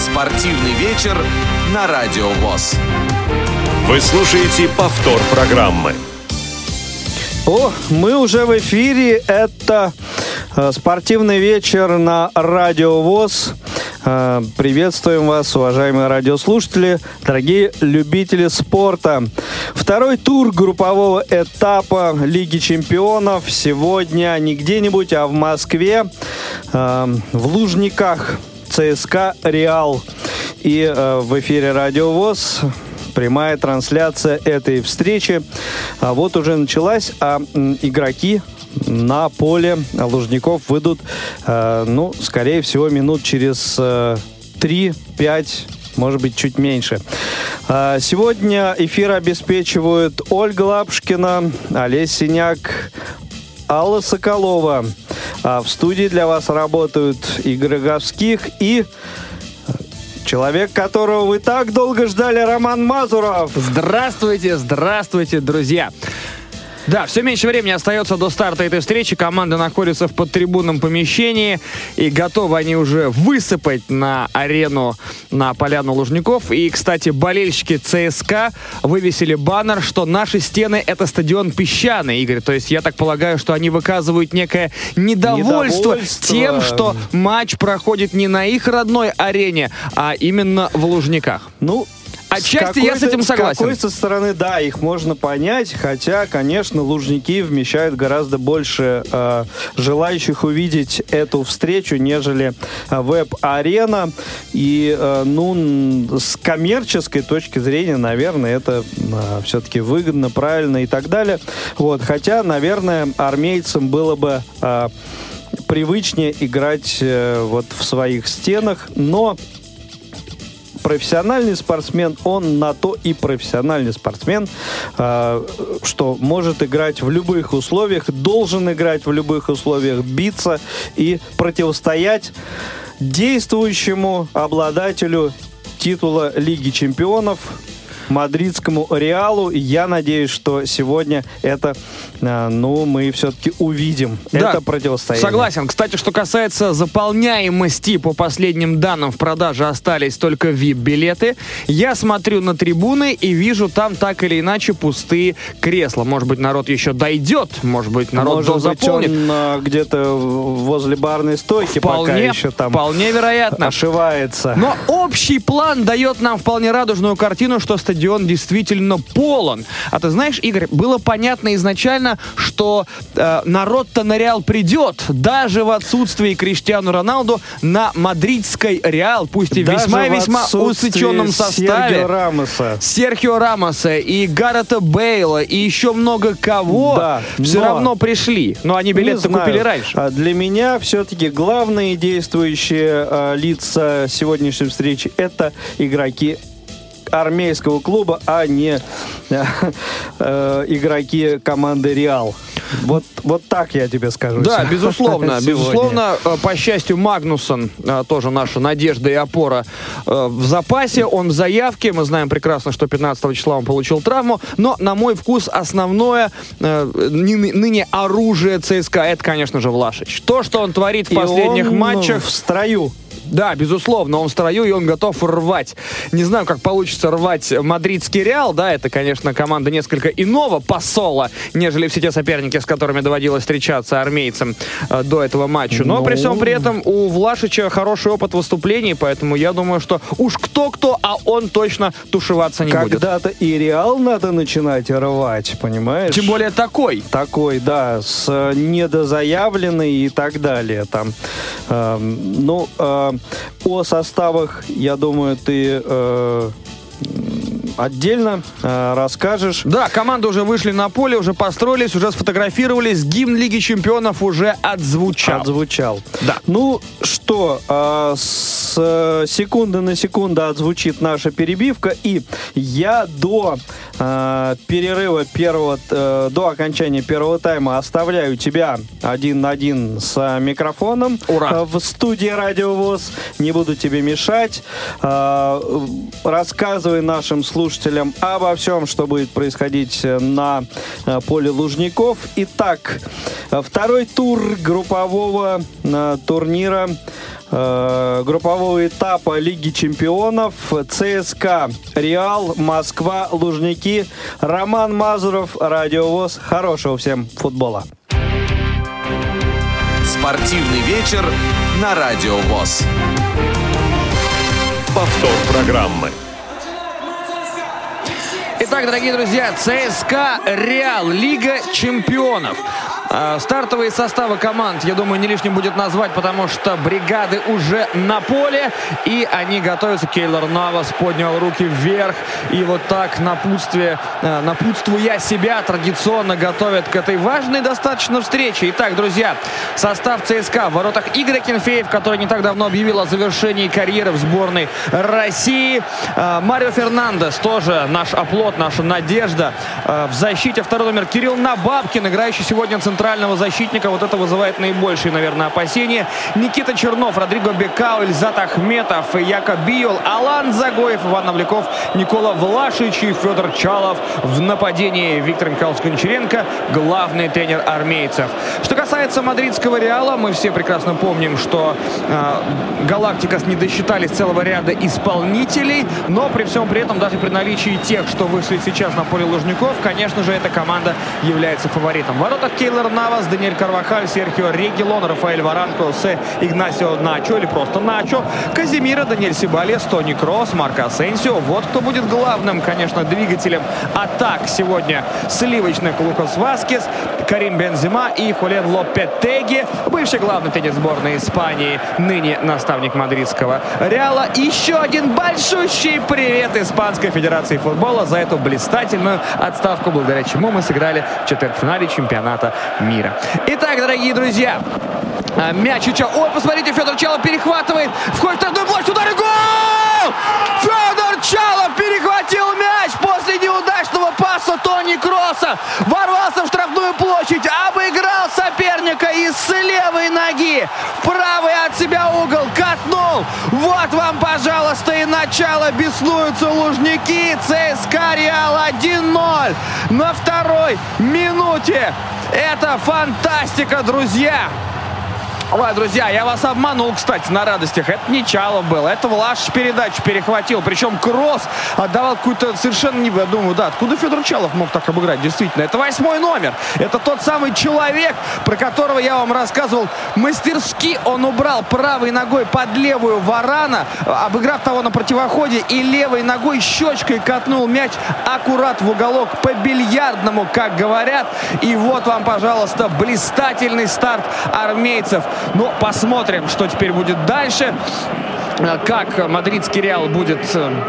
Спортивный вечер на Радио ВОС. Вы слушаете повтор программы. Мы уже в эфире. Это спортивный вечер на Радио ВОС. Приветствуем вас, уважаемые радиослушатели, дорогие любители спорта. Второй тур группового этапа Лиги чемпионов сегодня не где-нибудь, а в Москве, в Лужниках. ЦСКА «Реал». И в эфире Радио ВОС прямая трансляция этой встречи. Вот уже началась, а игроки на поле Лужников выйдут, скорее всего, минут через 3-5, может быть, чуть меньше. Сегодня эфир обеспечивают Ольга Лапушкина, Олесь Синяк, Алла Соколова. А в студии для вас работают Игорь Роговских и человек, которого вы так долго ждали, Роман Мазуров. Здравствуйте, друзья. Да, все меньше времени остается до старта этой встречи. Команда находится в подтрибунном помещении, и готовы они уже высыпать на арену, на поляну Лужников. И, кстати, болельщики ЦСКА вывесили баннер, что наши стены — это стадион песчаный, Игорь. То есть я так полагаю, что они выказывают некое недовольство тем, что матч проходит не на их родной арене, а именно в Лужниках. Отчасти я с этим согласен. С какой-то стороны, да, их можно понять, хотя, конечно, Лужники вмещают гораздо больше желающих увидеть эту встречу, нежели веб-арена. И, с коммерческой точки зрения, наверное, это все-таки выгодно, правильно и так далее. Хотя, наверное, армейцам было бы привычнее играть в своих стенах, но профессиональный спортсмен, он на то и профессиональный спортсмен, что может играть в любых условиях, должен играть в любых условиях, биться и противостоять действующему обладателю титула Лиги чемпионов, мадридскому Реалу. Я надеюсь, что сегодня это, мы все-таки увидим это противостояние. Согласен. Кстати, что касается заполняемости, по последним данным, в продаже остались только VIP-билеты. Я смотрю на трибуны и вижу там так или иначе пустые кресла. Может быть, народ еще дойдет, может быть, народ заполнит. Он где-то возле барной стойки пока еще там вполне вероятно ошивается. Но общий план дает нам вполне радужную картину, что стадион действительно полон. А ты знаешь, Игорь, было понятно изначально, что народ-то на Реал придет, даже в отсутствии Криштиану Роналду, на мадридской Реал, пусть и весьма-весьма усеченном составе. Серхио Рамоса и Гарета Бейла и еще много кого все равно пришли. Но они билеты купили раньше. Для меня все-таки главные действующие лица сегодняшней встречи — это игроки армейского клуба, а не игроки команды Реал. Вот так я тебе скажу. Да, безусловно. Безусловно, по счастью, Магнусон, тоже наша надежда и опора, в запасе, он в заявке. Мы знаем прекрасно, что 15 числа он получил травму. Но, на мой вкус, основное ныне оружие ЦСКА — это, конечно же, Влашич. То, что он творит в последних матчах. В строю. Да, безусловно, он в строю, и он готов рвать. Не знаю, как получится рвать мадридский Реал, да, это, конечно, команда несколько иного посола, нежели все те соперники, с которыми доводилось встречаться армейцам до этого матча. Но при всем при этом у Влашича хороший опыт выступлений, поэтому я думаю, что уж кто-кто, а он точно тушеваться не будет. Когда-то и Реал надо начинать рвать, понимаешь? Тем более такой. Такой, да, с недозаявленной и так далее. Там, о составах, я думаю, ты отдельно расскажешь. Да, команды уже вышли на поле, уже построились, уже сфотографировались. Гимн Лиги чемпионов уже отзвучал. Да. Ну что, с секунды на секунду отзвучит наша перебивка, и я до перерыва до окончания первого тайма оставляю тебя 1 на 1 с микрофоном. Ура! В студии Радио ВОС. Не буду тебе мешать. Рассказывай нашим слушателям обо всем, что будет происходить на поле Лужников. Итак, второй тур группового турнира, группового этапа Лиги чемпионов. ЦСКА, Реал, Москва, Лужники. Роман Мазуров, Радио ВОС. Хорошего всем футбола. Спортивный вечер на Радио ВОС. Повтор программы. Итак, дорогие друзья, ЦСКА, Реал, Лига чемпионов. Стартовые составы команд, я думаю, не лишним будет назвать, потому что бригады уже на поле, и они готовятся. Кейлор Навас поднял руки вверх, и вот так, напутствуя себя, традиционно готовят к этой важной достаточно встрече. Итак, друзья, состав ЦСКА: в воротах Игорь Акинфеев, который не так давно объявил о завершении карьеры в сборной России. Марио Фернандес, тоже наш оплот, наша надежда. В защите второй номер Кирилл Набабкин, играющий сегодня центрального защитника. Вот это вызывает наибольшие, наверное, опасения. Никита Чернов, Родриго Бекау, Ильзат Ахметов, Якоб Биол, Алан Загоев, Иван Навляков, Никола Влашич и Федор Чалов. В нападении Виктор Михайлович Гончаренко, главный тренер армейцев. Что касается мадридского Реала, мы все прекрасно помним, что Галактикос не досчитались целого ряда исполнителей, но при всем при этом, даже при наличии тех, что вышли сейчас на поле Лужников, конечно же, эта команда является фаворитом. В воротах Кейлор Навас, Даниэль Карвахаль, Серхио Регилон, Рафаэль Варан, Хосе Игнасио Начо или просто Начо, Казимира, Даниэль Сибалес, Тони Кросс, Марко Асенсио. Вот кто будет главным, конечно, двигателем атак сегодня сливочных: Лукас Васкес, Карим Бензема и Хулен Лопетеги, бывший главный тренер сборной Испании, ныне наставник мадридского Реала. Еще один большущий привет Испанской Федерации футбола за эту блистательную отставку, благодаря чему мы сыграли в четвертьфинале чемпионата мира. Итак, дорогие друзья, мяч у Чалова. Ой, посмотрите, Федор Чалов перехватывает, входит в штрафную площадь, удар и гол! Федор Чалов перехватил мяч после неудачного паса Тони Кросса, ворвался в штрафную площадь, обыграл соперника и с левой ноги в правый от себя угол катнул. Вот вам, пожалуйста, и начало. Беснуются Лужники. ЦСКА Реал 1-0 на второй минуте. Это фантастика, друзья! Ой, друзья, я вас обманул, кстати, на радостях. Это не Чалов был, это Влашич передачу перехватил. Причем Кросс отдавал какую-то совершенно не... Я думаю, да, откуда Федор Чалов мог так обыграть? Действительно, это 8-й номер. Это тот самый человек, про которого я вам рассказывал. Мастерски он убрал правой ногой под левую Варана, обыграв того на противоходе, и левой ногой щечкой катнул мяч аккурат в уголок, по-бильярдному, как говорят. И вот вам, пожалуйста, блистательный старт армейцев. Но посмотрим, что теперь будет дальше. Как мадридский Реал будет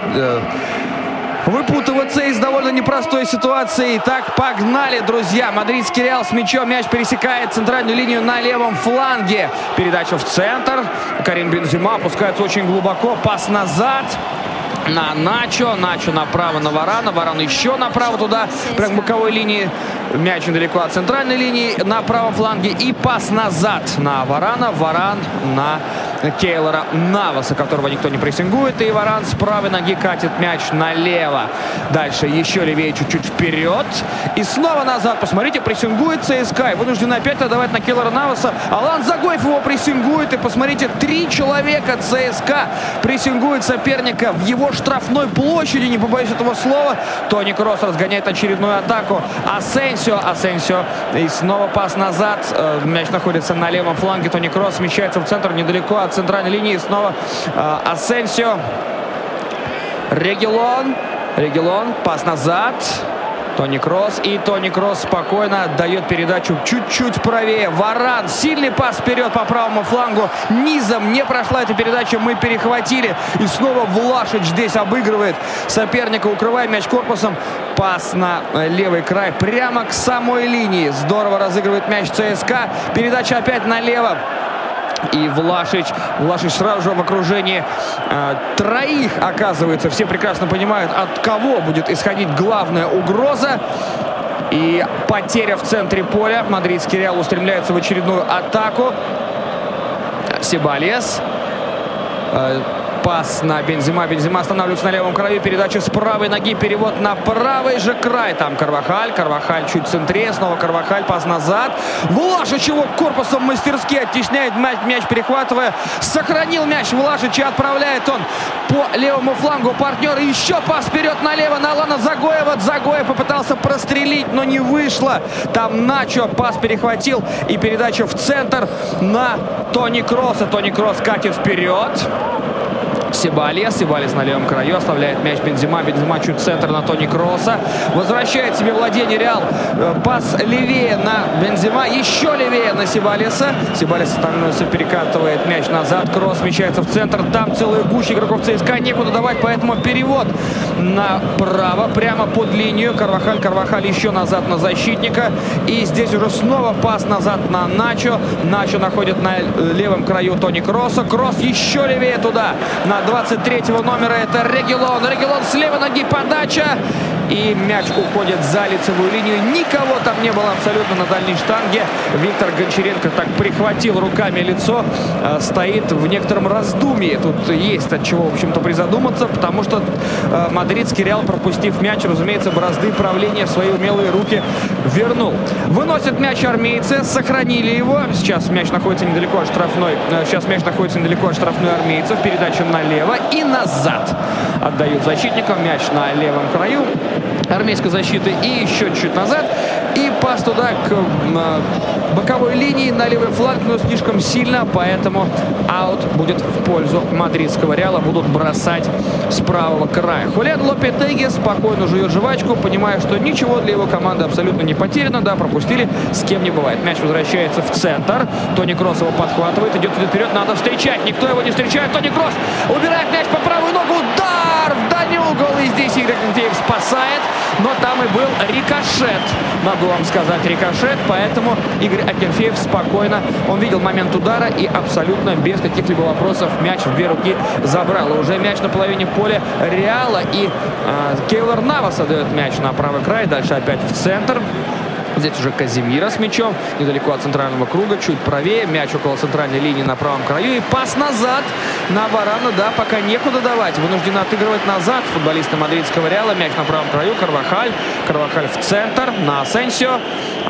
выпутываться из довольно непростой ситуации. Итак, погнали, друзья. Мадридский Реал с мячом. Мяч пересекает центральную линию на левом фланге. Передача в центр. Карим Бензема опускается очень глубоко. Пас назад на Начо. Начо направо на Варана. Варан еще направо туда, прям к боковой линии. Мяч недалеко от центральной линии на правом фланге. И пас назад на Варана. Варан на Кейлора Наваса, которого никто не прессингует. И Варан с правой ноги катит мяч налево. Дальше еще левее, чуть-чуть вперед. И снова назад. Посмотрите, прессингует ЦСКА. И вынужден опять отдавать на Кейлора Наваса. Алан Загоев его прессингует. И посмотрите, 3 человека ЦСКА прессингует соперника в его штрафной площади. Не побоюсь этого слова. Тони Кросс разгоняет очередную атаку. Асенсио. И снова пас назад. Мяч находится на левом фланге. Тони Кросс смещается в центр, недалеко от центральной линии. Снова Асенсио. Регилон. Пас назад. Тони Кросс. И Тони Кросс спокойно отдает передачу чуть-чуть правее. Варан. Сильный пас вперед по правому флангу. Низом не прошла эта передача. Мы перехватили. И снова Влашич здесь обыгрывает соперника, укрывая мяч корпусом. Пас на левый край. Прямо к самой линии. Здорово разыгрывает мяч ЦСКА. Передача опять налево. И Влашич сразу же в окружении троих оказывается. Все прекрасно понимают, от кого будет исходить главная угроза. И потеря в центре поля. Мадридский Реал устремляется в очередную атаку. Себальес. Пас на Бензема. Бензема останавливается на левом краю. Передача с правой ноги. Перевод на правый же край. Там Карвахаль. Карвахаль чуть центре. Снова Карвахаль. Пас назад. Влашич его корпусом мастерски оттесняет мяч, перехватывая. Сохранил мяч Влашич и отправляет он по левому флангу партнера. Еще пас вперед налево на Алана Загоева. Загоев попытался прострелить, но не вышло. Там Начо пас перехватил. И передача в центр на Тони Кросса. Тони Кросс катит вперед. Себальес на левом краю оставляет мяч Бензема. Бензема чуть центр на Тони Кросса. Возвращает себе владение Реал. Пас левее на Бензема. Еще левее на Себальеса. Себальес становится, перекатывает мяч назад. Кросс смещается в центр. Там целая гуща игроков ЦСКА. Некуда давать, поэтому перевод направо, прямо под линию. Карвахаль еще назад на защитника. И здесь уже снова пас назад на Начо. Начо находит на левом краю Тони Кросса. Кросс еще левее туда. На 23-го номера это Регилон. Регилон с левой ноги подача. И мяч уходит за лицевую линию. Никого там не было абсолютно на дальней штанге. Виктор Гончаренко так прихватил руками лицо. Стоит в некотором раздумье. Тут есть от чего, в общем-то, призадуматься. Потому что мадридский Реал, пропустив мяч, разумеется, бразды правления в свои умелые руки вернул. Выносят мяч армейцы. Сохранили его. Сейчас мяч находится недалеко от штрафной. Армейцев. Передача налево и назад. Отдают защитникам. Мяч на левом краю армейской защиты и еще чуть назад. И пас туда к боковой линии на левый фланг, но слишком сильно, поэтому аут будет в пользу мадридского Реала. Будут бросать с правого края. Хулиан Лопетеги спокойно жует жвачку, понимая, что ничего для его команды абсолютно не потеряно. Да, пропустили, с кем не бывает. Мяч возвращается в центр. Тони Кросс его подхватывает, идет вперед, надо встречать. Никто его не встречает. Тони Кросс убирает мяч по правую ногу. Удар в дальний угол. И здесь Игорь Акинфеев спасает. Но там и был рикошет. Могу вам сказать, рикошет. Поэтому Игорь Акинфеев спокойно. Он видел момент удара и абсолютно без каких-либо вопросов мяч в две руки забрал. И уже мяч на половине поля Реала. И Кейлор Навас отдает мяч на правый край. Дальше опять в центр. Здесь уже Казимира с мячом, недалеко от центрального круга, чуть правее, мяч около центральной линии на правом краю и пас назад на Варана, да, пока некуда давать, вынуждены отыгрывать назад футболисты мадридского Реала, мяч на правом краю, Карвахаль в центр на Асенсио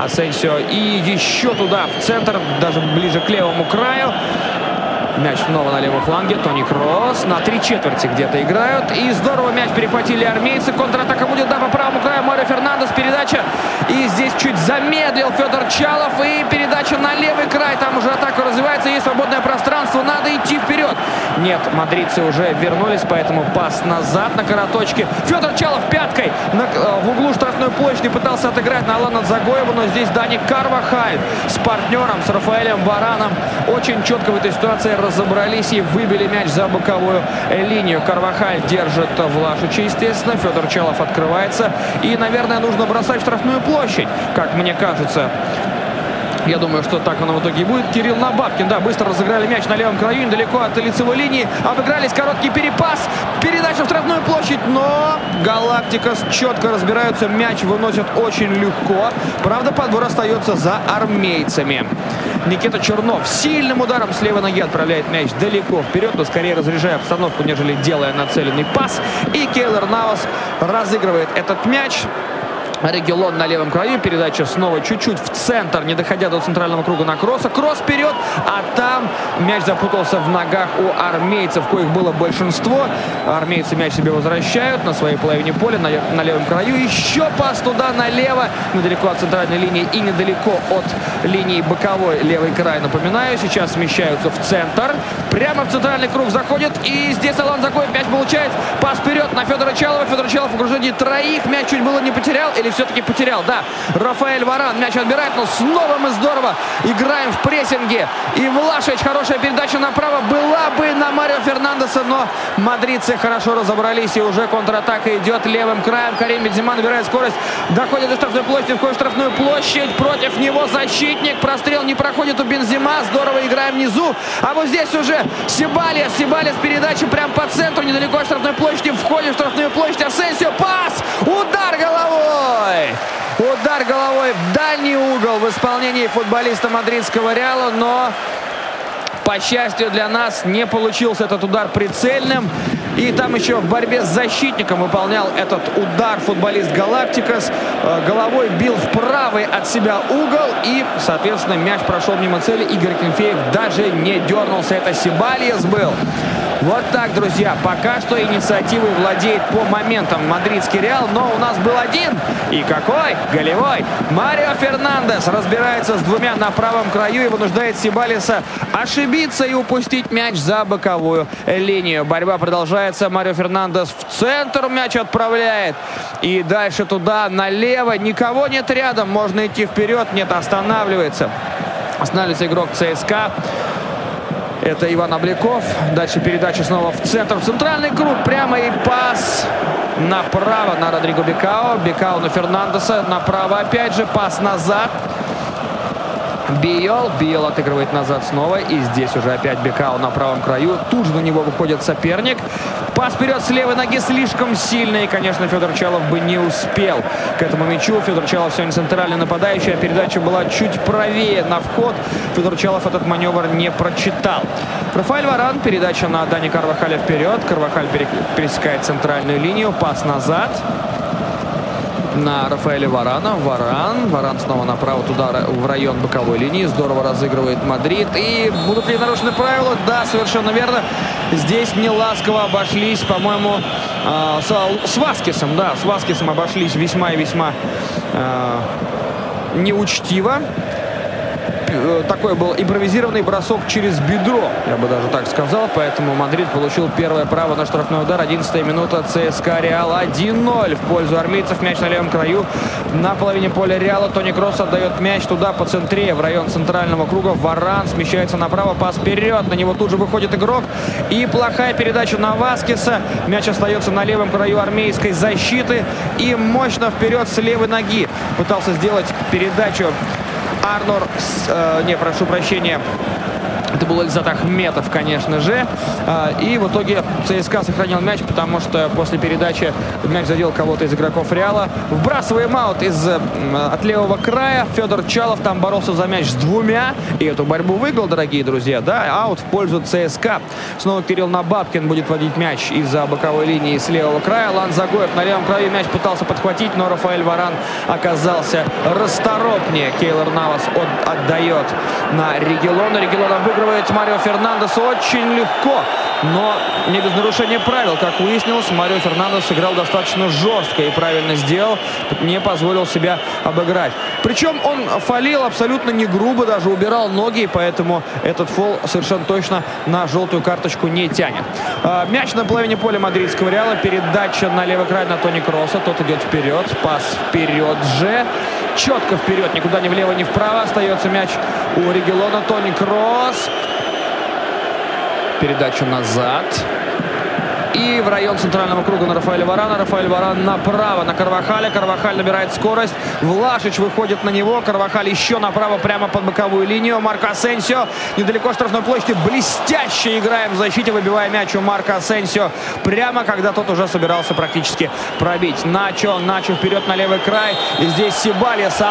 и еще туда в центр, даже ближе к левому краю. Мяч снова на левом фланге. Тони Кросс. На 3/4 где-то играют. И здорово мяч перехватили армейцы. Контратака будет, да, по правому краю. Море Фернандес. Передача. И здесь чуть замедлил Федор Чалов. И передача на левый край. Там уже атака развивается. Есть свободное пространство. Надо идти вперед. Нет, мадридцы уже вернулись. Поэтому пас назад на короточке. Федор Чалов пяткой в углу штрафной площади пытался отыграть на Алана Загоева. Но здесь Дани Карвахаль с партнером, с Рафаэлем Вараном очень четко в этой ситуации разобрались и выбили мяч за боковую линию. Карвахаль держит Влашича, естественно. Федор Чалов открывается. И, наверное, нужно бросать в штрафную площадь, как мне кажется. Я думаю, что так оно в итоге и будет. Кирилл Набабкин, да, быстро разыграли мяч на левом краю, недалеко от лицевой линии. Обыгрались, короткий перепас, передача в штрафную площадь, но Галактикос четко разбираются, мяч выносят очень легко. Правда, подбор остается за армейцами. Никита Чернов сильным ударом с левой ноги отправляет мяч далеко вперед, но скорее разряжая обстановку, нежели делая нацеленный пас. И Кейлор Навас разыгрывает этот мяч. Регилон на левом краю. Передача снова чуть-чуть в центр, не доходя до центрального круга на Кросса. Кросс вперед, а там мяч запутался в ногах у армейцев, коих было большинство. Армейцы мяч себе возвращают на своей половине поля, на левом краю. Еще пас туда налево, недалеко от центральной линии и недалеко от линии боковой, левый край, напоминаю. Сейчас смещаются в центр. Прямо в центральный круг заходит. И здесь Алан Загоев мяч получает. Пас вперед на Федора Чалова. Федор Чалов в окружении троих. Мяч чуть было не потерял. Или все-таки потерял, да. Рафаэль Варан мяч отбирает, но снова мы здорово играем в прессинге. И Влашич, хорошая передача направо была бы на на Марио Фернандеса, но мадридцы хорошо разобрались, и уже контратака идет левым краем. Карим Бензема набирает скорость, доходит до штрафной площади, входит в штрафную площадь, против него защитник, прострел не проходит у Бензема, здорово играем внизу, а вот здесь уже Себальес передача прямо по центру, недалеко от штрафной площади, входит в штрафную площадь, Асенсио, пас, удар головой в дальний угол в исполнении футболиста мадридского Реала, но по счастью для нас не получился этот удар прицельным. И там еще в борьбе с защитником выполнял этот удар футболист Галактикос. Головой бил в правый от себя угол. И, соответственно, мяч прошел мимо цели. Игорь Акинфеев даже не дернулся. Это Себальес был. Вот так, друзья. Пока что инициативой владеет по моментам мадридский Реал. Но у нас был один. И какой? Голевой. Марио Фернандес разбирается с двумя на правом краю и вынуждает Себальеса ошибиться и упустить мяч за боковую линию. Борьба продолжается. Марио Фернандес в центр мяч отправляет. И дальше туда, налево. Никого нет рядом. Можно идти вперед. Нет, останавливается. Останавливается игрок ЦСКА. Это Иван Обляков. Дальше передача снова в центр. В центральный круг. Прямо и пас направо на Родриго Бекао. Бекао на Фернандеса. Направо опять же. Пас назад. Биел отыгрывает назад снова. И здесь уже опять Бекао на правом краю. Тут же на него выходит соперник. Пас вперед с левой ноги слишком сильный. И, конечно, Федор Чалов бы не успел к этому мячу. Федор Чалов сегодня центральный нападающий. А передача была чуть правее на вход. Федор Чалов этот маневр не прочитал. Рафаэль Варан. Передача на Дани Карвахаля вперед. Карвахаль пересекает центральную линию. Пас назад на Рафаэля Варана. Варан снова направо туда в район боковой линии. Здорово разыгрывает Мадрид. И будут ли нарушены правила? Да, совершенно верно. Здесь не ласково обошлись, по-моему, с Васкесом. Да, с Васкесом обошлись весьма и весьма неучтиво. Такой был импровизированный бросок через бедро, я бы даже так сказал. Поэтому Мадрид получил первое право на штрафной удар. 11-я минута. ЦСКА Реал 1-0 в пользу армейцев. Мяч на левом краю. На половине поля Реала Тони Кросс отдает мяч туда по центре, в район центрального круга. Варан смещается направо. Пас вперед. На него тут же выходит игрок. И плохая передача на Васкеса. Мяч остается на левом краю армейской защиты. И мощно вперед с левой ноги пытался сделать передачу Арнур, прошу прощения, это был Эльзат Ахметов, конечно же. И в итоге ЦСКА сохранил мяч, потому что после передачи мяч задел кого-то из игроков Реала. Вбрасываем аут от левого края. Федор Чалов там боролся за мяч с двумя. И эту борьбу выиграл, дорогие друзья. Да, аут в пользу ЦСКА. Снова Кирилл Набабкин будет водить мяч из-за боковой линии с левого края. Лан Загоев на левом краю мяч пытался подхватить, но Рафаэль Варан оказался расторопнее. Кейлор Навас отдает на Регилона. Регилон обыгрывает Марио Фернандес очень легко, но не без нарушения правил. Как выяснилось, Марио Фернандес сыграл достаточно жестко и правильно сделал, не позволил себя обыграть. Причем он фолил абсолютно не грубо, даже убирал ноги, и поэтому этот фол совершенно точно на желтую карточку не тянет. Мяч на половине поля мадридского Реала. Передача на левый край на Тони Кросса. Тот идет вперед. Пас вперед же. Четко вперед, никуда ни влево, ни вправо. Остается мяч у Регилона. Тони Кросс. Передача назад. И в район центрального круга на Рафаэля Варана. Рафаэль Варан направо на Карвахаля. Карвахаль набирает скорость. Влашич выходит на него. Карвахаль еще направо, прямо под боковую линию. Марко Асенсио недалеко штрафной площади. Блестяще играем в защите, выбивая мяч у Марко Асенсио. Прямо когда тот уже собирался практически пробить. Начо вперед на левый край. И здесь Себальеса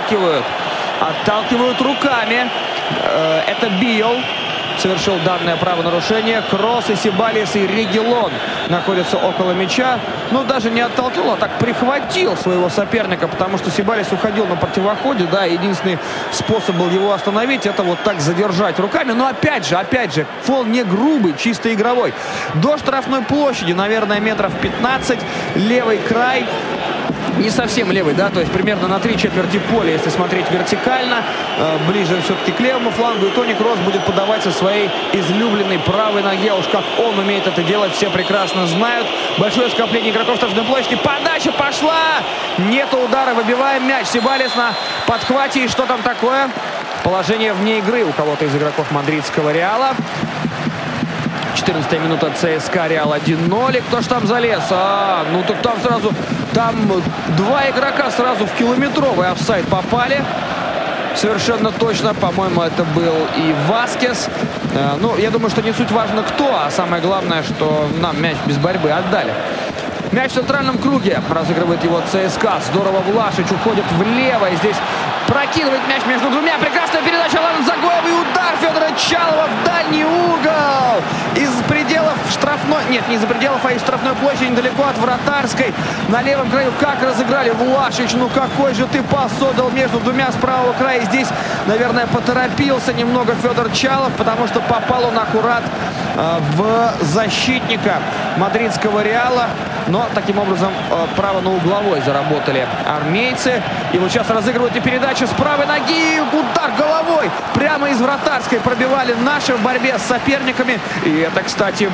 отталкивают руками. Это Биел совершил данное правонарушение. Кросс и Себальес и Регилон находятся около мяча. Ну, даже не оттолкнул, а так прихватил своего соперника, потому что Себальес уходил на противоходе. Да, единственный способ был его остановить, это вот так задержать руками. Но опять же, фол не грубый, чисто игровой. До штрафной площади, наверное, метров 15. Левый край. Не совсем левый, да, то есть примерно на 3/4 поля, если смотреть вертикально, ближе все-таки к левому флангу. И Тони Кросс будет подавать со своей излюбленной правой ноги. Уж как он умеет это делать, все прекрасно знают. Большое скопление игроков в штрафной площади. Подача пошла! Нету удара, выбиваем мяч. Себальес на подхвате. И что там такое? Положение вне игры у кого-то из игроков мадридского Реала. 14-я минута, ЦСКА Реал 1-0. И кто ж там залез? Ну так там сразу, там два игрока сразу в километровый офсайд попали. Совершенно точно, по-моему, это был и Васкес. Ну, я думаю, что не суть важно кто, а самое главное, что нам мяч без борьбы отдали. Мяч в центральном круге. Разыгрывает его ЦСКА. Здорово Влашич уходит влево. И здесь прокидывает мяч между двумя. Прекрасная передача Алана Загоева. И удар Федора Чалова в дальний угол. Из пределов штрафной... Нет, не из-за пределов, а из штрафной площади, недалеко от вратарской. На левом краю как разыграли Влашич. Ну какой же ты пас отдал между двумя с правого края. И здесь, наверное, поторопился немного Федор Чалов, потому что попал он аккурат в защитника мадридского Реала. Но таким образом право на угловой заработали армейцы. И вот сейчас разыгрывают и передачу с правой ноги. Удар головой. Прямо из вратарской пробивали наши в борьбе с соперниками. И это, кстати,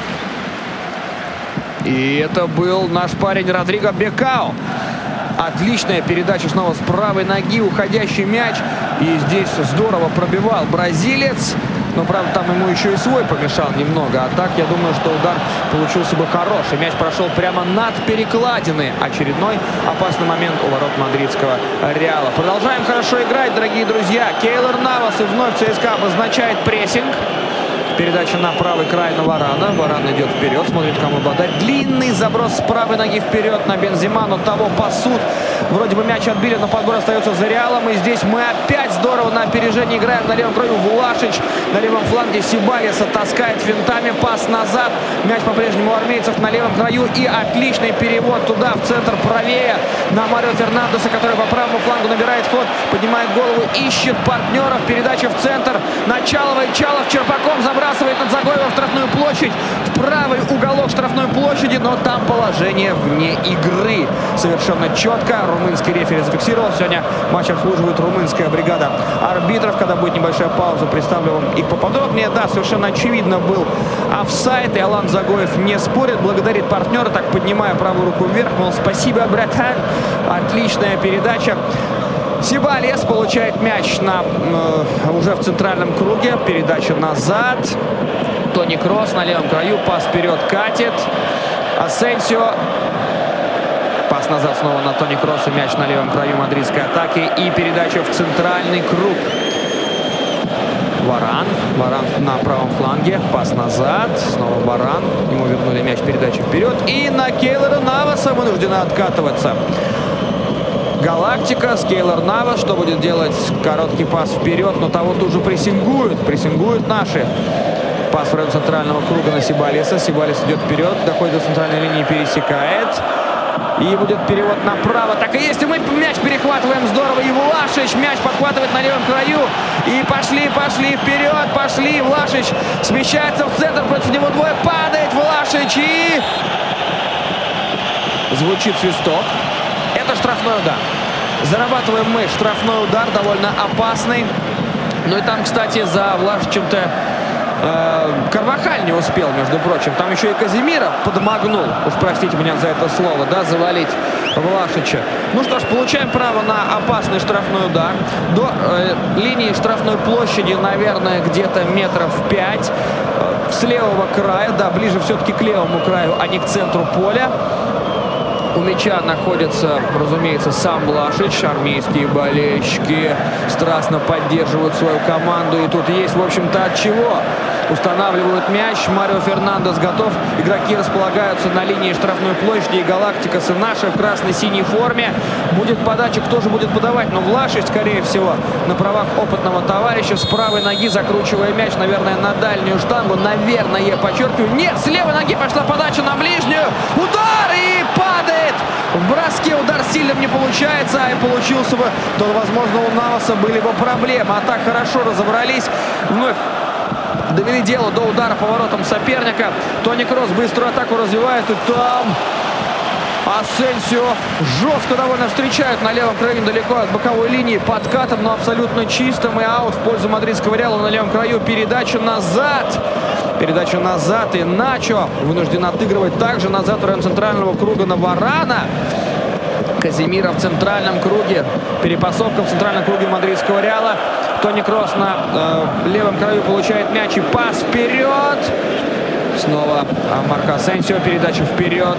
был наш парень Родриго Бекао. Отличная передача снова с правой ноги. Уходящий мяч. И здесь здорово пробивал бразилец. Но, правда, там ему еще и свой помешал немного. А так, я думаю, что удар получился бы хороший. Мяч прошел прямо над перекладиной. Очередной опасный момент у ворот мадридского Реала. Продолжаем хорошо играть, дорогие друзья. Кейлор Навас и вновь ЦСКА обозначает прессинг. Передача на правый край на Варана. Варан идет вперед, смотрит, кому подать. Длинный заброс с правой ноги вперед на Бензема, но того пасут. Вроде бы мяч отбили, но подбор остается за Реалом. И здесь мы опять здорово на опережении играем. На левом краю Влашич, на левом фланге Сибалеса таскает финтами. Пас назад. Мяч по-прежнему у армейцев на левом краю. И отличный перевод туда, в центр правее, на Марио Фернандеса, который по правому флангу набирает ход, поднимает голову, ищет партнеров. Передача в центр на Чалова. И Чалов черпаком забрасывает над Загоева в штрафную площадь. В правый уголок штрафной площади, но там положение вне игры. Совершенно четко. Румынский рефери зафиксировал. Сегодня матч обслуживает румынская бригада арбитров. Когда будет небольшая пауза, представлю вам их поподробнее. Да, совершенно очевидно был офсайд. И Алан Загоев не спорит. Благодарит партнера, так поднимая правую руку вверх. Мол, спасибо, братан. Отличная передача. Сибалес получает мяч уже в центральном круге. Передача назад. Тони Кросс на левом краю. Пас вперед катит. Асенсио. Пас назад снова на Тони Кросса. Мяч на левом краю мадридской атаки. И передача в центральный круг. Варан на правом фланге. Пас назад. Снова Варан. Ему вернули мяч, передача вперед. И на Кейлора Наваса вынуждена откатываться Галактика. С Кейлор Навас. Что будет делать? Короткий пас вперед. Но того тут же прессингуют. Прессингуют наши. Пас в район центрального круга на Сибалеса. Сибалес идет вперед. Доходит до центральной линии, пересекает. И будет перевод направо. Так и есть. И мы мяч перехватываем здорово. И Влашич мяч подхватывает на левом краю. И пошли вперед. Пошли. Влашич смещается в центр. Против него двое. Падает Влашич. И звучит свисток. Это штрафной удар. Зарабатываем мы штрафной удар. Довольно опасный. Ну и там, кстати, за Влашичем-то Карвахаль не успел, между прочим. Там еще и Казимира подмагнул, уж простите меня за это слово, да, завалить Влашича. Ну что ж, получаем право на опасный штрафной удар. До линии штрафной площади, наверное, где-то метров 5. С левого края, да, ближе все-таки к левому краю, а не к центру поля. У мяча находится, разумеется, сам Влашич. Армейские болельщики страстно поддерживают свою команду. И тут есть, в общем-то, от чего. Устанавливают мяч. Марио Фернандес готов. Игроки располагаются на линии штрафной площади. И Галактика и наши в красно-синей форме. Будет подача. Кто же будет подавать? Но Влашич, скорее всего, на правах опытного товарища. С правой ноги закручивая мяч, наверное, на дальнюю штангу. Наверное, подчеркиваю. Нет, с левой ноги пошла подача на ближнюю. Удар! И падает! В броске удар сильным не получается. А и получился бы, то, возможно, у Наваса были бы проблемы. А так хорошо разобрались. Вновь довели дело до удара по воротам соперника. Тони Кросс быструю атаку развивает. И там Асенсио жестко довольно встречают на левом краю, недалеко от боковой линии, подкатом, но абсолютно чистым. И аут в пользу мадридского Реала на левом краю. Передача назад. И Начо вынужден отыгрывать также назад в район центрального круга на Варана. Казимира в центральном круге. Перепасовка в центральном круге мадридского Реала. Тони Кросс на левом краю получает мяч и пас вперед. снова Марко Асенсио. Передача вперед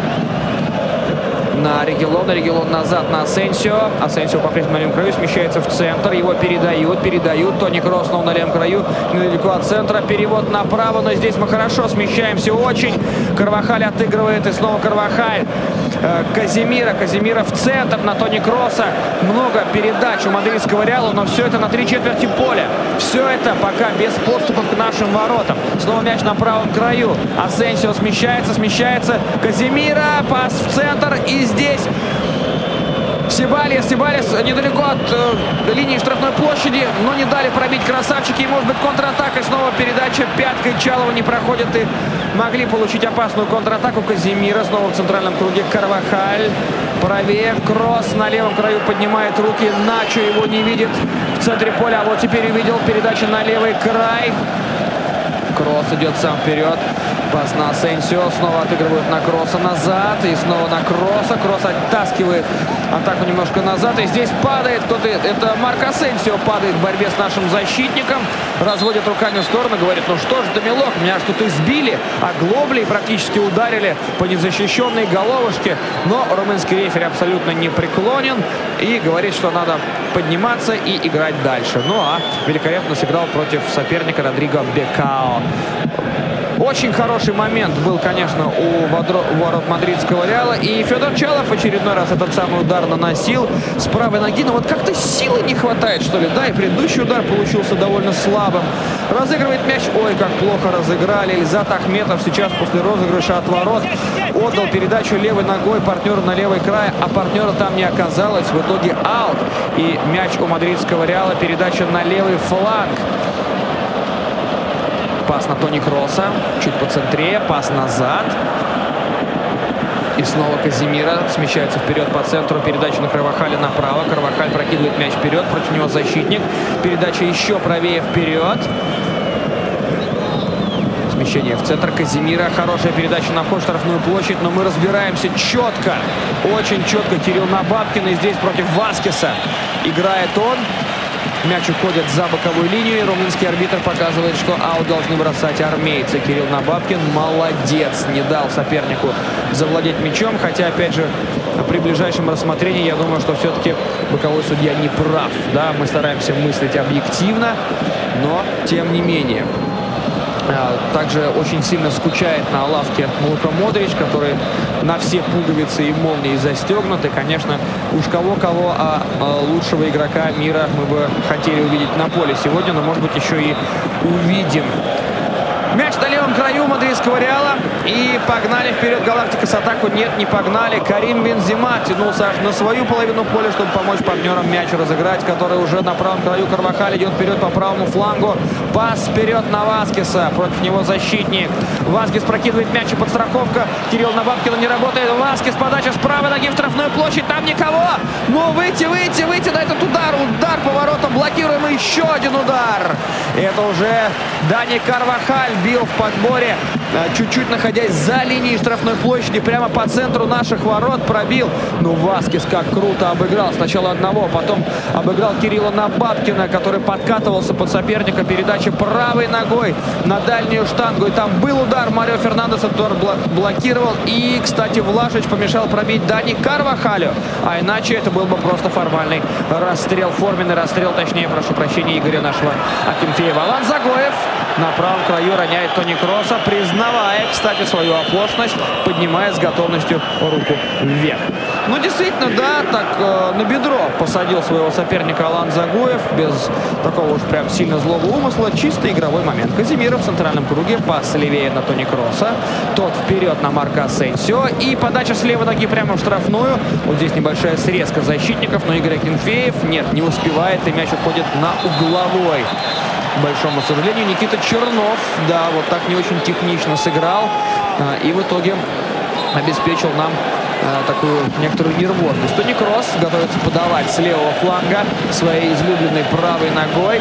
на Регелона. Регелон назад на Асенсио. Асенсио по-прежнему на левом краю смещается в центр. Его передают. Тони Кросс снова на левом краю. Недалеко от центра. Перевод направо. Но здесь мы хорошо смещаемся очень. Карвахаль отыгрывает. И снова Карвахаль. Каземира в центр на Тони Кросса. Много передач у мадридского Реала, но все это на 3/4 поля. Все это пока без подступов к нашим воротам. Снова мяч на правом краю. Асенсио смещается. Каземира. Пас в центр. И здесь Себальес недалеко от линии штрафной площади, но не дали пробить красавчики. И может быть контратака. Снова передача пяткой. Чалова не проходит и могли получить опасную контратаку. Каземира снова в центральном круге. Карвахаль правее. Кросс на левом краю поднимает руки. Начо его не видит в центре поля. А вот теперь увидел. Передача на левый край. Кросс идет сам вперед. Пас на Асенсио. Снова отыгрывают на Кросса назад. И снова на Кросса. Кросс оттаскивает атаку немножко назад. И здесь падает кто-то. Это Марко Асенсио падает в борьбе с нашим защитником. Разводит руками в сторону. Говорит, ну что же ты, милок, меня что-то избили. А Глоблей практически ударили по незащищенной головушке. Но румынский рефери абсолютно не преклонен. И говорит, что надо подниматься и играть дальше. Ну а великолепно сыграл против соперника Родриго Бекао. Очень хороший момент был, конечно, у ворот мадридского Реала. И Федор Чалов в очередной раз этот самый удар наносил с правой ноги. Но вот как-то силы не хватает, что ли. Да, и предыдущий удар получился довольно слабым. Разыгрывает мяч. Ой, как плохо разыграли. Ильзат Ахметов сейчас после розыгрыша от ворот отдал передачу левой ногой партнеру на левый край. А партнера там не оказалось. В итоге аут. И мяч у мадридского Реала. Передача на левый фланг. Пас на Тони Кросса. Чуть по центре. Пас назад. И снова Каземира смещается вперед по центру. Передача на Карвахаля направо. Карвахаль прокидывает мяч вперед. Против него защитник. Передача еще правее вперед. Смещение в центр. Каземира. Хорошая передача на вход в штрафную площадь. Но мы разбираемся четко. Очень четко. Кирилл Набабкин. И здесь против Васкеса играет он. Мяч уходит за боковую линию, и румынский арбитр показывает, что аут должны бросать армейцы. Кирилл Набабкин молодец, не дал сопернику завладеть мячом, хотя, опять же, при ближайшем рассмотрении, я думаю, что все-таки боковой судья не прав. Да, мы стараемся мыслить объективно, но тем не менее. Также очень сильно скучает на лавке Лука Модрич, который на все пуговицы и молнии застегнут. И, конечно, уж кого-кого, а лучшего игрока мира мы бы хотели увидеть на поле сегодня, но, может быть, еще и увидим. Мяч на левом краю мадридского Реала. И погнали вперед Галактика с атаку. Нет, не погнали. Карим Бензема тянулся аж на свою половину поля, чтобы помочь партнерам мяч разыграть, который уже на правом краю. Карвахаль идет вперед по правому флангу. Пас вперед на Васкеса. Против него защитник. Васкес прокидывает мяч и подстраховка. Кирилл Набабкина не работает. Васкес, подача с правой ноги в штрафную площадь. Там никого. Ну, выйти на этот удар. Удар по воротам. Блокируем. Еще один удар. Это уже Дани Карвахаль бил в подборе, чуть-чуть находясь за линией штрафной площади, прямо по центру наших ворот пробил. Ну, Васкес как круто обыграл. Сначала одного, потом обыграл Кирилла Набабкина, который подкатывался под соперника. Передача правой ногой на дальнюю штангу. И там был удар. Марио Фернандес удар блокировал. И, кстати, Влашич помешал пробить Дани Карвахалю. А иначе это был бы просто формальный расстрел, форменный расстрел, точнее, прошу прощения, Игоря нашего Акинфеева. Алан Загоев на правом краю роняет Тони Кросса, признавая, кстати, свою оплошность, поднимая с готовностью руку вверх. Ну, действительно, да, так на бедро посадил своего соперника Алан Загоев, без такого уж прям сильно злого умысла. Чисто игровой момент. Каземира в центральном круге, пас левее на Тони Кросса, тот вперед на Марко Асенсио, и подача с левой ноги прямо в штрафную. Вот здесь небольшая срезка защитников, но Игорь Акинфеев нет, не успевает, и мяч уходит на угловой. К большому сожалению, Никита Чернов, да, вот так не очень технично сыграл и в итоге обеспечил нам такую некоторую нервозность. Тони Кросс готовится подавать с левого фланга своей излюбленной правой ногой.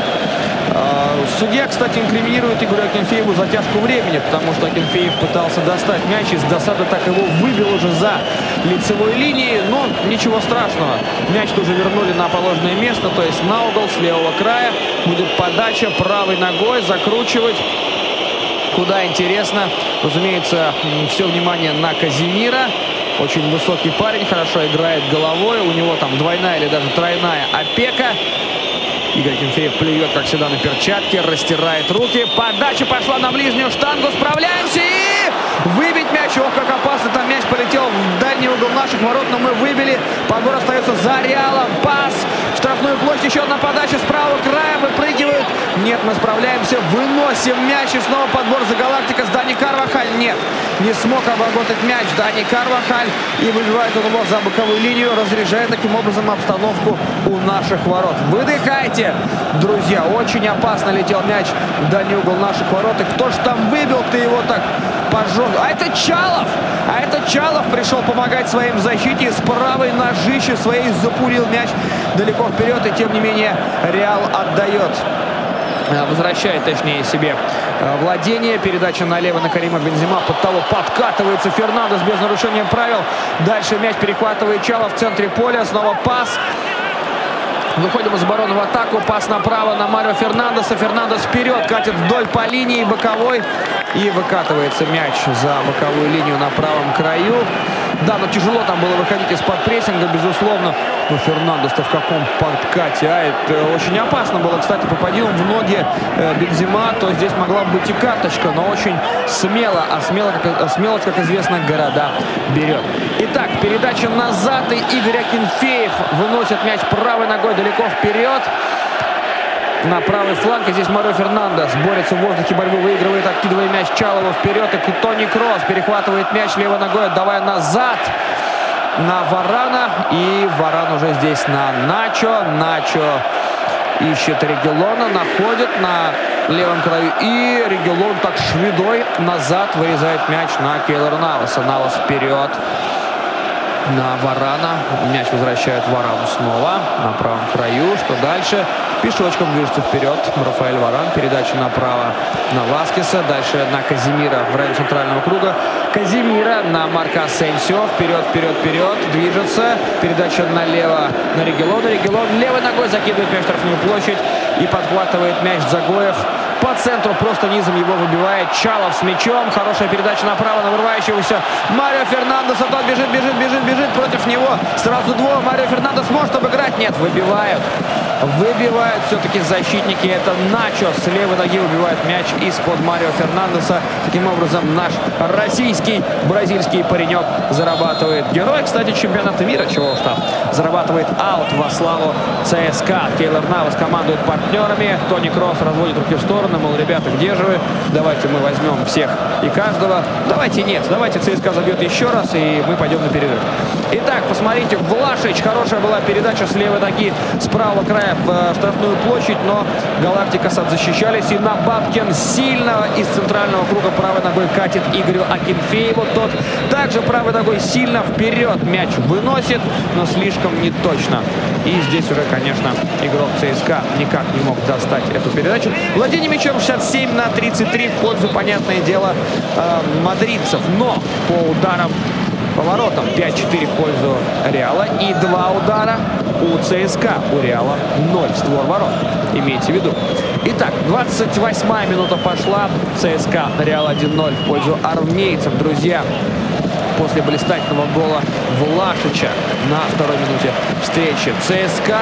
Судья, кстати, инкриминирует Игорю Акинфееву затяжку времени, потому что Акинфеев пытался достать мяч, и с досады так его выбил уже за лицевой линией. Но ничего страшного. Мяч тоже вернули на положенное место, то есть на угол с левого края. Будет подача правой ногой, закручивать. куда интересно. Разумеется, все внимание на Казимира. Очень высокий парень, хорошо играет головой. У него там двойная или даже тройная опека. Игорь Акинфеев плюет, как всегда, на перчатки, растирает руки. Подача пошла на ближнюю штангу. Справляемся и выбить мяч. Ох, как опасно. Там мяч полетел в дальний угол наших ворот, но мы выбили. Подбор остается за Реалом. Пас в штрафную площадь. Еще одна подача с правого края. Выпрыгивают. Нет, мы справляемся. Выносим мяч. И снова подбор за Галактикос. Дани Карвахаль. Нет, не смог обработать мяч Дани Карвахаль. И выбивает он его за боковую линию. Разряжает таким образом обстановку у наших ворот. Выдыхайте, друзья. Очень опасно летел мяч в дальний угол наших ворот. И кто ж там выбил? Ты его так пожег. А это Чалов! А это Чалов пришел помогать своим в защите. С правой ножищи своей запулил мяч далеко вперед. И тем не менее Реал отдает. Возвращает, точнее, себе владение. Передача налево на Карима Бензема. Под того подкатывается Фернандес без нарушения правил. Дальше мяч перехватывает Чалов в центре поля. Снова пас. Выходим из обороны в атаку. Пас направо на Марио Фернандеса. Фернандес вперед. Катит вдоль по линии боковой. И выкатывается мяч за боковую линию на правом краю. Да, но тяжело там было выходить из-под прессинга, безусловно. Но Фернандес-то в каком подкате. Это очень опасно было. Кстати, попади он в ноги Бензема, то здесь могла быть и карточка. Но очень смело. А смелость, как известно, города берет. Итак, передача назад. И Игорь Акинфеев выносит мяч правой ногой далеко вперед. На правый фланг. И здесь Марио Фернандес борется в воздухе, борьбу выигрывает, откидывая мяч Чалову вперед. И Тони Кросс перехватывает мяч левой ногой, отдавая назад на Варана. И Варан уже здесь на Начо. Начо ищет Регелона, находит на левом краю. И Регелон так шведой назад вырезает мяч на Кейлора Наваса. Навас вперед на Варана. Мяч возвращают Варану снова на правом краю. Что дальше? Пешочком движется вперед Рафаэль Варан. Передача направо на Васкеса. Дальше на Казимира в районе центрального круга. Казимира на Марка Асенсио. Вперед, вперед, вперед. Движется. Передача налево на Регелона. Регелон левой ногой закидывает мяч в штрафную площадь. И подхватывает мяч Загоев. По центру просто низом его выбивает Чалов с мячом. Хорошая передача направо на вырывающегося Марио Фернандеса. Тот бежит, бежит, бежит, бежит. Против него сразу двое. Марио Фернандес может обыграть. Нет, выбивают. Выбивают все-таки защитники. Это Начо с левой ноги выбивает мяч из-под Марио Фернандеса. Таким образом, наш российский, бразильский паренек зарабатывает. Герой, кстати, чемпионата мира, чего уж там. Зарабатывает аут во славу ЦСКА. Кейлор Навас командует партнерами. Тони Кросс разводит руки в сторону. Мол, ребята, где же вы? Давайте мы возьмем всех и каждого. Давайте нет. Давайте ЦСКА забьет еще раз, и мы пойдем на перерыв. Итак, посмотрите, Влашич. Хорошая была передача с левой ноги с правого края в штрафную площадь, но Галактикос защищались. И на Бабкин сильно из центрального круга правой ногой катит Игорю Акинфееву. Тот также правой ногой сильно вперед мяч выносит, но слишком неточно. И здесь уже, конечно, игрок ЦСКА никак не мог достать эту передачу. Владение мячом 67-33 в пользу, понятное дело, мадридцев. Но по ударам поворотом 5-4 в пользу Реала и 2 удара у ЦСКА. У Реала 0 в створ ворот. Имейте в виду. Итак, 28-я минута пошла. ЦСКА Реал 1-0 в пользу армейцев, друзья. После блистательного гола Влашича на второй минуте встречи. ЦСКА.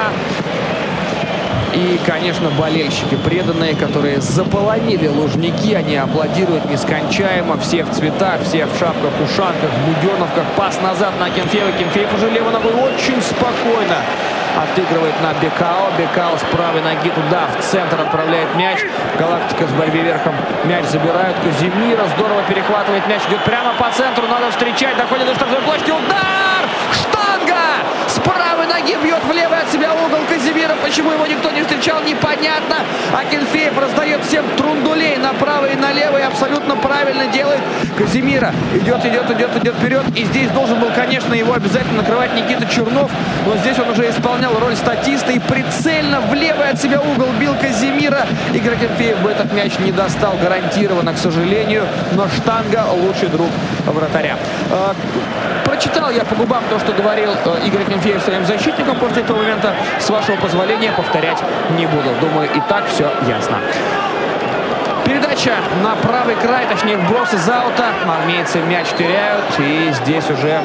И, конечно, болельщики преданные, которые заполонили Лужники. Они аплодируют нескончаемо. Все в цветах, все в шапках, ушанках, в буденовках. Пас назад на Акинфеева. Акинфеев уже левой ногой очень спокойно отыгрывает на Бекао. Бекао с правой ноги туда, в центр отправляет мяч. Галактика с борьбе верхом мяч забирают. Казимира здорово перехватывает мяч. Идет прямо по центру. Надо встречать. Доходит до штрафной площади. Удар! Штанга! С правой ноги бьет в левый от себя угол Казимира. Почему его никто не встречал, непонятно. Акинфеев раздает всем трундулей направо и налево. И абсолютно правильно делает. Казимира идет вперед. И здесь должен был, конечно, его обязательно накрывать Никита Чернов. Но здесь он уже исполнял роль статиста и прицельно в левый от себя угол бил Казимира. Игорь Акинфеев бы этот мяч не достал гарантированно, к сожалению. Но штанга лучший друг вратаря. Прочитал я по губам то, что говорил Игорь Акинфеев своим защитникам после этого момента. С вашего позволения повторять не буду. Думаю, и так все ясно. Передача на правый край, точнее вброс из аута. Армейцы мяч теряют. И здесь уже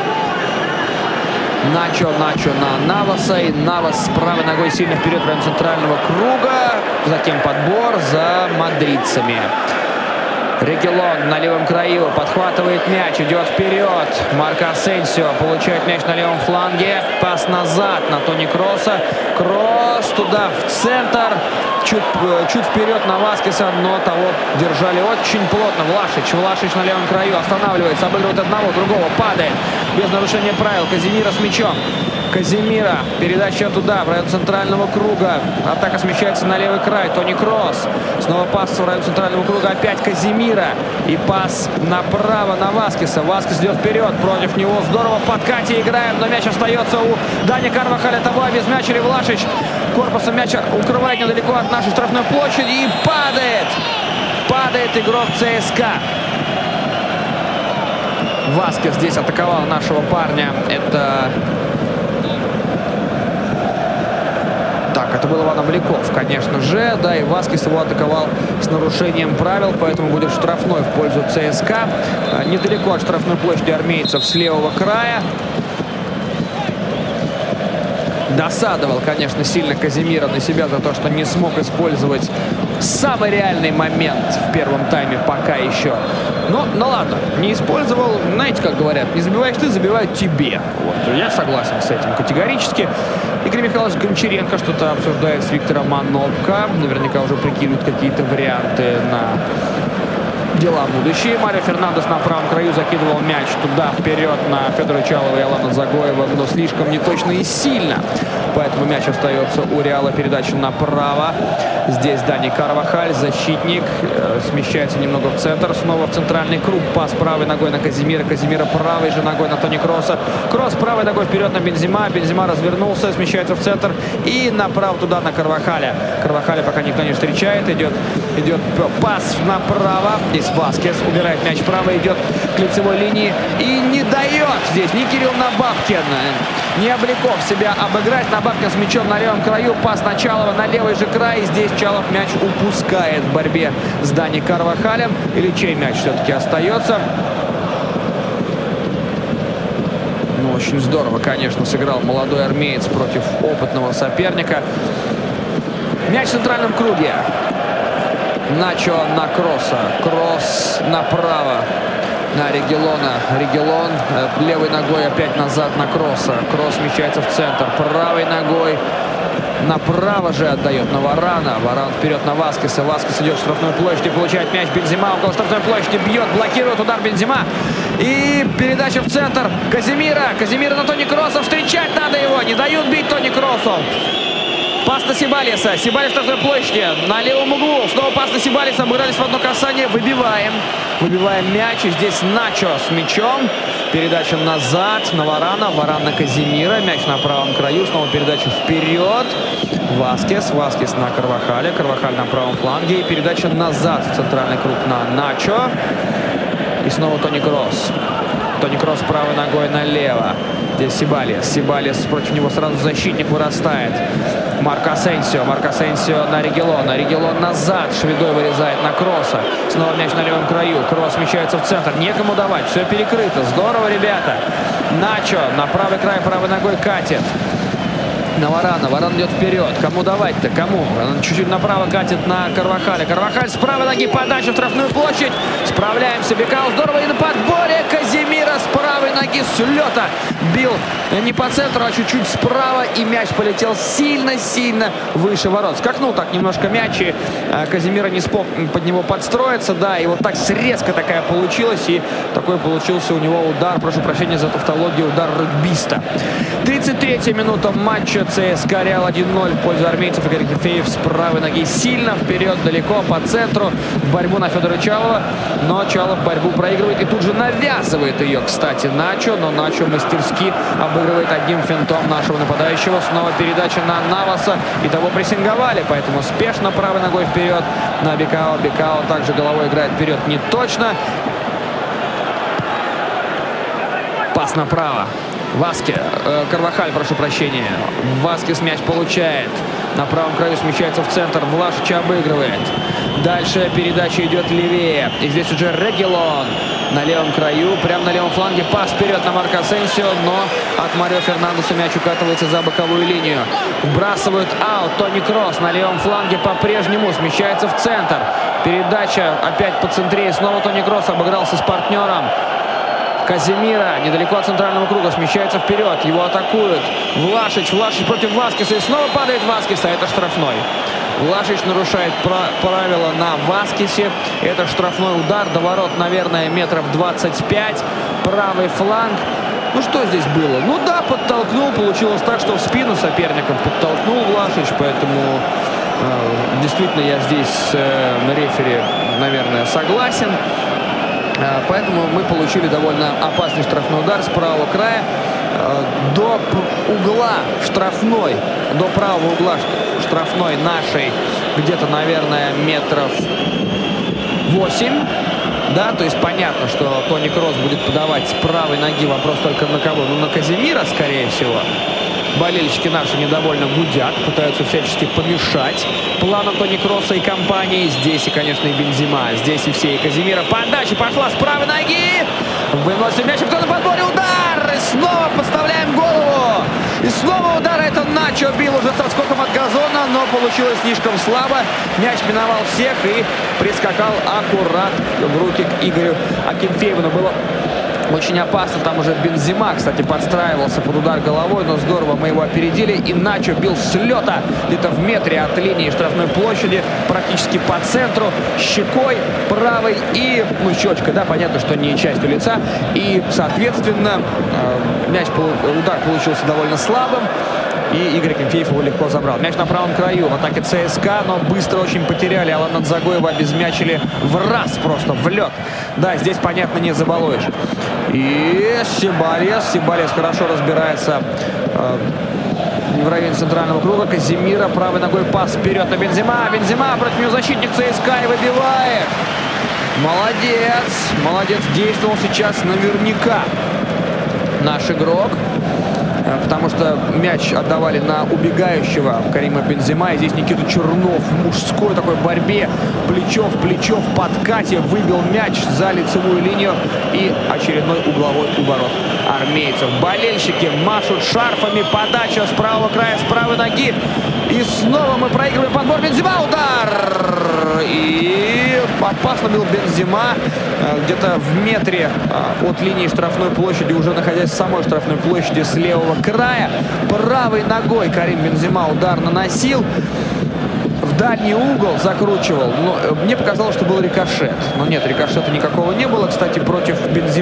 Начо на Наваса. И Навас с правой ногой сильно вперед в район центрального круга. Затем подбор за мадридцами. Регелон на левом краю подхватывает мяч, идет вперед. Марко Асенсио получает мяч на левом фланге. Пас назад на Тони Кросса. Кросс туда в центр. Чуть вперед на Васкеса, но того держали очень плотно. Влашич на левом краю останавливается, обыгрывает одного, другого, падает. Без нарушения правил. Казимира с мячом. Казимира. Передача туда, в район центрального круга. Атака смещается на левый край. Тони Кросс. Снова пас в район центрального круга. Опять Казимира. И пас направо на Васкеса. Васкес идет вперед. Против него здорово в подкате играем. Но мяч остается у Дани Карвахаля. Того без мяча Влашич. Корпусом мяча укрывает недалеко от нашей штрафной площади. И падает. Падает игрок ЦСКА. Васкес здесь атаковал нашего парня. Это был Иван Обликов, конечно же. Да, и Васкес его атаковал с нарушением правил, поэтому будет штрафной в пользу ЦСКА. Недалеко от штрафной площади армейцев с левого края. Досадовал, конечно, сильно Казимира на себя за то, что не смог использовать самый реальный момент в первом тайме пока еще. Но, ну ладно, не использовал. Знаете, как говорят, не забиваешь ты, забивают тебе. Вот, я согласен с этим категорически. Игорь Михайлович Гончаренко что-то обсуждает с Виктором Манопко. Наверняка уже прикидывают какие-то варианты на дела будущие. Марио Фернандес на правом краю закидывал мяч туда вперед на Федора Чалова и Алана Загоева, но слишком неточно и сильно. Поэтому мяч остается у Реала. Передача направо. Здесь Дани Карвахаль, защитник. Смещается немного в центр. Снова в центральный круг. Пас правой ногой на Казимира. Казимира правой же ногой на Тони Кросса. Кросс правой ногой вперед на Бензима. Бензима развернулся, смещается в центр. И направо туда на Карвахаля. Карвахаля пока никто не встречает. Идет пас направо. Здесь Васкес убирает мяч вправо. Идет к лицевой линии. И не дает здесь ни Кирилл Набабкин, ни Обликов себя обыграть. Набабкин с мячом на левом краю. Пас на Чалова на левый же край. Здесь Чалов мяч упускает в борьбе с Дани Карвахалем. Или чей мяч все-таки остается? Ну, очень здорово, конечно, сыграл молодой армеец против опытного соперника. Мяч в центральном круге. Начо на Кросса. Кросс направо на Регелона. Регелон левой ногой опять назад на Кросса. Кросс смещается в центр. Правой ногой направо же отдает на Варана. Варан вперед на Васкеса. Васкес идет в штрафную площадь и получает мяч. Бензима около штрафной площади бьет, блокирует удар Бензима. И передача в центр. Казимира. Казимира на Тони Кросса. Встречать надо его. Не дают бить Тони Кроссу. Пас на Сибалиса. Сибалис в штрафной площади. На левом углу. Снова пас на Сибалиса. Обыгрались в одно касание. Выбиваем. Выбиваем мяч. И здесь Начо с мячом. Передача назад на Варана. Варан на Казимира. Мяч на правом краю. Снова передача вперед. Васкес. Васкес на Карвахаля. Карвахаль на правом фланге. И передача назад в центральный круг на Начо. И снова Тони Кросс. Тони Кросс правой ногой налево. Здесь Сибалис. Сибалис против него сразу защитник вырастает. Марко Асенсио. Марко Асенсио на Регелона. Регелон назад. Шведой вырезает на Кросса. Снова мяч на левом краю. Кросс смещается в центр. Некому давать. Все перекрыто. Здорово, ребята. Начо на правый край правой ногой катит. На Варана. Варан идет вперед. Кому давать-то? Кому? Он чуть-чуть направо катит на Карвахаля. Карвахаль с правой ноги подача в штрафную площадь. Справляемся. Бекау здорово. И на подборе Казимира с правой ноги с лета бил не по центру, а чуть-чуть справа. И мяч полетел сильно-сильно выше ворот. Скакнул так немножко мяч. И Казимира не смог под него подстроиться. Да, и вот так срезка такая получилась. И такой получился у него удар. Прошу прощения за тавтологию. Удар регбиста. 33-я минута матча. ЦСКА Реал 1-0 в пользу армейцев. Игорь Кефеев с правой ноги сильно вперед, далеко по центру в борьбу на Федора Чалова. Но Чалов борьбу проигрывает и тут же навязывает ее, кстати, Начо. Но Начо мастерски обыгрывает одним финтом нашего нападающего. Снова передача на Наваса. И того прессинговали, поэтому спешно правой ногой вперед на Бекао. Бекао также головой играет вперед не точно. Пас направо. Карвахаль, прошу прощения. Васкес мяч получает. На правом краю смещается в центр. Влашич обыгрывает. Дальше передача идет левее. И здесь уже Регелон на левом краю. Прямо на левом фланге. Пас вперед на Марко Асенсио. Но от Марио Фернандеса мяч укатывается за боковую линию. Вбрасывают аут. Тони Кросс на левом фланге по-прежнему смещается в центр. Передача опять по центре. Снова Тони Кросс обыгрался с партнером. Казимира недалеко от центрального круга смещается вперед. Его атакуют. Влашич против Васкеса. И снова падает Васкес. А это штрафной. Влашич нарушает правила на Васкесе. Это штрафной удар. До ворот, наверное, метров 25. Правый фланг. Ну что здесь было? Ну да, подтолкнул. Получилось так, что в спину соперникам подтолкнул Влашич. Поэтому действительно я здесь с рефери, наверное, согласен. Поэтому мы получили довольно опасный штрафной удар с правого края. До угла штрафной, до правого угла штрафной нашей где-то, наверное, метров 8. Да, то есть понятно, что Тони Кросс будет подавать с правой ноги. Вопрос только на кого? Ну, на Казимира, скорее всего. Болельщики наши недовольно гудят, пытаются всячески помешать планам Тони Кросса и компании. Здесь и, конечно, и Бензема, здесь и все, и Казимира. Подача пошла с правой ноги. Выносим мяч, кто на подборе, удар! И снова подставляем голову. И снова удар, это Начо бил уже с отскоком от газона, но получилось слишком слабо. Мяч миновал всех и прискакал аккурат в руки к Игорю Акинфееву. Было очень опасно. Там уже Бензема, кстати, подстраивался под удар головой, но здорово мы его опередили. И Начо бил с лета где-то в метре от линии штрафной площади, практически по центру, щекой правой и, ну, щечкой, да, понятно, что не частью лица. И, соответственно, удар получился довольно слабым. И Игорь Акинфеев его легко забрал. Мяч на правом краю в атаке ЦСКА, но быстро очень потеряли. Алана Дзагоева обезмячили в раз, просто в лед. Да, здесь, понятно, не забалуешь. И Сибалес хорошо разбирается в районе центрального круга. Казимира правой ногой пас вперед на Бензема. Бензема против него защитник ЦСКА и выбивает. Молодец, действовал сейчас наверняка наш игрок. Потому что мяч отдавали на убегающего Карима Бензема. И здесь Никита Чернов в мужской такой борьбе плечо в плечо в подкате выбил мяч за лицевую линию. И очередной угловой уворот армейцев. Болельщики машут шарфами. Подача с правого края, с правой ноги. И снова мы проигрываем подбор. Бензема, удар! И опасно бил Бензема. Где-то в метре от линии штрафной площади, уже находясь в самой штрафной площади с левого края. Правой ногой Карим Бензема удар наносил. В дальний угол закручивал. Но мне показалось, что был рикошет. Но нет, рикошета никакого не было. Кстати, против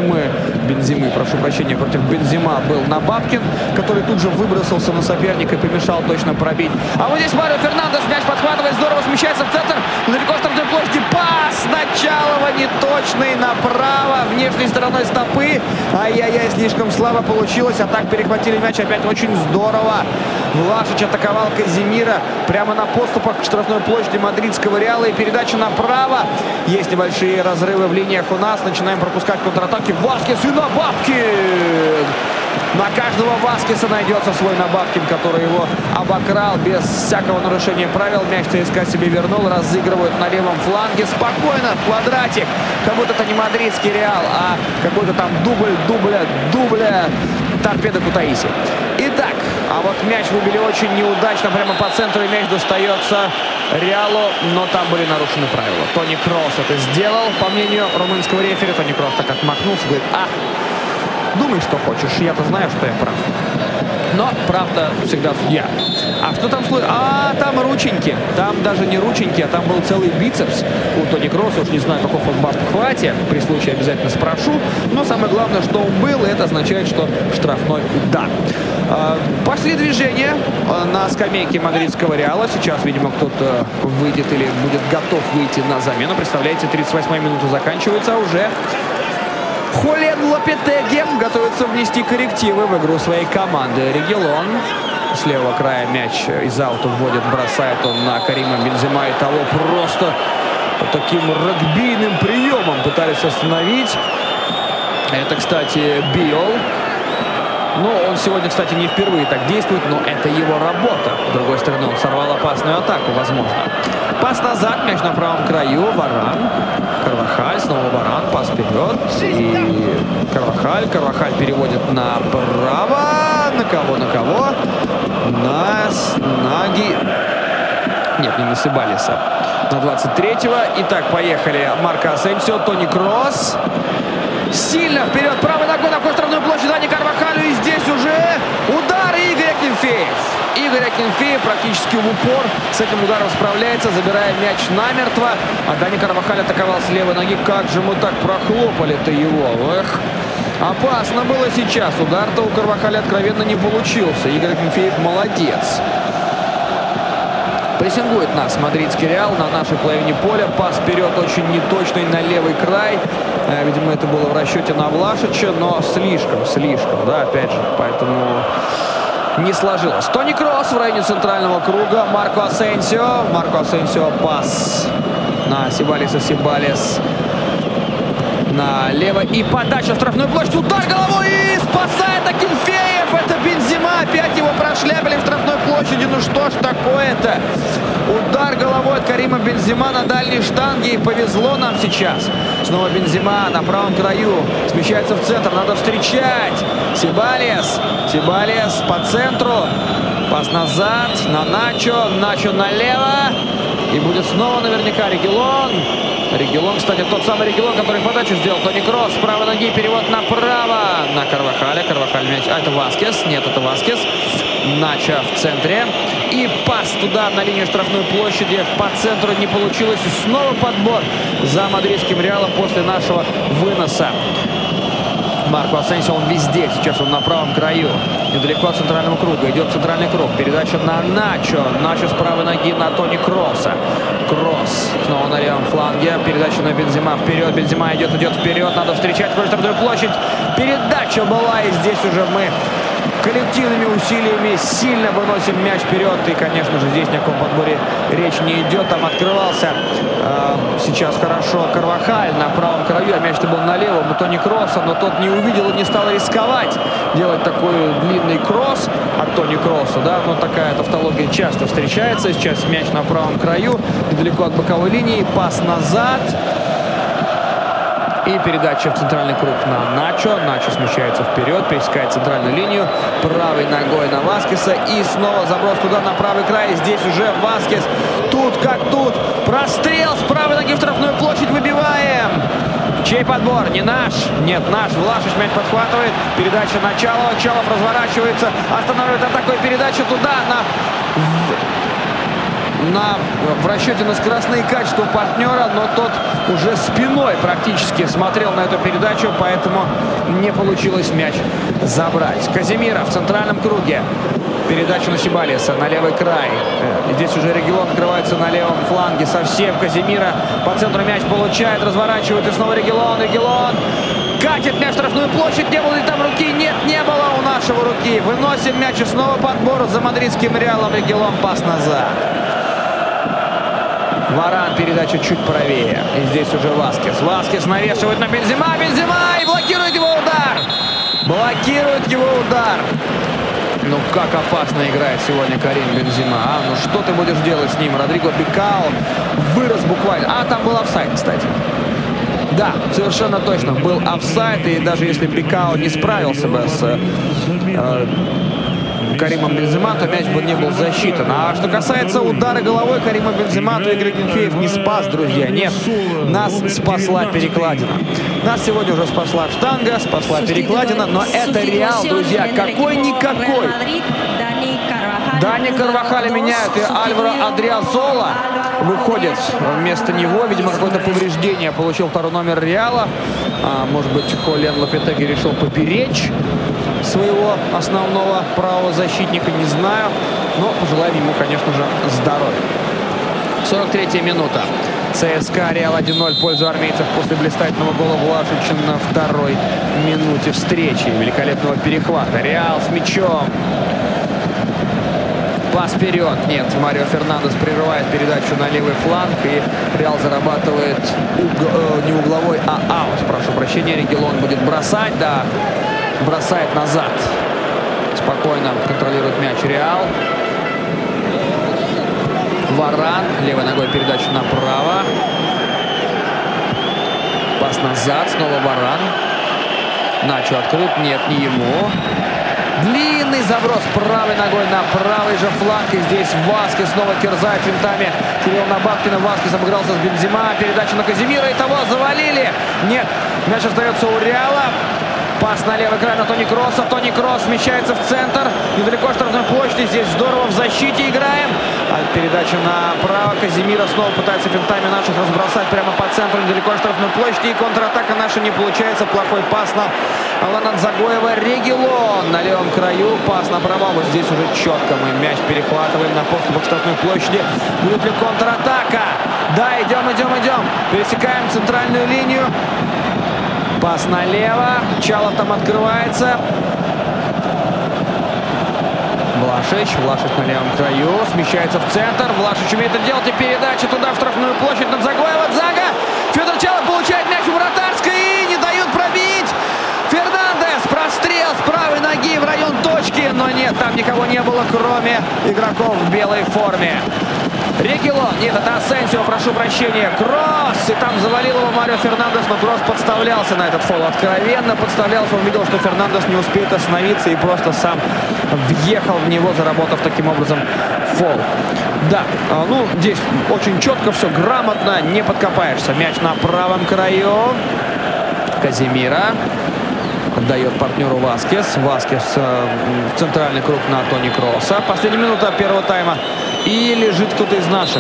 против Бензема был Набабкин, который тут же выбросился на соперника и помешал точно пробить. А вот здесь Марио Фернандес мяч подхватывает, здорово смещается в центр. Далеко в штрафной площади. Пас Началова неточный направо, внешней стороной стопы. Ай-яй-яй, слишком слабо получилось. А так перехватили мяч опять очень здорово. Влашич атаковал Казимира прямо на подступах к штрафной площади мадридского Реала. И передача направо. Есть небольшие разрывы в линиях у нас. Начинаем пропускать контратаки. Васкес и Набабкин. На каждого Васкеса найдется свой Набабкин, который его обокрал без всякого нарушения правил. Мяч ЦСКА себе вернул. Разыгрывают на левом фланге. Спокойно, в квадратик. Как будто это не мадридский Реал, а какой-то там дубля Торпедо Кутаиси. Итак, а вот мяч выбили очень неудачно. Прямо по центру, и мяч достается Реалу, но там были нарушены правила. Тони Кросс это сделал, по мнению румынского рефери. Тони Кросс так отмахнулся, говорит: думай, что хочешь, я-то знаю, что я прав. Но прав-то всегда судья. А что там случилось? Там рученьки. Там даже не рученьки, а там был целый бицепс у Тони Кросса. Уж не знаю, каков он в обхвате. При случае обязательно спрошу. Но самое главное, что он был, и это означает, что штрафной удар. Пошли движения на скамейке мадридского Реала. Сейчас, видимо, кто-то выйдет или будет готов выйти на замену. Представляете, 38-я минута заканчивается, а уже Хулиан Лопетеги готовится внести коррективы в игру своей команды. Регелон с левого края мяч из аута вводит, бросает он на Карима Бензема. И того просто таким регбийным приемом пытались остановить. Это, кстати, Биол. Ну, он сегодня, кстати, не впервые так действует, но это его работа. С другой стороны, он сорвал опасную атаку, возможно. Пас назад, мяч на правом краю, Варан. Карвахаль, снова Варан, пас вперед. И Карвахаль переводит направо. На кого? На Наги. Нет, не на Себалиса. На 23-го. Итак, поехали. Марко Асенсио, Тони Кросс. Сильно вперед, правой ногой на штрафную площадь Дани Карвахалю. И здесь уже удар Игорь Акинфеев. Игорь Акинфеев практически в упор с этим ударом справляется, забирая мяч намертво. А Дани Карвахаль атаковал с левой ноги. Как же мы так прохлопали-то его. Эх. Опасно было сейчас. Удар-то у Карвахаля откровенно не получился. Игорь Акинфеев молодец. Прессингует нас мадридский Реал на нашей половине поля. Пас вперед очень неточный на левый край. Видимо, это было в расчете на Влашича, но слишком, да, опять же. Поэтому не сложилось. Тони Кросс в районе центрального круга. Марко Асенсио, пас на Себалиса. Себалис налево. И подача в штрафную площадь. Удар головой и спасает Акинфеев. Это Бензема. Опять его прошляпили в штрафной площади. Ну что ж такое-то? Удар головой от Карима Бензема на дальней штанге. И повезло нам сейчас. Снова Бензема на правом краю. Смещается в центр. Надо встречать. Себалис по центру. Пас назад на Начо. Начо налево. И будет снова наверняка Регилон. Регилон, кстати, тот самый Регилон, который подачу сделал. Тони Кросс с правой ноги, перевод направо на Карвахаля. Карвахаль мяч. А это Васкес. Нет, это Васкес. Начо в центре. И пас туда на линию штрафной площади. По центру не получилось. И снова подбор за мадридским Реалом после нашего выноса. Марко Асенсио, он везде. Сейчас он на правом краю. Недалеко от центрального круга. Идет центральный круг. Передача на Начо. Начо с правой ноги на Тони Кросса. Кросс снова на левом фланге. Передача на Бензема. Вперед. Бензема идет вперед. Надо встречать штрафную площадь. Передача была. И здесь уже мы коллективными усилиями сильно выносим мяч вперед. И, конечно же, здесь ни о каком подборе речь не идет. Там открывался сейчас хорошо Карвахаль на правом краю. А мяч-то был на левом у Тони Кросса. Но тот не увидел и не стал рисковать делать такой длинный кросс от Тони Кросса. Да? Но такая тавтология часто встречается. Сейчас мяч на правом краю. Недалеко от боковой линии. Пас назад. И передача в центральный круг на Начо. Начо смещается вперед, пересекает центральную линию. Правой ногой на Васкеса. И снова заброс туда на правый край. Здесь уже Васкес. Тут как тут. Прострел с правой ноги в штрафную площадь. Выбиваем. Чей подбор? Не наш. Нет, наш. Влашич мяч подхватывает. Передача на Чалова. Чалов разворачивается. Останавливает атаку и передача туда в расчете на скоростные качества партнера, но тот уже спиной практически смотрел на эту передачу, поэтому не получилось мяч забрать. Казимира в центральном круге. Передача на Себалиса на левый край. Здесь уже Регилон открывается на левом фланге совсем. Казимира по центру мяч получает, разворачивает и снова Регилон. Катит мяч в штрафную площадь. Не было ли там руки? Нет, не было у нашего руки. Выносим мяч и снова подбор за мадридским Реалом. Регилон, пас назад. Варан, передача чуть правее. И здесь уже Васкес. Васкес навешивает на Бензема. И блокирует его удар. Ну как опасно играет сегодня Карим Бензема. Ну что ты будешь делать с ним? Родриго Бикао вырос буквально. Там был офсайд, кстати. Да, совершенно точно. Был офсайд. И даже если Бикао не справился бы с Каримом Бензема, то мяч бы не был засчитан. А что касается удара головой Карима Бензема, то Игорь Акинфеев не спас, друзья. Нет, нас спасла перекладина. Нас сегодня уже спасла штанга, спасла перекладина, но это Реал, друзья, какой-никакой. Дани Карвахаля меняют, и Альваро Адриазола выходит вместо него. Видимо, какое-то повреждение получил второй номер Реала. Может быть, Хулиан Лопетеги решил поберечь своего основного правого защитника, не знаю. Но пожелаем ему, конечно же, здоровья. 43-я минута. ЦСКА Реал 1-0 в пользу армейцев после блистательного гола Влашича на второй минуте встречи. Великолепного перехвата. Реал с мячом. Пас вперед. Нет, Марио Фернандес прерывает передачу на левый фланг. И Реал зарабатывает не угловой, а аут. Прошу прощения, Регилон будет бросать. Да, бросает назад. Спокойно контролирует мяч Реал. Варан. Левой ногой передача направо. Пас назад. Снова Варан. Начо открыт. Нет, не ему. Длинный заброс правой ногой на правый же фланг. И здесь Васкес снова терзает финтами Кирилла Набабкина. Васкес обыгрался с Бензема. Передача на Казимира. И того завалили. Нет, мяч остается у Реала. Пас на левый край на Тони Кросса. Тони Кросс смещается в центр. Недалеко штрафной площади. Здесь здорово в защите играем. А передача направо. Казимира снова пытается финтами наших разбросать прямо по центру. Недалеко штрафной площади. И контратака наша не получается. Плохой пас на Алана Дзагоева. Регилон на левом краю. Пас направо. Вот здесь уже четко мы мяч перехватываем на подступах штрафной площади. Будет ли контратака? Да, идем. Пересекаем центральную линию. Пас налево. Чалов там открывается. Влашич на левом краю. Смещается в центр. Влашич умеет это делать. И передача туда, в штрафную площадь. На Дзагоева. Дзага. Федор Чалов получает мяч в вратарской. И не дают пробить. Фернандес. Прострел с правой ноги в район точки. Но нет, там никого не было, кроме игроков в белой форме. Регилон. Нет, это Асенсио, прошу прощения. Кросс. И там завалил его Марио Фернандес, но Кросс подставлялся на этот фол. Откровенно подставлялся. Он видел, что Фернандес не успеет остановиться и просто сам въехал в него, заработав таким образом фол. Да, здесь очень четко все, грамотно, не подкопаешься. Мяч на правом краю. Казимира. Отдает партнеру Васкес. Васкес в центральный круг на Тони Кросса. Последняя минута первого тайма. И лежит кто-то из наших.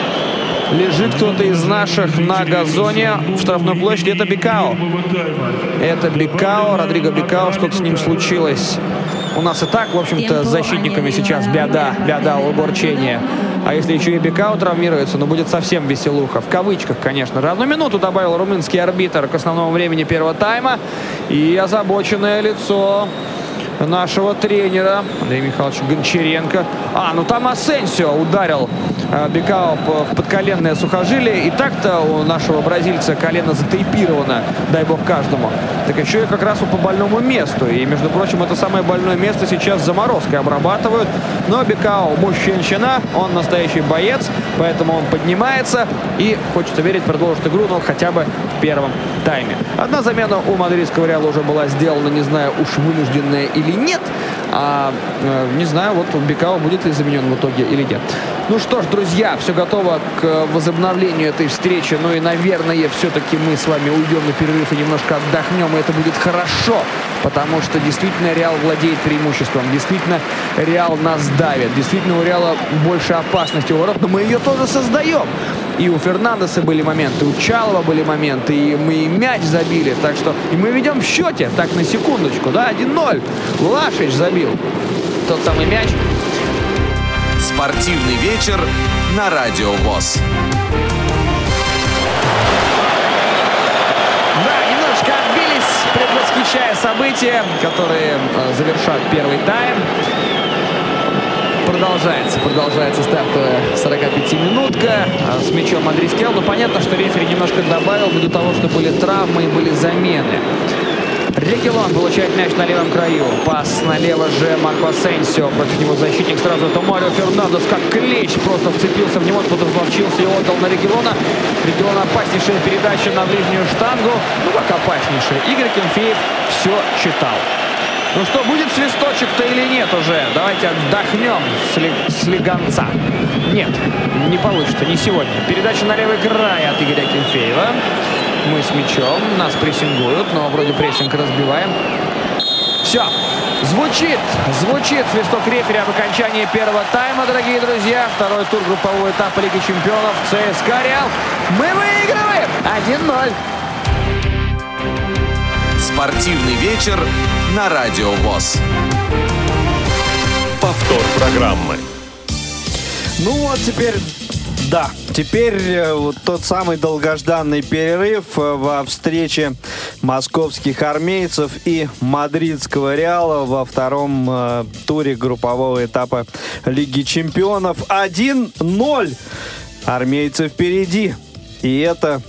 На газоне в штрафной площади. Это Бикао. Родриго Бикао. Что-то с ним случилось. У нас и так, в общем-то, с защитниками сейчас беда, огорчение. А если еще и Бикао травмируется, будет совсем веселуха. В кавычках, конечно же. 1 минуту добавил румынский арбитр к основному времени первого тайма. И озабоченное лицо нашего тренера Андрея Михайловича Гончаренко. Там Асенсио ударил Бикао в подколенное сухожилие. И так-то у нашего бразильца колено затейпировано, дай бог каждому. Так еще и как раз по больному месту. И, между прочим, это самое больное место сейчас заморозкой обрабатывают. Но Бикао мужчина, он настоящий боец, поэтому он поднимается и, хочется верить, продолжит игру, но хотя бы в первом тайме. Одна замена у мадридского Реала уже была сделана, не знаю, уж вынужденная или нет. Не знаю, вот Бикао будет ли заменен в итоге или нет. Ну что ж, друзья, все готово к возобновлению этой встречи. И, наверное, все-таки мы с вами уйдем на перерыв и немножко отдохнем. И это будет хорошо, потому что действительно Реал владеет преимуществом. Действительно Реал нас давит. Действительно у Реала больше опасности у ворот. Но мы ее тоже создаем. И у Фернандеса были моменты, у Чалова были моменты, и мы и мяч забили. Так что и мы ведем в счете, так на секундочку, да, 1-0. Влашич забил тот самый мяч. Спортивный вечер на Радио ВОС. Да, немножко отбились, предвосхищая события, которые завершат первый тайм. Продолжается стартовая 45-минутка с мячом мадридский Реал. Понятно, что рефери немножко добавил ввиду того, что были травмы и были замены. Регилон получает мяч на левом краю. Пас налево же Марко Асенсио. Против него защитник сразу. Это Марио Фернандес, как клещ, просто вцепился в него, кто-то взловчился и отдал на Регилона. Регилон опаснейшая передача на ближнюю штангу. Как опаснейшая. Игорь Кенфеев все читал. Что, будет свисточек-то или нет уже? Давайте отдохнем с легонца. Нет, не получится, не сегодня. Передача на левый край от Игоря Кенфеева. Мы с мячом, нас прессингуют, но вроде прессинг разбиваем. Все, звучит свисток рефери об окончании первого тайма, дорогие друзья. Второй тур группового этапа Лиги Чемпионов. ЦСКА Реал. Мы выигрываем 1-0. Спортивный вечер на Радио ВОС. Повтор программы. Теперь вот тот самый долгожданный перерыв во встрече московских армейцев и мадридского Реала во втором туре группового этапа Лиги Чемпионов. 1-0. Армейцы впереди. И это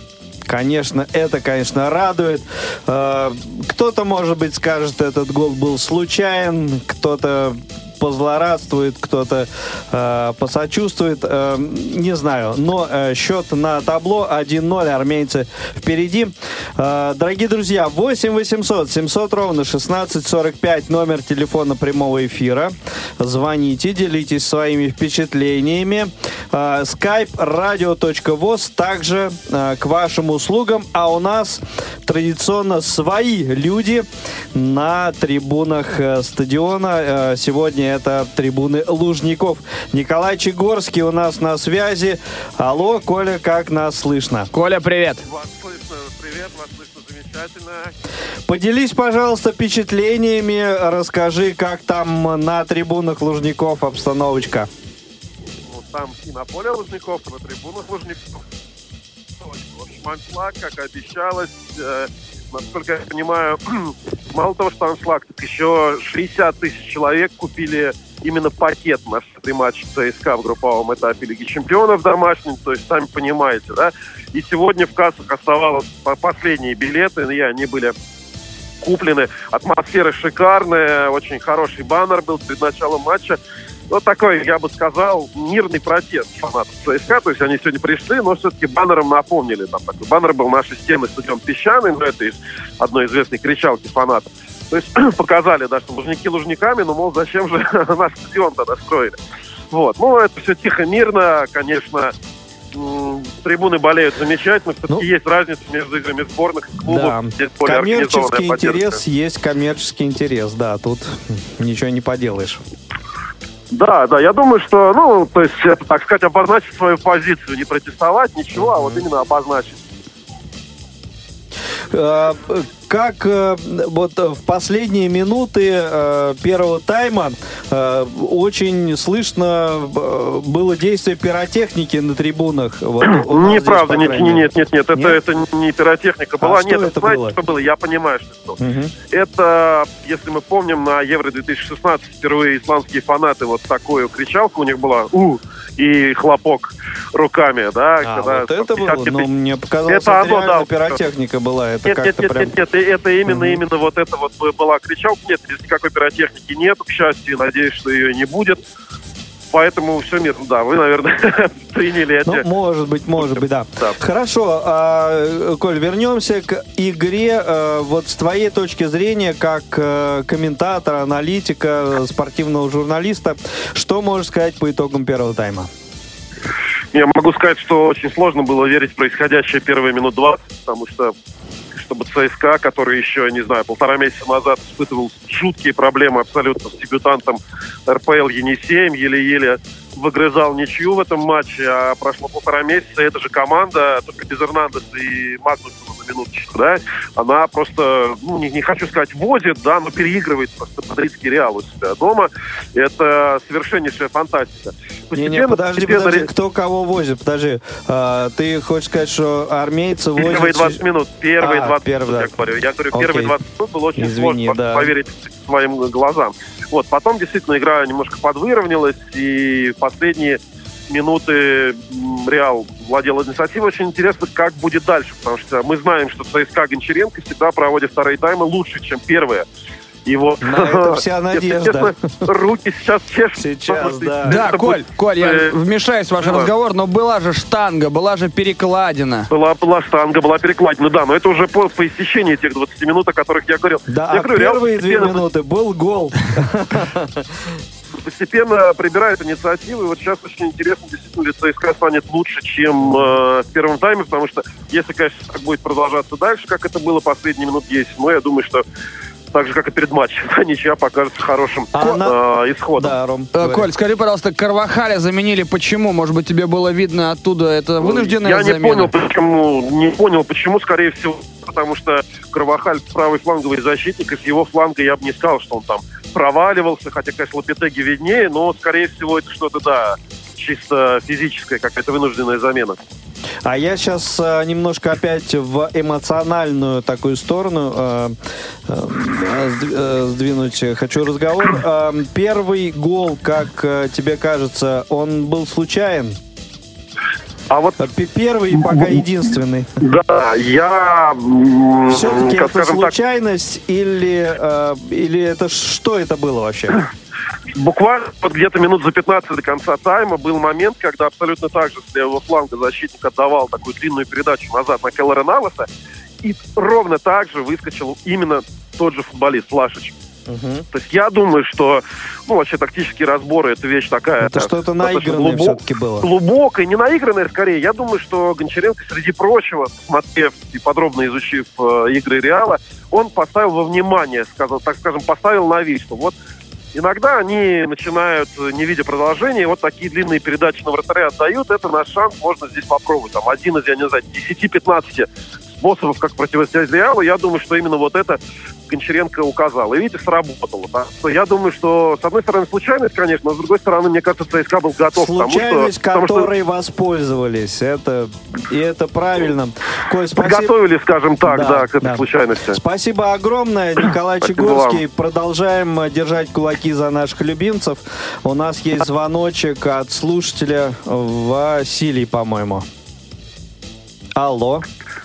Конечно, это, радует. Кто-то, может быть, скажет, этот гол был случайен, кто-то позлорадствует, кто-то посочувствует, не знаю. Но счет на табло 1-0, армейцы впереди. Дорогие друзья, 8 800 700 ровно 1645, номер телефона прямого эфира. Звоните, делитесь своими впечатлениями. Skype radio.voz также к вашим услугам. А у нас традиционно свои люди на трибунах стадиона. Сегодня это трибуны Лужников. Николай Чегорский у нас на связи. Алло, Коля, как нас слышно? Коля, привет. Вас слышно, привет, вас слышно замечательно. Поделись, пожалуйста, впечатлениями. Расскажи, как там на трибунах Лужников обстановочка. Ну, там и на поле Лужников, и на трибунах Лужников. В общем, аншлаг, как обещалось. Насколько я понимаю, мало того, что аншлаг, так еще 60 тысяч человек купили именно пакет на три матча ЦСКА в групповом этапе Лиги Чемпионов домашним. То есть, сами понимаете, да? И сегодня в кассах оставалось последние билеты, и они были куплены. Атмосфера шикарная, очень хороший баннер был перед началом матча. Вот такой, я бы сказал, мирный протест фанатов ЦСКА. То есть они сегодня пришли, но все-таки баннером напомнили. Там такой баннер был «Наши стены, стадион Песчаный», но это из одной известной кричалки фанатов. То есть показали, да, что Лужники лужниками, но, мол, зачем же наш стадион тогда строили. Вот. Ну, это все тихо, мирно, конечно. Трибуны болеют замечательно. Все-таки есть разница между играми сборных и клубов. Да. Здесь более Коммерческий интерес поддержка. есть коммерческий интерес, да, тут ничего не поделаешь. Да, я думаю, что, то есть, это, так сказать, обозначить свою позицию, не протестовать, ничего, а вот именно обозначить. Как вот в последние минуты первого тайма очень слышно было действие пиротехники на трибунах. Вот, неправда, здесь, нет, это не пиротехника была. Что это знаете, было? что было? Я понимаю, что это. Это, если мы помним, на Евро-2016 впервые исландские фанаты вот такую кричалку у них была и хлопок руками, да. Когда вот это было? Ну, мне показалось, это реально пиротехника была. Это нет, это именно вот это вот была кричалка. Нет, здесь никакой пиротехники нет, к счастью, надеюсь, что ее не будет. Поэтому все мирно, да, вы, наверное, приняли эти... Ну, может быть, да. Хорошо, Коль, вернемся к игре. Вот с твоей точки зрения, как комментатора, аналитика, спортивного журналиста, что можешь сказать по итогам первого тайма? Я могу сказать, что очень сложно было верить в происходящее первые минут 20, потому что чтобы ЦСКА, который еще, не знаю, 1,5 месяца назад испытывал жуткие проблемы абсолютно с дебютантом РПЛ Енисеем, еле-еле выгрызал ничью в этом матче, а прошло 1,5 месяца, эта же команда, только без Эрнандеса и Магнусона на минуточку, да, она просто, не хочу сказать возит, да, но переигрывает просто мадридский Реал у себя дома. Это совершеннейшая фантастика. Подожди, кто кого возит? Подожди, ты хочешь сказать, что армейцы возят... Первые 20 минут, я говорю. Я говорю, первые 20 минут было очень сложно поверить своим глазам. Вот, потом действительно игра немножко подвыровнялась, и в последние минуты Реал владел инициативой. Очень интересно, как будет дальше, потому что мы знаем, что ЦСКА Гончаренко всегда проводит вторые таймы лучше, чем первые. И вот, это вся надежда. Честно, руки сейчас чешут. Сейчас, да. Да, Коль, я вмешаюсь в ваш разговор, но была же штанга, была же перекладина. Была штанга, была перекладина, да, но это уже по истечении тех 20 минут, о которых я говорил. Да, я говорю, первые 2 минуты был гол. Постепенно прибирает инициативу, и вот сейчас очень интересно, действительно ли ЦСКА станет лучше, чем в первом тайме, потому что если, конечно, так будет продолжаться дальше, как это было последние минут 10, но я думаю, что так же, как и перед матчем, ничья покажется хорошим исходом. Да, Ром, Коль, скажи, пожалуйста, Карвахаля заменили почему? Может быть, тебе было видно оттуда, это вынужденная замена? Не понял, почему, скорее всего, потому что Карвахаль правый фланговый защитник, и с его фланга я бы не сказал, что он там проваливался, хотя, конечно, Лопетеги виднее, но, скорее всего, это что-то, да, чисто физическое, какая-то вынужденная замена. А я сейчас немножко опять в эмоциональную такую сторону сдвинуть хочу разговор. Первый гол, как тебе кажется, он был случайен? А вот Первый и пока единственный. да, я, Все-таки как это скажем так, случайность или это что это было вообще? буквально вот где-то минут за 15 до конца тайма был момент, когда абсолютно так же с левого фланга защитник отдавал такую длинную передачу назад на Келлера Наваса, и ровно так же выскочил именно тот же футболист Влашич. То есть я думаю, что вообще тактические разборы — это вещь такая. Это что-то наигранное все-таки было. Глубокое, не наигранное скорее. Я думаю, что Гончаренко, среди прочего, посмотрев и подробно изучив игры Реала, он поставил во внимание, так скажем, поставил на вид, что вот иногда они начинают, не видя продолжения, вот такие длинные передачи на вратаря отдают. Это наш шанс, можно здесь попробовать. Там один из, я не знаю, 10-15 способов, как противостоять Реалу. Я думаю, что именно вот это Гончаренко указал. И видите, сработало. Да? Я думаю, что, с одной стороны, случайность, конечно, но с другой стороны, мне кажется, ЦСКА был готов случайность, к тому, которой воспользовались. Это правильно. Коль, спасибо. Подготовились, скажем так, да, к этой случайности. Спасибо огромное, Николай Чегорский. Продолжаем держать кулаки за наших любимцев. У нас есть звоночек от слушателя Василий, по-моему. Алло.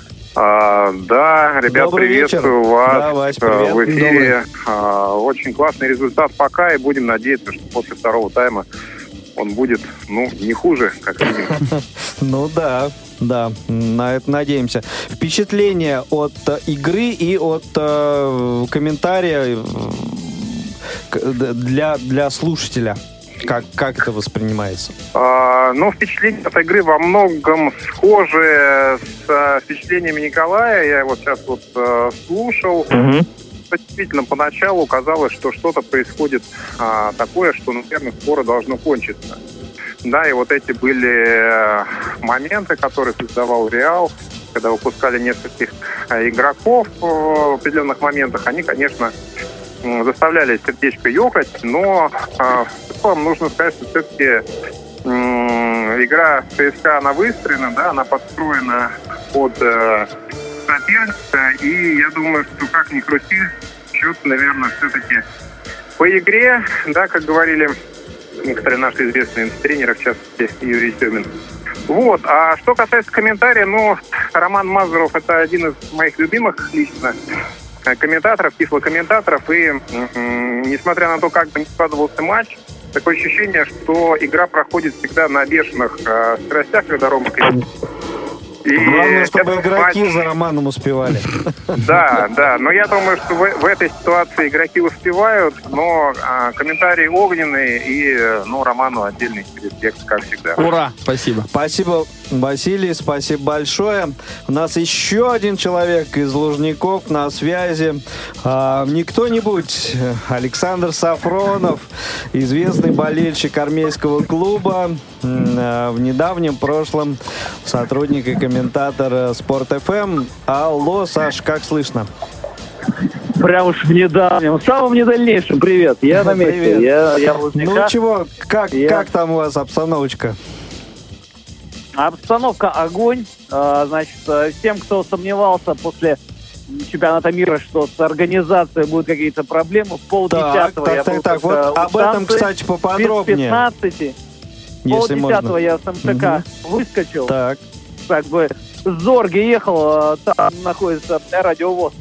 Да, ребят, Добрый приветствую вечер. вас, Да, Вась, привет. в эфире. Очень классный результат пока, и будем надеяться, что после второго тайма он будет, не хуже, как видим. Ну да, на это надеемся. Впечатление от игры и от комментария для слушателя. Как это воспринимается? Впечатление от игры во многом схоже с впечатлениями Николая. Я его сейчас слушал. Действительно, поначалу казалось, что что-то происходит такое, что, наверное, скоро должно кончиться. Да, и вот эти были моменты, которые создавал Реал, когда выпускали нескольких игроков в определенных моментах. Они, конечно, заставляли сердечко ёкать, но в целом нужно сказать, что все-таки игра ЦСКА, она выстроена, да, она подстроена под соперника, и я думаю, что как ни крути, счет, наверное, все-таки по игре, да, как говорили некоторые наши известные тренеры, в частности, Юрий Семин. Вот, а что касается комментариев, Роман Мазуров — это один из моих любимых лично комментаторов, тифлокомментаторов, и несмотря на то, как бы ни складывался матч, такое ощущение, что игра проходит всегда на бешеных скоростях, когда Рома кричит. Главное, чтобы игроки за Романом успевали. Да, но я думаю, что в этой ситуации игроки успевают, но комментарии огненные, и Роману отдельный респект, как всегда. Ура, спасибо. Спасибо, Василий, спасибо большое. У нас еще один человек из Лужников на связи. Не кто-нибудь, Александр Сафронов, известный болельщик армейского клуба, в недавнем прошлом сотрудник и комментатор Спорт.ФМ. Алло, Саш, как слышно? Прям уж в недавнем, в самом недальнейшем. Привет, я на месте. Привет. Я в Лужниках. Ну чего, как там у вас обстановочка? Обстановка огонь. Значит, тем, кто сомневался после чемпионата мира, что с организацией будут какие-то проблемы, в полдесятого я был так. Вот об этом, кстати, поподробнее. Без 15. Полдесятого я с МТК выскочил. Так. Как бы с Зорги ехал, там находится Радио ВОС.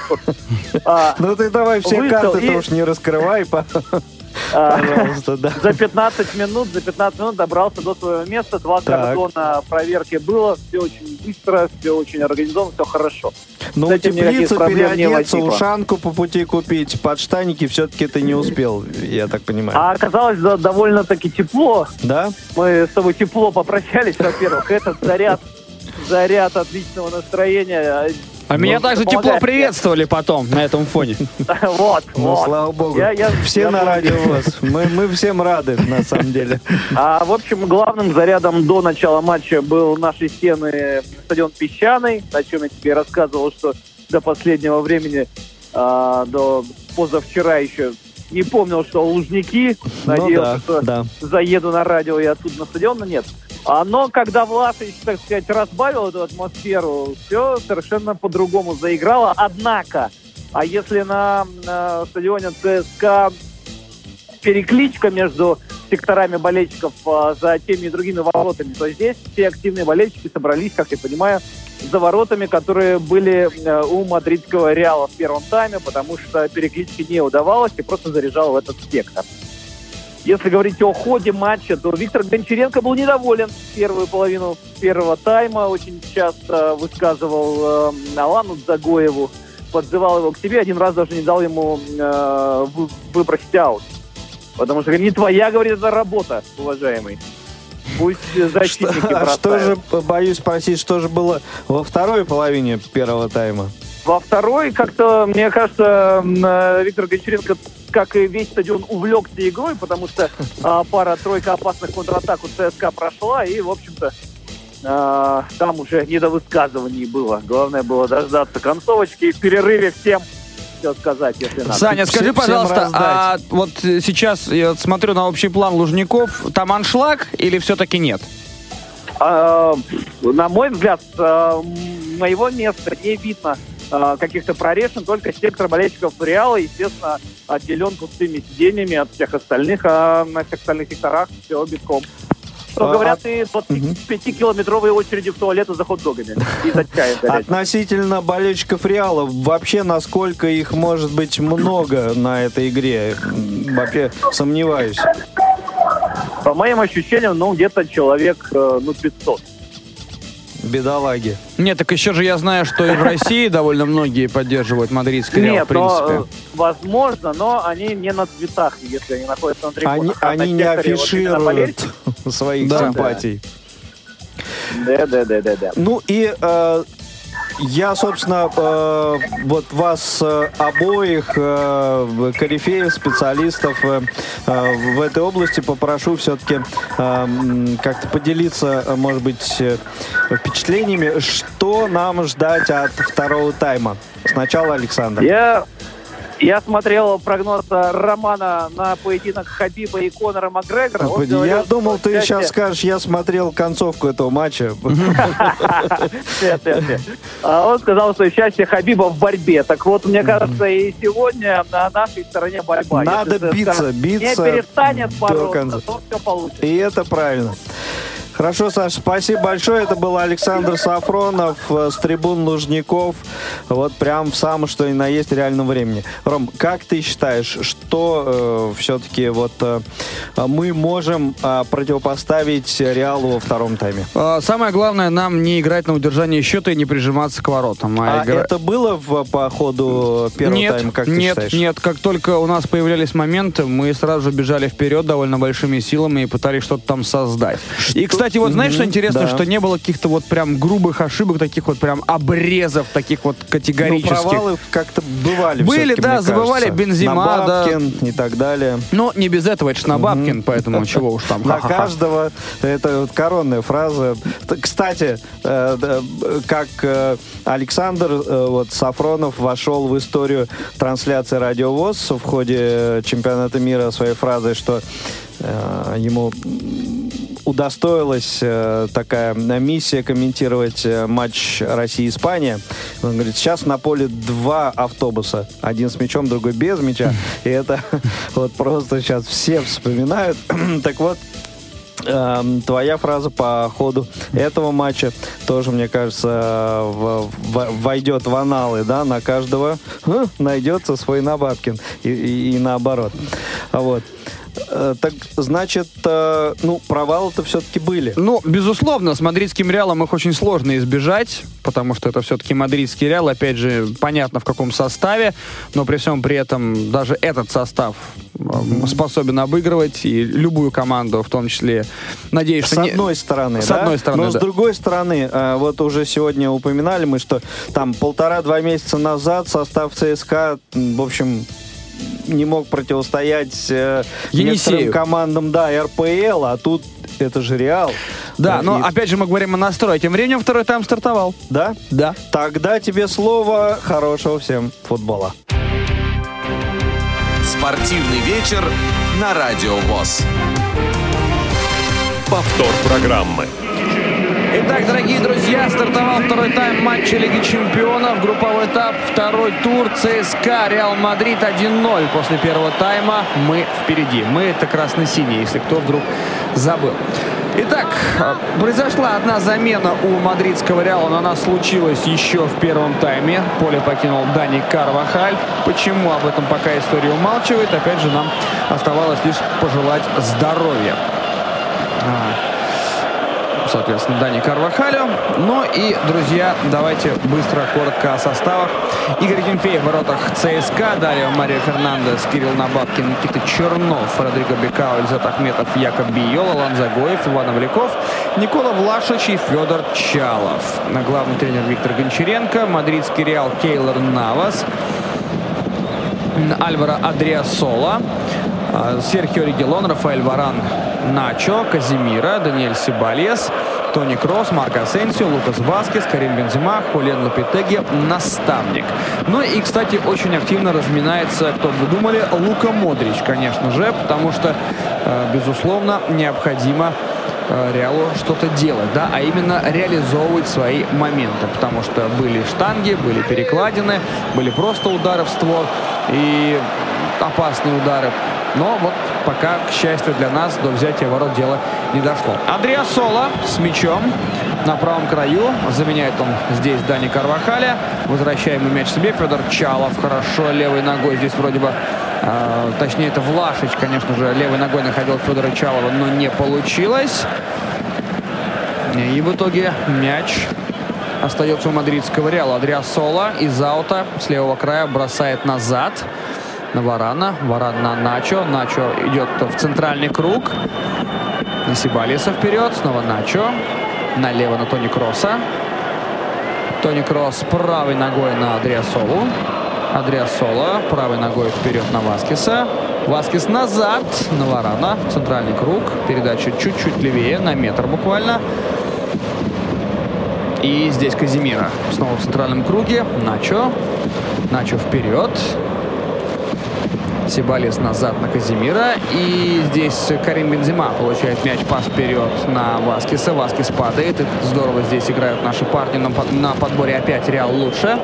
Ну ты давай все карты уж не раскрывай, пожалуйста, да. За 15 минут добрался до своего места. 2 кордона проверки было. Все очень быстро, все очень организовано, все хорошо. Ну, утеплиться, переодеться, ушанку по пути купить, подштанники все-таки ты не успел, я так понимаю. А оказалось довольно-таки тепло. Да? Мы с тобой тепло попрощались, во-первых. Этот заряд отличного настроения. А меня также тепло приветствовали потом на этом фоне. Вот. Слава богу. Все на Радио ВОС. Мы всем рады, на самом деле. В общем, главным зарядом до начала матча был наши стены стадион «Песчаный», о чем я тебе рассказывал, что до последнего времени, до позавчера еще не помнил, что Лужники. Надеялся, что заеду на радио и оттуда на стадион, но нет. Но когда Влашич, так сказать, разбавил эту атмосферу, все совершенно по-другому заиграло. Однако, если на стадионе ЦСКА перекличка между секторами болельщиков за теми и другими воротами, то здесь все активные болельщики собрались, как я понимаю, за воротами, которые были у мадридского Реала в первом тайме, потому что переклички не удавалось и просто заряжал в этот сектор. Если говорить о ходе матча, то Виктор Гончаренко был недоволен первую половину первого тайма, очень часто высказывал Алану Дзагоеву, подзывал его к себе, один раз даже не дал ему выбросить аут. Потому что не твоя, говорит, это работа, уважаемый. Пусть защитники бросают. Что же, боюсь спросить, что же было во второй половине первого тайма? Во второй, как-то, мне кажется, Виктор Гончаренко, как и весь стадион, увлекся игрой, потому что пара-тройка опасных контратак у ЦСКА прошла, и, в общем-то, там уже не до высказываний было. Главное было дождаться концовочки и в перерыве всем все сказать, если надо. Саня, скажи, пожалуйста, а вот сейчас я смотрю на общий план Лужников, там аншлаг или все-таки нет? На мой взгляд, с моего места не видно каких-то прорешин, только сектор болельщиков Реала, естественно, отделен пустыми сиденьями от всех остальных, а на всех остальных секторах все битком. Что говорят, и 25-километровые очереди в туалеты за хот-догами и за чаем. Относительно болельщиков Реала, вообще насколько их может быть много на этой игре? Вообще сомневаюсь. По моим ощущениям, где-то человек 500. Бедолаги. Нет, так еще же я знаю, что и в России довольно многие поддерживают мадридский Реал, в принципе. Возможно, но они не на цветах, если они находятся на трибунах. Они не афишируют своих симпатий. Да. Ну и я, собственно, вот вас обоих, корифеев, специалистов в этой области попрошу все-таки как-то поделиться, может быть, впечатлениями, что нам ждать от второго тайма. Сначала Александр. Я смотрел прогноз Романа на поединок Хабиба и Конора Макгрегора. Я думал, ты сейчас скажешь, я смотрел концовку этого матча. Он сказал, что счастье Хабиба в борьбе. Так вот, мне кажется, и сегодня на нашей стороне борьба. Надо биться. Не перестанет бороться, то все получится. И это правильно. Хорошо, Саша, спасибо большое. Это был Александр Сафронов с трибун Лужников. Вот прям в самом что ни на есть реальном времени. Ром, как ты считаешь, что все-таки вот мы можем противопоставить Реалу во втором тайме? Самое главное, нам не играть на удержание счета и не прижиматься к воротам. Это было по ходу первого тайма, как ты считаешь? Нет. Как только у нас появлялись моменты, мы сразу же бежали вперед довольно большими силами и пытались что-то там создать. И, кстати, вот знаешь, что интересно, что не было каких-то вот прям грубых ошибок, таких вот прям обрезов, таких вот категорических. Ну, провалы как-то бывали. Были, да, забывали Бензема, Набабкин и так далее. Но не без этого, это ж Набабкин, поэтому чего уж там. На каждого, это вот коронная фраза. Кстати, как Александр вот Сафронов вошел в историю трансляции Радио ВОС в ходе чемпионата мира своей фразой, что ему удостоилась такая миссия комментировать матч Россия-Испания. Он говорит, сейчас на поле 2 автобуса. Один с мячом, другой без мяча. И это вот просто сейчас все вспоминают. Так вот, твоя фраза по ходу этого матча тоже, мне кажется, войдет в аналы, да, на каждого найдется свой Набабкин и наоборот. Вот. Так, значит, провалы-то все-таки были. Ну, безусловно, с мадридским Реалом их очень сложно избежать, потому что это все-таки мадридский Реал, опять же, понятно в каком составе, но при всем при этом даже этот состав способен обыгрывать и любую команду, в том числе, надеюсь, что... С одной стороны, но с другой стороны, вот уже сегодня упоминали мы, что там 1,5-2 месяца назад состав ЦСКА, в общем... не мог противостоять некоторым командам, РПЛ, а тут это же Реал. Да, но опять же мы говорим о настрое. Тем временем второй тайм стартовал. Да? Да. Тогда тебе слово. Хорошего всем футбола. Спортивный вечер на Радио ВОС. Повтор программы. Итак, дорогие друзья, стартовал второй тайм матча Лиги Чемпионов. Групповой этап, второй тур. ЦСКА, Реал Мадрид 1-0. После первого тайма мы впереди. Мы — это красно-синие, если кто вдруг забыл. Итак, произошла одна замена у мадридского Реала, но она случилась еще в первом тайме. Поле покинул Дани Карвахаль. Почему? Об этом пока история умалчивает. Опять же, нам оставалось лишь пожелать здоровья, соответственно, Дани Карвахалю. Ну и, друзья, давайте быстро, коротко о составах. Игорь Акинфеев в воротах ЦСКА, далее Марио Фернандес, Кирилл Набабкин, Никита Чернов, Родриго Бекао, Ильзат Ахметов, Яков Биол, Алан Загоев, Иван Авляков, Никола Влашич и Федор Чалов. Главный тренер Виктор Гончаренко, мадридский Реал Кейлор Навас, Альваро Адриасола, Серхио Регилон, Рафаэль Варан, Начо, Казимира, Даниэль Сибальес, Тони Кросс, Марко Асенсио, Лукас Васкес, Карим Бензема, Хулиан Лопетеги, наставник. Ну и, кстати, очень активно разминается, кто бы вы думали, Лука Модрич, конечно же, потому что, безусловно, необходимо Реалу что-то делать, да, а именно реализовывать свои моменты, потому что были штанги, были перекладины, были просто удары в створ и опасные удары. Но вот пока, к счастью для нас, до взятия ворот дело не дошло. Адриасола с мячом на правом краю. Заменяет он здесь Дани Карвахаля. Возвращаемый мяч себе. Федор Чалов хорошо левой ногой. Здесь вроде бы, точнее, это Влашич, конечно же, левой ногой находил Федора Чалова, но не получилось. И в итоге мяч остается у мадридского Реала. Адриасола из аута с левого края бросает назад на Варана. Варан на Начо. Начо идет в центральный круг. На Сибалиса вперед. Снова Начо. Налево на Тони Кросса. Тони Кросс правой ногой на Адриасолу. Адриасола правой ногой вперед на Васкеса. Васкес назад на Варана. В центральный круг. Передача чуть-чуть левее. На метр буквально. И здесь Казимира. Снова в центральном круге. Начо. Начо вперед. Сибалис назад на Казимира. И здесь Карим Бензема получает мяч, пас вперед на Васкеса. Васкес падает. И здорово здесь играют наши парни. На подборе опять Реал лучше.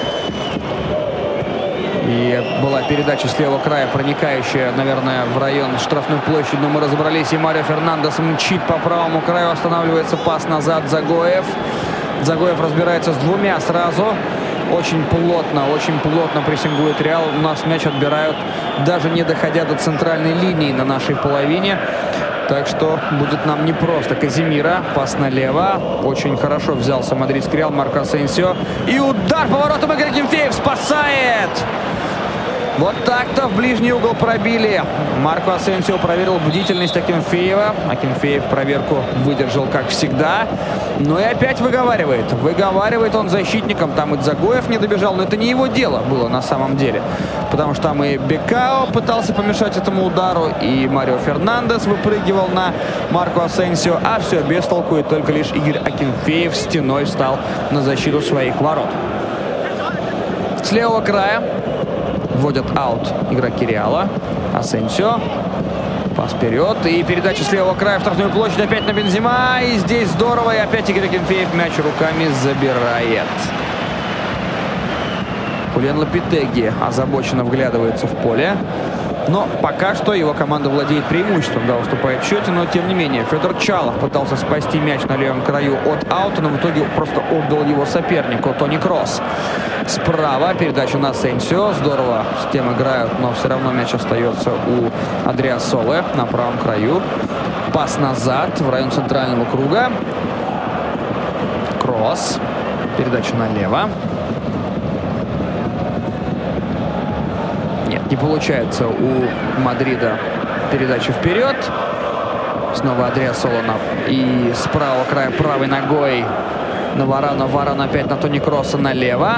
И была передача с левого края, проникающая, наверное, в район штрафной площади. Но мы разобрались. И Марио Фернандес мчит по правому краю. Останавливается пас назад Загоев. Загоев разбирается с двумя сразу. Очень плотно прессингует Реал. У нас мяч отбирают, даже не доходя до центральной линии на нашей половине. Так что будет нам непросто. Казимира, пас налево. Очень хорошо взялся мадридский Реал. Марко Асенсио. И удар по воротам. Игорь Акинфеев спасает! Вот так-то в ближний угол пробили. Марко Асенсио проверил бдительность Акинфеева. Акинфеев проверку выдержал, как всегда. Но и опять выговаривает. Выговаривает он защитникам. Там и Загоев не добежал. Но это не его дело было на самом деле. Потому что там и Бекао пытался помешать этому удару. И Марио Фернандес выпрыгивал на Марко Асенсио. А все без толку. И только лишь Игорь Акинфеев стеной встал на защиту своих ворот. С левого края вводят аут игроки Реала. Асенсио. Пас вперед. И передача с левого края в штрафную площадь. Опять на Бензема. И здесь здорово. И опять Игорь Акинфеев мяч руками забирает. Хулиан Лопетеги озабоченно вглядывается в поле. Но пока что его команда владеет преимуществом, да, уступает в счете, но тем не менее. Федор Чалов пытался спасти мяч на левом краю от аута, но в итоге просто отдал его сопернику Тони Кросс. Справа передача на Асенсио. Здорово с тем играют, но все равно мяч остается у Адриасолы на правом краю. Пас назад в район центрального круга. Кросс. Передача налево. Нет, не получается у Мадрида передача вперед. Снова Адриасола и с правого края правой ногой на Варана. Варан опять на Тони Кросса налево.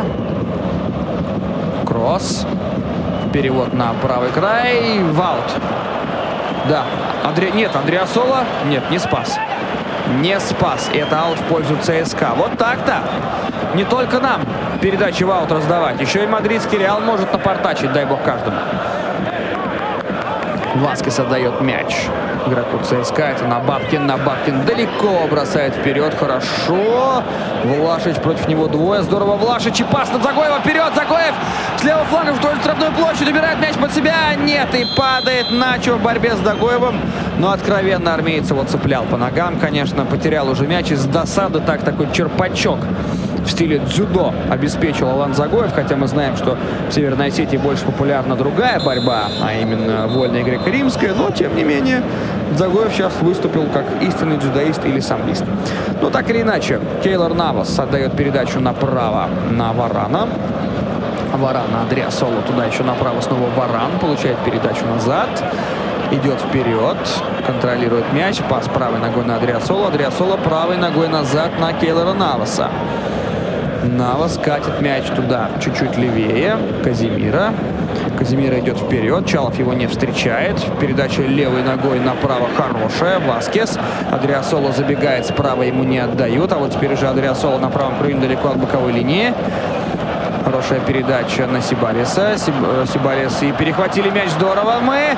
Кросс. Перевод на правый край. В аут. Да. Нет, Адриасола. Нет, не спас. Не спас. Это аут в пользу ЦСКА. Вот так-то. Не только нам передачи в аут раздавать. Еще и мадридский Реал может напортачить, дай бог каждому. Васкес отдает мяч игроку ЦСКА. Это Набабкин. Набабкин далеко бросает вперед. Хорошо. Влашич, против него двое. Здорово Влашич. И пас на Загоева. Вперед. Загоев с левого фланга в штрафную площадь. Убирает мяч под себя. Нет. И падает Начо в борьбе с Загоевым. Но откровенно армеец его цеплял по ногам. Конечно, потерял уже мяч. Из досады такой черпачок в стиле дзюдо обеспечил Алан Загоев, хотя мы знаем, что в Северной Осетии больше популярна другая борьба, а именно вольная греко-римская, но тем не менее Загоев сейчас выступил как истинный дзюдоист или самбист. Но так или иначе, Кейлор Навас отдает передачу направо на Варана. Варан на Адриасоло, туда еще направо снова Варан, получает передачу назад. Идет вперед, контролирует мяч, пас правой ногой на Адриасоло, Адриасоло правой ногой назад на Кейлора Наваса. Навас катит мяч туда чуть-чуть левее Казимира. Казимира идет вперед, Чалов его не встречает. Передача левой ногой направо хорошая. Васкес. Адриасоло забегает справа, ему не отдают. А вот теперь уже Адриасоло на правом краю недалеко от боковой линии. Хорошая передача на Сибалеса. Сибалес и перехватили мяч. Здорово.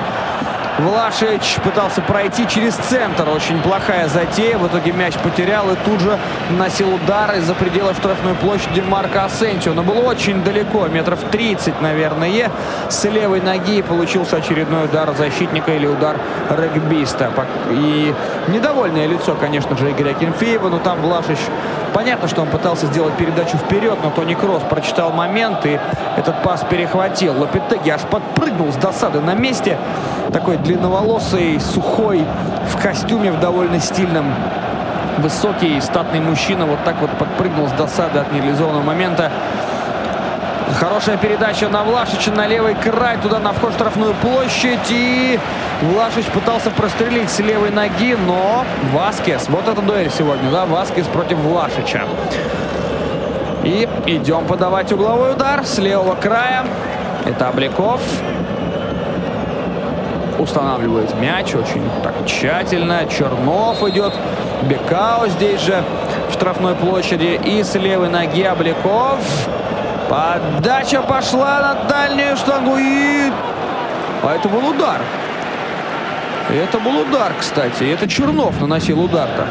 Влашич пытался пройти через центр. Очень плохая затея. В итоге мяч потерял и тут же наносил удар из-за предела штрафной площади Марко Асенсио. Но было очень далеко, метров 30, наверное, с левой ноги. Получился очередной удар защитника или удар регбиста. И недовольное лицо, конечно же, Игоря Акинфеева. Но там Влашич, понятно, что он пытался сделать передачу вперед, но Тони Кросс прочитал момент и этот пас перехватил. Лопетеги аж подпрыгнул с досады на месте. Такой длинноволосый, сухой, в костюме, в довольно стильном. Высокий, статный мужчина вот так вот подпрыгнул с досады от нереализованного момента. Хорошая передача на Влашича, на левый край, туда на вход в штрафную площадь. И Влашич пытался прострелить с левой ноги, но Васкес, вот эта дуэль сегодня, да, Васкес против Влашича. И идем подавать угловой удар с левого края. Это Обляков. Устанавливает мяч очень так тщательно. Чернов идет. Бекао здесь же в штрафной площади. И с левой ноги Обляков. Подача пошла на дальнюю штангу. А это был удар. Это был удар, кстати. Это Чернов наносил удар-то.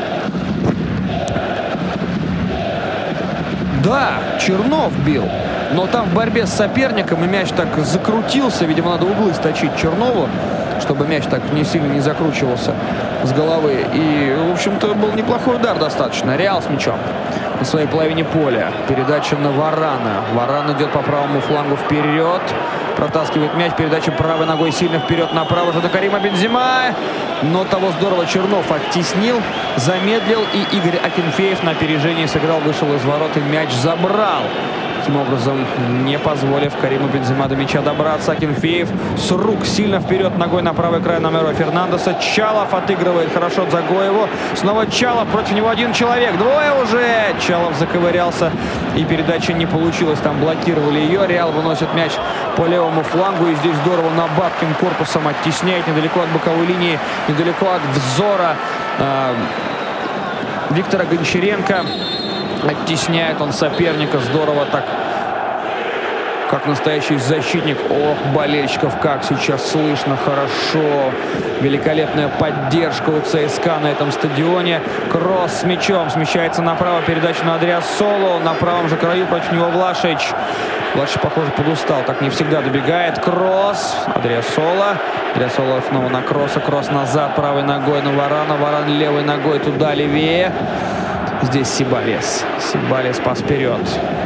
Да, Чернов бил. Но там в борьбе с соперником и мяч так закрутился. Видимо, надо углы сточить Чернову, чтобы мяч так не сильно не закручивался с головы. И, в общем-то, был неплохой удар достаточно. Реал с мячом на своей половине поля. Передача на Варана. Варан идет по правому флангу вперед. Протаскивает мяч. Передача правой ногой сильно вперед направо же до Карима Бензема. Но того здорово Чернов оттеснил, замедлил. И Игорь Акинфеев на опережении сыграл, вышел из ворот и мяч забрал. Таким образом, не позволив Кариму Бензема до мяча добраться. Акинфеев с рук сильно вперед ногой на правый край на Меро Фернандеса. Чалов отыгрывает хорошо Загоеву. Снова Чалов, против него один человек. Двое уже. Чалов заковырялся и передача не получилась. Там блокировали ее. Реал выносит мяч по левому флангу. И здесь здорово Набабкин корпусом оттесняет недалеко от боковой линии, недалеко от взора Виктора Гончаренко. Оттесняет он соперника здорово так, как настоящий защитник. Ох, болельщиков, как сейчас слышно хорошо. Великолепная поддержка у ЦСКА на этом стадионе. Кросс с мячом смещается направо. Передача на Адриасоло. На правом же краю против него Влашич. Влашич, похоже, подустал. Так не всегда добегает. Кросс. Адриасоло. Адриасоло снова на Кросса. Кросс назад. Правой ногой на Варана. Варан левой ногой туда левее. Здесь Сибалес. Сибалес пас вперед.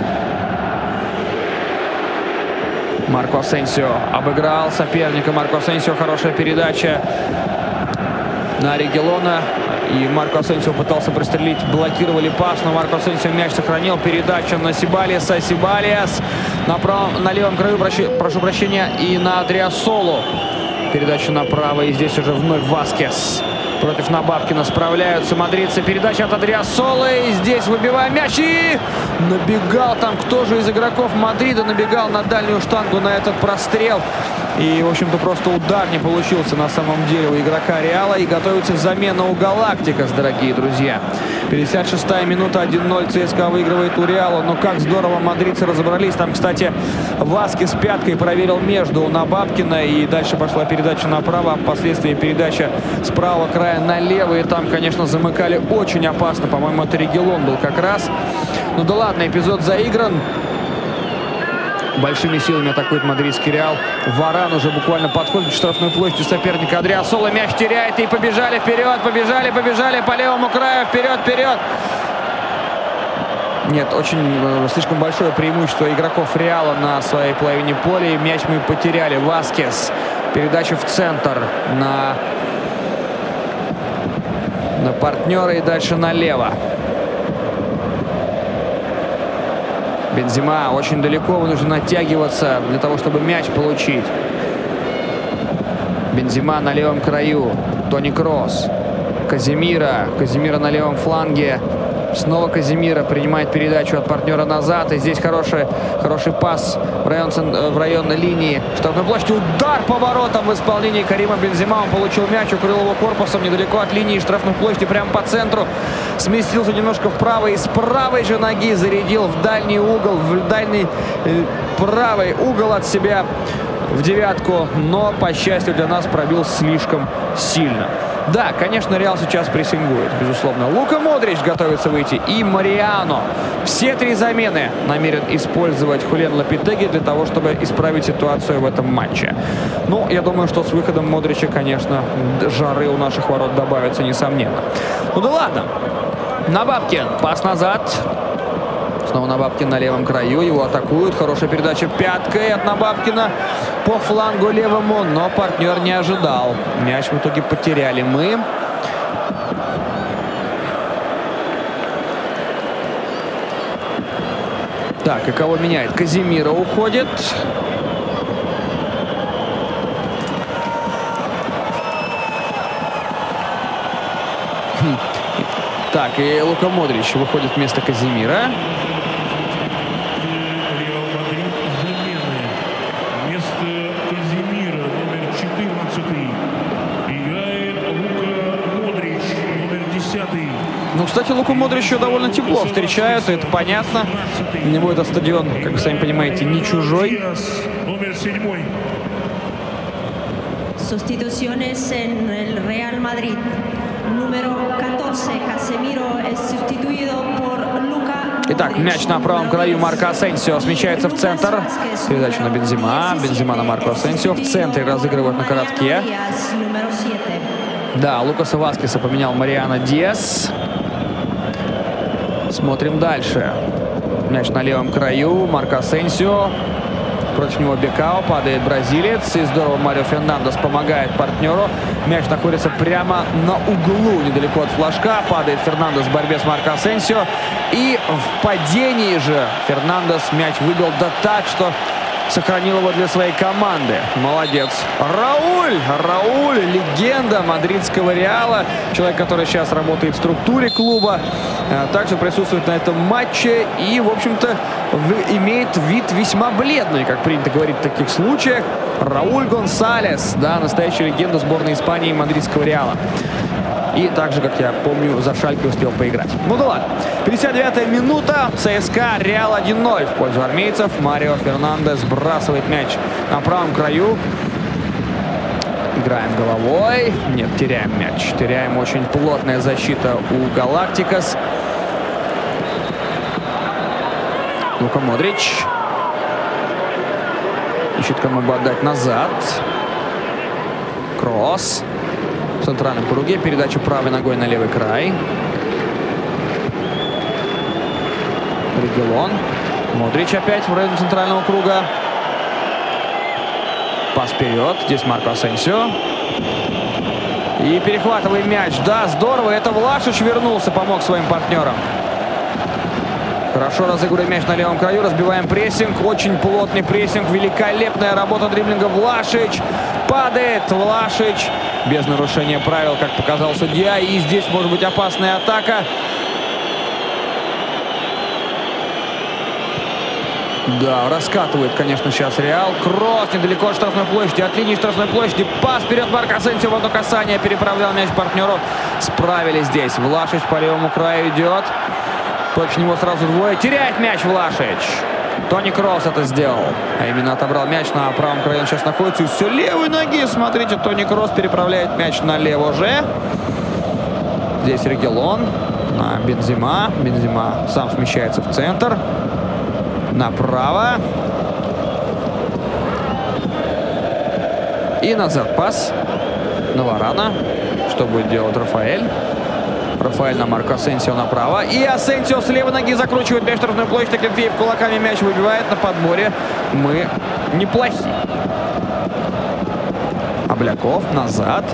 Марко Асенсио обыграл соперника. Марко Асенсио, хорошая передача на Регелона. И Марко Асенсио пытался пристрелить. Блокировали пас, но Марко Асенсио мяч сохранил. Передача на Сибалеса. Сибалес на левом краю, прошу прощения, и на Адриасоло. Передача направо. И здесь уже вновь Васкес. Против Набабкина справляются мадридцы. Передача от Адриасоло. И здесь выбиваем мяч. И набегал там кто же из игроков Мадрида. Набегал на дальнюю штангу на этот прострел. И, в общем-то, просто удар не получился на самом деле у игрока Реала. И готовится замена у Галактикос, дорогие друзья. 56-я минута, 1-0. ЦСКА выигрывает у Реала. Но как здорово мадридцы разобрались. Там, кстати, Васкес пяткой проверил между у Набабкина. И дальше пошла передача направо. Впоследствии передача с правого края налево. И там, конечно, замыкали очень опасно. По-моему, это Регелон был как раз. Ну да ладно, эпизод заигран. Большими силами атакует мадридский Реал. Варан уже буквально подходит к штрафной площади соперника. Адриасола мяч теряет. И побежали вперед. Побежали по левому краю. Вперед. Нет, слишком большое преимущество игроков Реала на своей половине поля. И мяч мы потеряли. Васкес. Передача в центр на партнера и дальше налево. Бензема очень далеко, нужно оттягиваться для того, чтобы мяч получить. Бензема на левом краю. Тони Кросс. Каземира на левом фланге. Снова Каземира принимает передачу от партнера назад. И здесь хороший пас в район линии штрафной площади. Удар по воротам в исполнении Карима Бензема. Он получил мяч, укрыл его корпусом недалеко от линии штрафной площади, прямо по центру. Сместился немножко вправо и с правой же ноги зарядил в дальний угол, в дальний правый угол от себя в девятку. Но, по счастью для нас, пробил слишком сильно. Да, конечно, Реал сейчас прессингует, безусловно. Лука Модрич готовится выйти. И Мариано. Все три замены намерен использовать Хулиан Лопетеги для того, чтобы исправить ситуацию в этом матче. Ну, я думаю, что с выходом Модрича, конечно, жары у наших ворот добавится, несомненно. Ну да ладно. Набабкин. Пас назад. Снова Набабкин на левом краю. Его атакуют. Хорошая передача пяткой от Набабкина по флангу левому. Но партнер не ожидал. Мяч в итоге потеряли мы. Так, и кого меняет? Каземира уходит. Так, и Лука Модрич выходит вместо Каземира. Вместо Каземира номер 14 играет Лука Модрич, номер 10. Ну, кстати, Луку Модрича довольно тепло встречают, это понятно. Для него это стадион, как вы сами понимаете, не чужой. Номер 7. Sustituciones en el Real Madrid. Número 14, Casemiro es sustituido por Luka. Итак, мяч на правом краю. Марко Асенсио смещается в центр. Передача на Бензема. Бензема на Марко Асенсио. В центре разыгрывают на коротке. Да, Лукаса Васкеса поменял Мариано Диас. Смотрим дальше. Мяч на левом краю. Марко Асенсио. Против него Бекао, падает бразилец. И здорово Марио Фернандес помогает партнеру. Мяч находится прямо на углу, недалеко от флажка. Падает Фернандес в борьбе с Марко Асенсио. И в падении же Фернандес мяч выбил да так, что сохранил его для своей команды. Молодец. Рауль, легенда мадридского Реала. Человек, который сейчас работает в структуре клуба. Также присутствует на этом матче. И, в общем-то, имеет вид весьма бледный, как принято говорить в таких случаях. Рауль Гонсалес. Да, настоящая легенда сборной Испании и мадридского Реала. И также, как я помню, за Шальке успел поиграть. Ну да ладно. 59-я минута. ЦСКА Реал 1-0 в пользу армейцев. Марио Фернандес сбрасывает мяч на правом краю. Играем головой. Нет, теряем мяч. Теряем. Очень плотная защита у Галактикос. Лука Модрич. Ищет, кому бы отдать назад. Кросс. В центральном круге. Передача правой ногой на левый край. Регелон. Модрич опять в районе центрального круга. Пас вперед. Здесь Марко Асенсио. И перехватываем мяч. Да, здорово. Это Влашич вернулся, помог своим партнерам. Хорошо разыгрываем мяч на левом краю. Разбиваем прессинг. Очень плотный прессинг. Великолепная работа дриблинга. Влашич. Падает Влашич. Без нарушения правил, как показал судья. И здесь может быть опасная атака. Да, раскатывает, конечно, сейчас Реал. Кросс недалеко от штрафной площади, от линии штрафной площади. Пас вперед, Марко Асенсио в одно касание. Переправлял мяч партнеру. Справились здесь. Влашич по левому краю идет. Против него сразу двое. Теряет мяч Влашич. Тони Кросс это сделал. А именно отобрал мяч на правом краю. Он сейчас находится. И все левой ноги. Смотрите, Тони Кросс переправляет мяч налево же. Здесь Регелон на Бензема. Бензема сам смещается в центр. Направо. И назад пас на Варана. Что будет делать Рафаэль? Рафаэль на Марко Асенсио направо. И Асенсио с левой ноги закручивает мяч в штрафную площадь. Акинфеев кулаками мяч выбивает. На подборе мы неплохи. Обляков назад.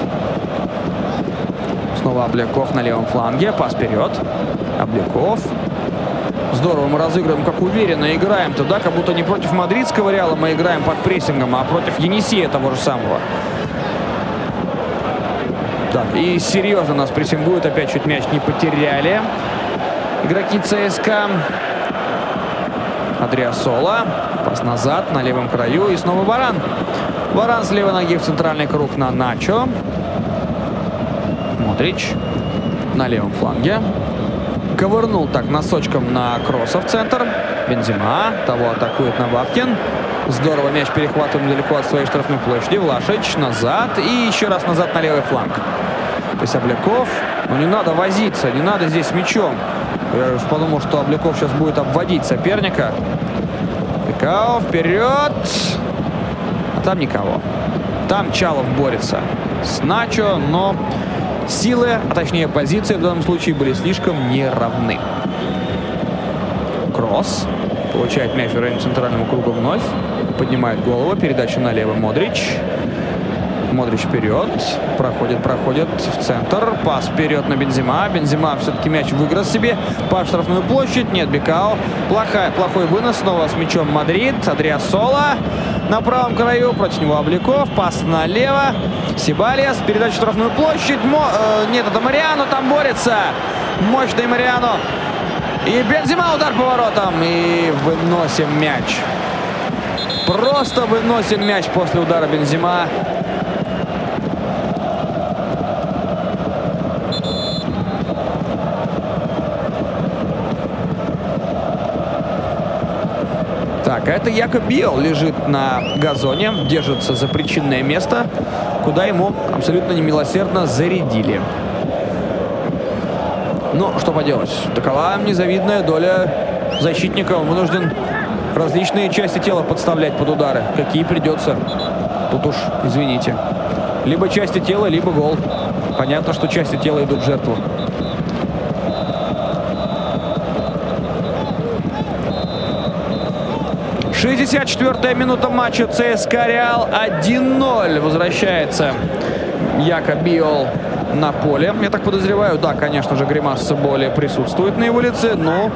Снова Обляков на левом фланге. Пас вперед. Обляков. Здорово мы разыгрываем, как уверенно играем туда, как будто не против мадридского Реала мы играем под прессингом, а против Енисея того же самого. Так, и серьезно нас прессингуют, опять чуть мяч не потеряли игроки ЦСКА. Адриасола, пас назад на левом краю, и снова Варан. Варан с левой ноги в центральный круг на Начо. Модрич на левом фланге. Ковырнул так носочком на Кросса в центр. Бензема. Того атакует Наваткин. Здорово мяч перехватываем далеко от своей штрафной площади. Влашич назад. И еще раз назад на левый фланг. То есть Обляков. Но не надо возиться. Не надо здесь с мячом. Я уж подумал, что Обляков сейчас будет обводить соперника. Бекао вперед. А там никого. Там Чалов борется с Начо, но силы, а точнее позиции в данном случае были слишком неравны. Кросс получает мяч в районе центрального круга вновь. Поднимает голову. Передача налево Модрич. Модрич вперед. Проходит в центр. Пас вперед на Бензема. Бензема все-таки мяч выиграл себе. Пас в штрафную площадь. Нет, Бекао. Плохой вынос. Снова с мячом Мадрид. Адриасола на правом краю. Против него Обляков. Пас налево. Сибальяс. Передача в штрафную площадь. Нет, это Мариано там борется. Мощный Мариано. И Бензема удар по воротам. И выносим мяч. Просто выносим мяч после удара Бензема. Так, а это Якоб Биол лежит на газоне, держится за причинное место, куда ему абсолютно немилосердно зарядили. Ну, что поделать, такова незавидная доля защитника. Он вынужден различные части тела подставлять под удары, какие придется. Тут уж, извините, либо части тела, либо гол. Понятно, что части тела идут в жертву. «64-я минута матча. ЦСКА Реал 1-0. Возвращается Якоб Биол на поле. Я так подозреваю, да, конечно же, гримаса боли присутствует на его лице, но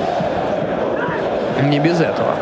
не без этого.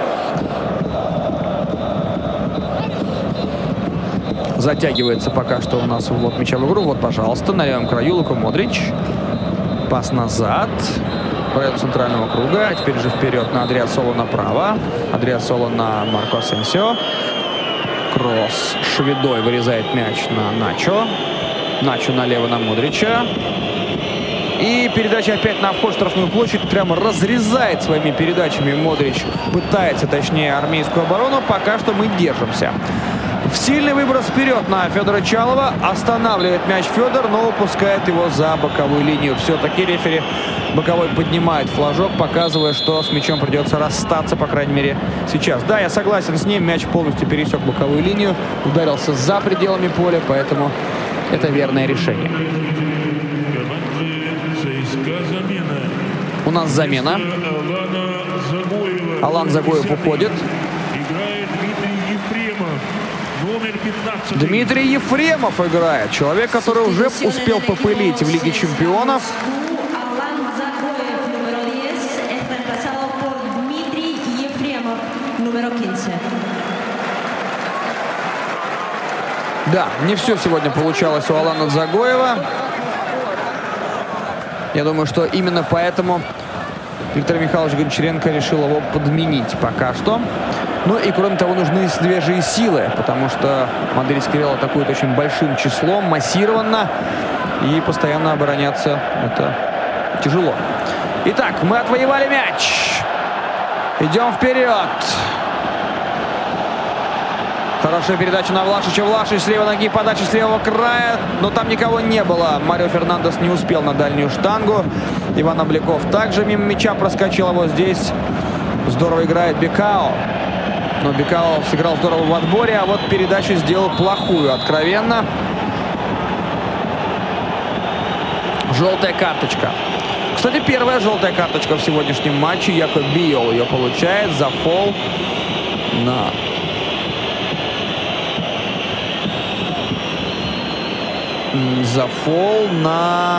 Затягивается пока что у нас вот мяча в игру. Вот, пожалуйста, на левом краю Лука Модрич. Пас назад. В районе центрального круга. А теперь же вперед на Адриасоло направо. Адриасоло на Марко Асенсио. Кросс шведой вырезает мяч на Начо. Начо налево на Модрича. И передача опять на вход в штрафную площадь. Прямо разрезает своими передачами Модрич. Пытается, точнее, армейскую оборону. Пока что мы держимся. Сильный выброс вперед на Федора Чалова. Останавливает мяч Федор, но упускает его за боковую линию. Все-таки рефери боковой поднимает флажок, показывая, что с мячом придется расстаться, по крайней мере, сейчас. Да, я согласен с ним. Мяч полностью пересек боковую линию. Ударился за пределами поля, поэтому это верное решение. У нас замена. Алан Загоев уходит. Дмитрий Ефремов играет. Человек, который уже успел попылить в Лиге Чемпионов. Да, не все сегодня получалось у Алана Загоева. Я думаю, что именно поэтому Виктор Михайлович Гончаренко решил его подменить пока что. Ну и кроме того, нужны свежие силы, потому что мадридский Реал атакует очень большим числом, массированно, и постоянно обороняться это тяжело. Итак, мы отвоевали мяч. Идем вперед. Хорошая передача на Влашича. Влашич с левой ноги, подача с левого края. Но там никого не было. Марио Фернандес не успел на дальнюю штангу. Иван Обликов также мимо мяча проскочил. А вот здесь здорово играет Бекао. Но Бекао сыграл здорово в отборе. А вот передачу сделал плохую, откровенно. Желтая карточка. Кстати, первая желтая карточка в сегодняшнем матче. Якоб Биол ее получает за фол на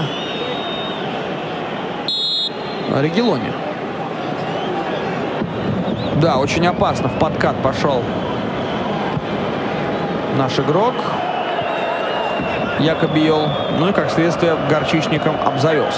Регелоне. Да, очень опасно. В подкат пошел наш игрок Якоб Биол. Ну и, как следствие, горчичником обзавелся.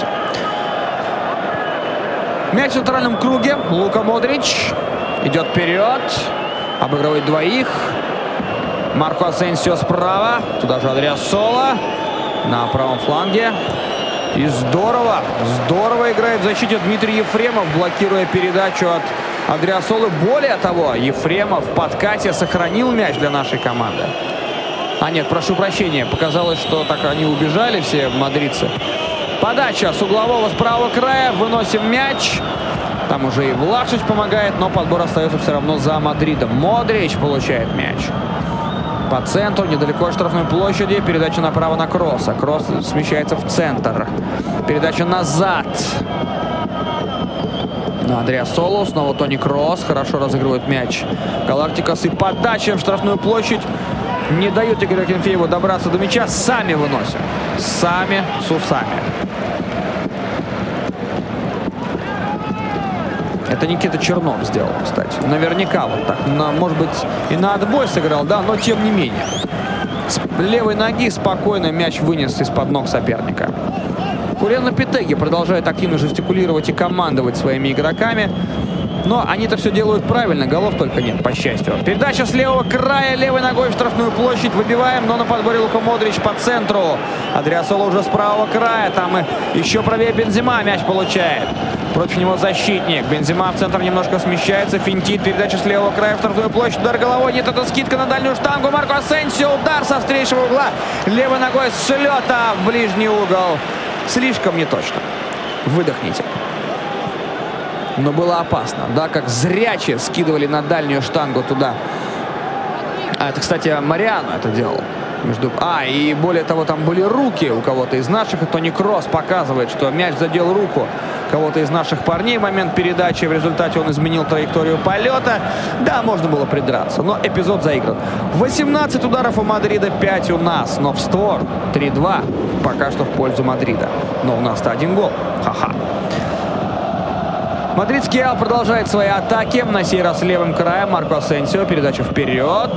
Мяч в центральном круге. Лука Модрич идет вперед. Обыгрывает двоих. Марко Асенсио справа. Туда же Адриассола на правом фланге. И здорово играет в защите Дмитрий Ефремов, блокируя передачу от Адриассолы. Более того, Ефремов в подкате сохранил мяч для нашей команды. А нет, прошу прощения, показалось, что так они убежали все мадридцы. Подача с углового с правого края. Выносим мяч. Там уже и Влашич помогает, но подбор остается все равно за Мадридом. Модрич получает мяч. По центру, недалеко от штрафной площади. Передача направо на Кросса. Кросс смещается в центр. Передача назад. На Адриассолу. Снова Тони Кросс. Хорошо разыгрывает мяч Галактикос. И подача в штрафную площадь. Не дают Игорю Акинфееву добраться до мяча. Сами выносим. Сами с усами. Это Никита Чернов сделал, кстати. Наверняка вот так. Может быть, и на отбой сыграл, да, но тем не менее. С левой ноги спокойно мяч вынес из-под ног соперника. Хурен Лопетеги продолжает активно жестикулировать и командовать своими игроками. Но они-то все делают правильно, голов только нет, по счастью. Передача с левого края, левой ногой в штрафную площадь. Выбиваем, но на подборе Лука Модрич по центру. Адриассола уже с правого края. Там и еще правее Бензема мяч получает. Против него защитник. Бензема в центр немножко смещается, финтит. Передача с левого края в штрафную площадь. Удар головой. Нет, это скидка на дальнюю штангу. Марко Асенсио. Удар со встречного угла. Левой ногой с шлета в ближний угол. Слишком неточно. Выдохните. Но было опасно, да, как зрячие скидывали на дальнюю штангу туда. А это, кстати, Мариано это делал. И более того, там были руки у кого-то из наших. И Тони Кросс показывает, что мяч задел руку кого-то из наших парней в момент передачи. В результате он изменил траекторию полета. Да, можно было придраться, но эпизод заигран. 18 ударов у Мадрида, 5 у нас. Но в створ 3-2 пока что в пользу Мадрида. Но у нас-то один гол. Ха-ха. Мадридский Реал продолжает свои атаки. На сей раз левым краем Марко Асенсио. Передача вперед.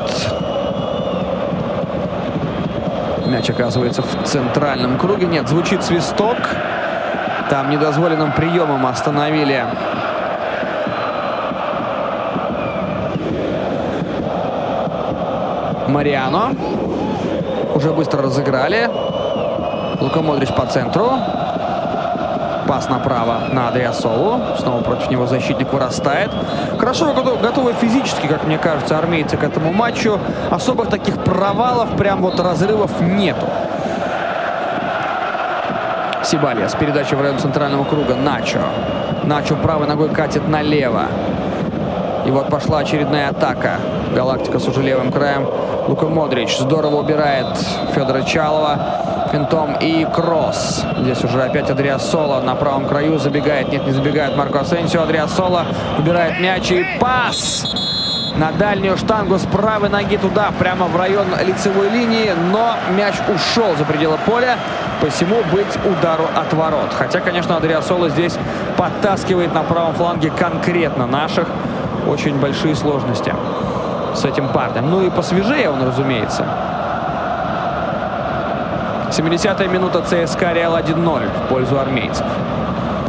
Мяч оказывается в центральном круге. Нет, звучит свисток. Там недозволенным приемом остановили Мариано. Уже быстро разыграли. Лука Модрич по центру. Пас направо на Адриассолу. Снова против него защитник вырастает. Хорошо готовы физически, как мне кажется, армейцы к этому матчу. Особых таких провалов, прям вот разрывов нету. Сибальяс. Передача в район центрального круга. Начо. Начо правой ногой катит налево. И вот пошла очередная атака. Галактикос уже левым краем. Лука Модрич здорово убирает Федора Чалова финтом. И Кросс. Здесь уже опять Адриассола на правом краю забегает. Нет, не забегает Марко Асенсио. Адриассола убирает мяч. И пас на дальнюю штангу с правой ноги туда, прямо в район лицевой линии. Но мяч ушел за пределы поля. Посему быть удару от ворот. Хотя, конечно, Адриассола здесь подтаскивает на правом фланге конкретно наших. Очень большие сложности с этим парнем. Ну и посвежее он, разумеется. 70-я минута. ЦСКА Реал 1-0 в пользу армейцев.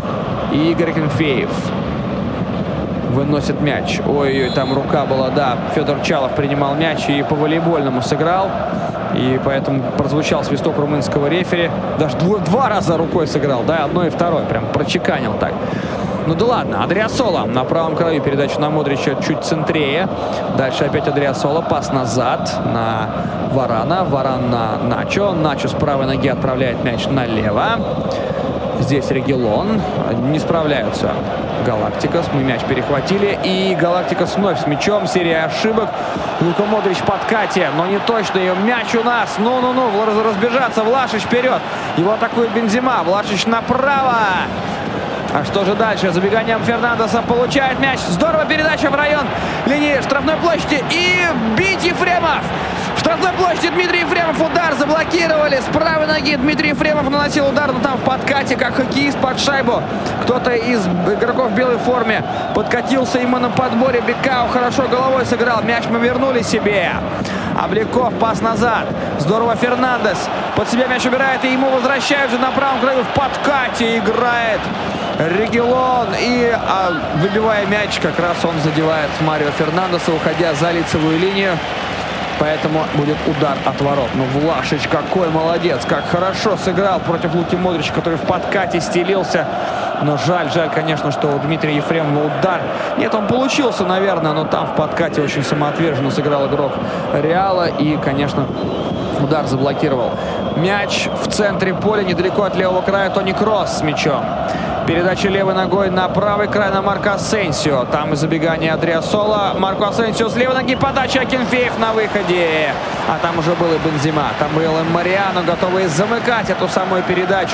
И Игорь Акинфеев выносит мяч. Ой-ой, там рука была, да. Федор Чалов принимал мяч и по волейбольному сыграл. И поэтому прозвучал свисток румынского рефери. Даже два раза рукой сыграл, да, одно и второе. Прям прочеканил так. Ну да ладно, Адриасола на правом краю, передача на Модрича чуть центрее. Дальше опять Адриасола, пас назад на Варана. Варан на Начо. Начо с правой ноги отправляет мяч налево. Здесь Регилон. Не справляются Галактикос. Мы мяч перехватили. И Галактикос вновь с мячом. Серия ошибок. Лука Модрич в подкате. Но не точно. Ее мяч у нас. Ну-ну-ну. Разбежаться. Влашич вперед. Его атакует Бензима. Влашич направо. А что же дальше? Забеганием Фернандеса получает мяч. Здорово передача в район линии штрафной площади. И бить Ефремов. В штрафной площади Дмитрий Ефремов. Удар заблокировали. С правой ноги Дмитрий Ефремов наносил удар, но там в подкате, как хоккеист под шайбу. Кто-то из игроков в белой форме подкатился ему на подборе. Бекау хорошо головой сыграл. Мяч мы вернули себе. Обликов, пас назад. Здорово Фернандес. Под себя мяч убирает, и ему возвращают же на правом краю. В подкате играет Регилон. И выбивая мяч, как раз он задевает Марио Фернандеса, уходя за лицевую линию. Поэтому будет удар от ворот. Ну, Влашич какой молодец. Как хорошо сыграл против Луки Модрича, который в подкате стелился. Но жаль, конечно, что у Дмитрия Ефремова удар. Нет, он получился, наверное, но там в подкате очень самоотверженно сыграл игрок Реала. И, конечно, удар заблокировал. Мяч в центре поля, недалеко от левого края. Тони Кросс с мячом. Передача левой ногой на правый край на Марко Асенсио. Там и забегание Адриасола. Марко Асенсио с левой ноги. Подача Акинфеев на выходе. А там уже был и Бензима. Там был и Мариано, готовые замыкать эту самую передачу.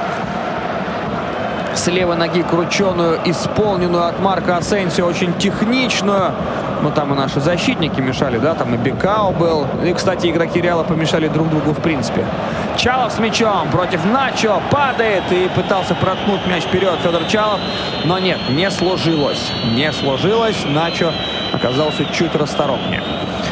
С левой ноги крученую, исполненную от Марко Асенсио. Очень техничную. Ну, там и наши защитники мешали, да, там и Бекау был. И, кстати, игроки Реала помешали друг другу в принципе. Чалов с мячом против Начо. Падает и пытался проткнуть мяч вперед Федор Чалов. Но нет, не сложилось. Не сложилось. Начо оказался чуть расторопнее.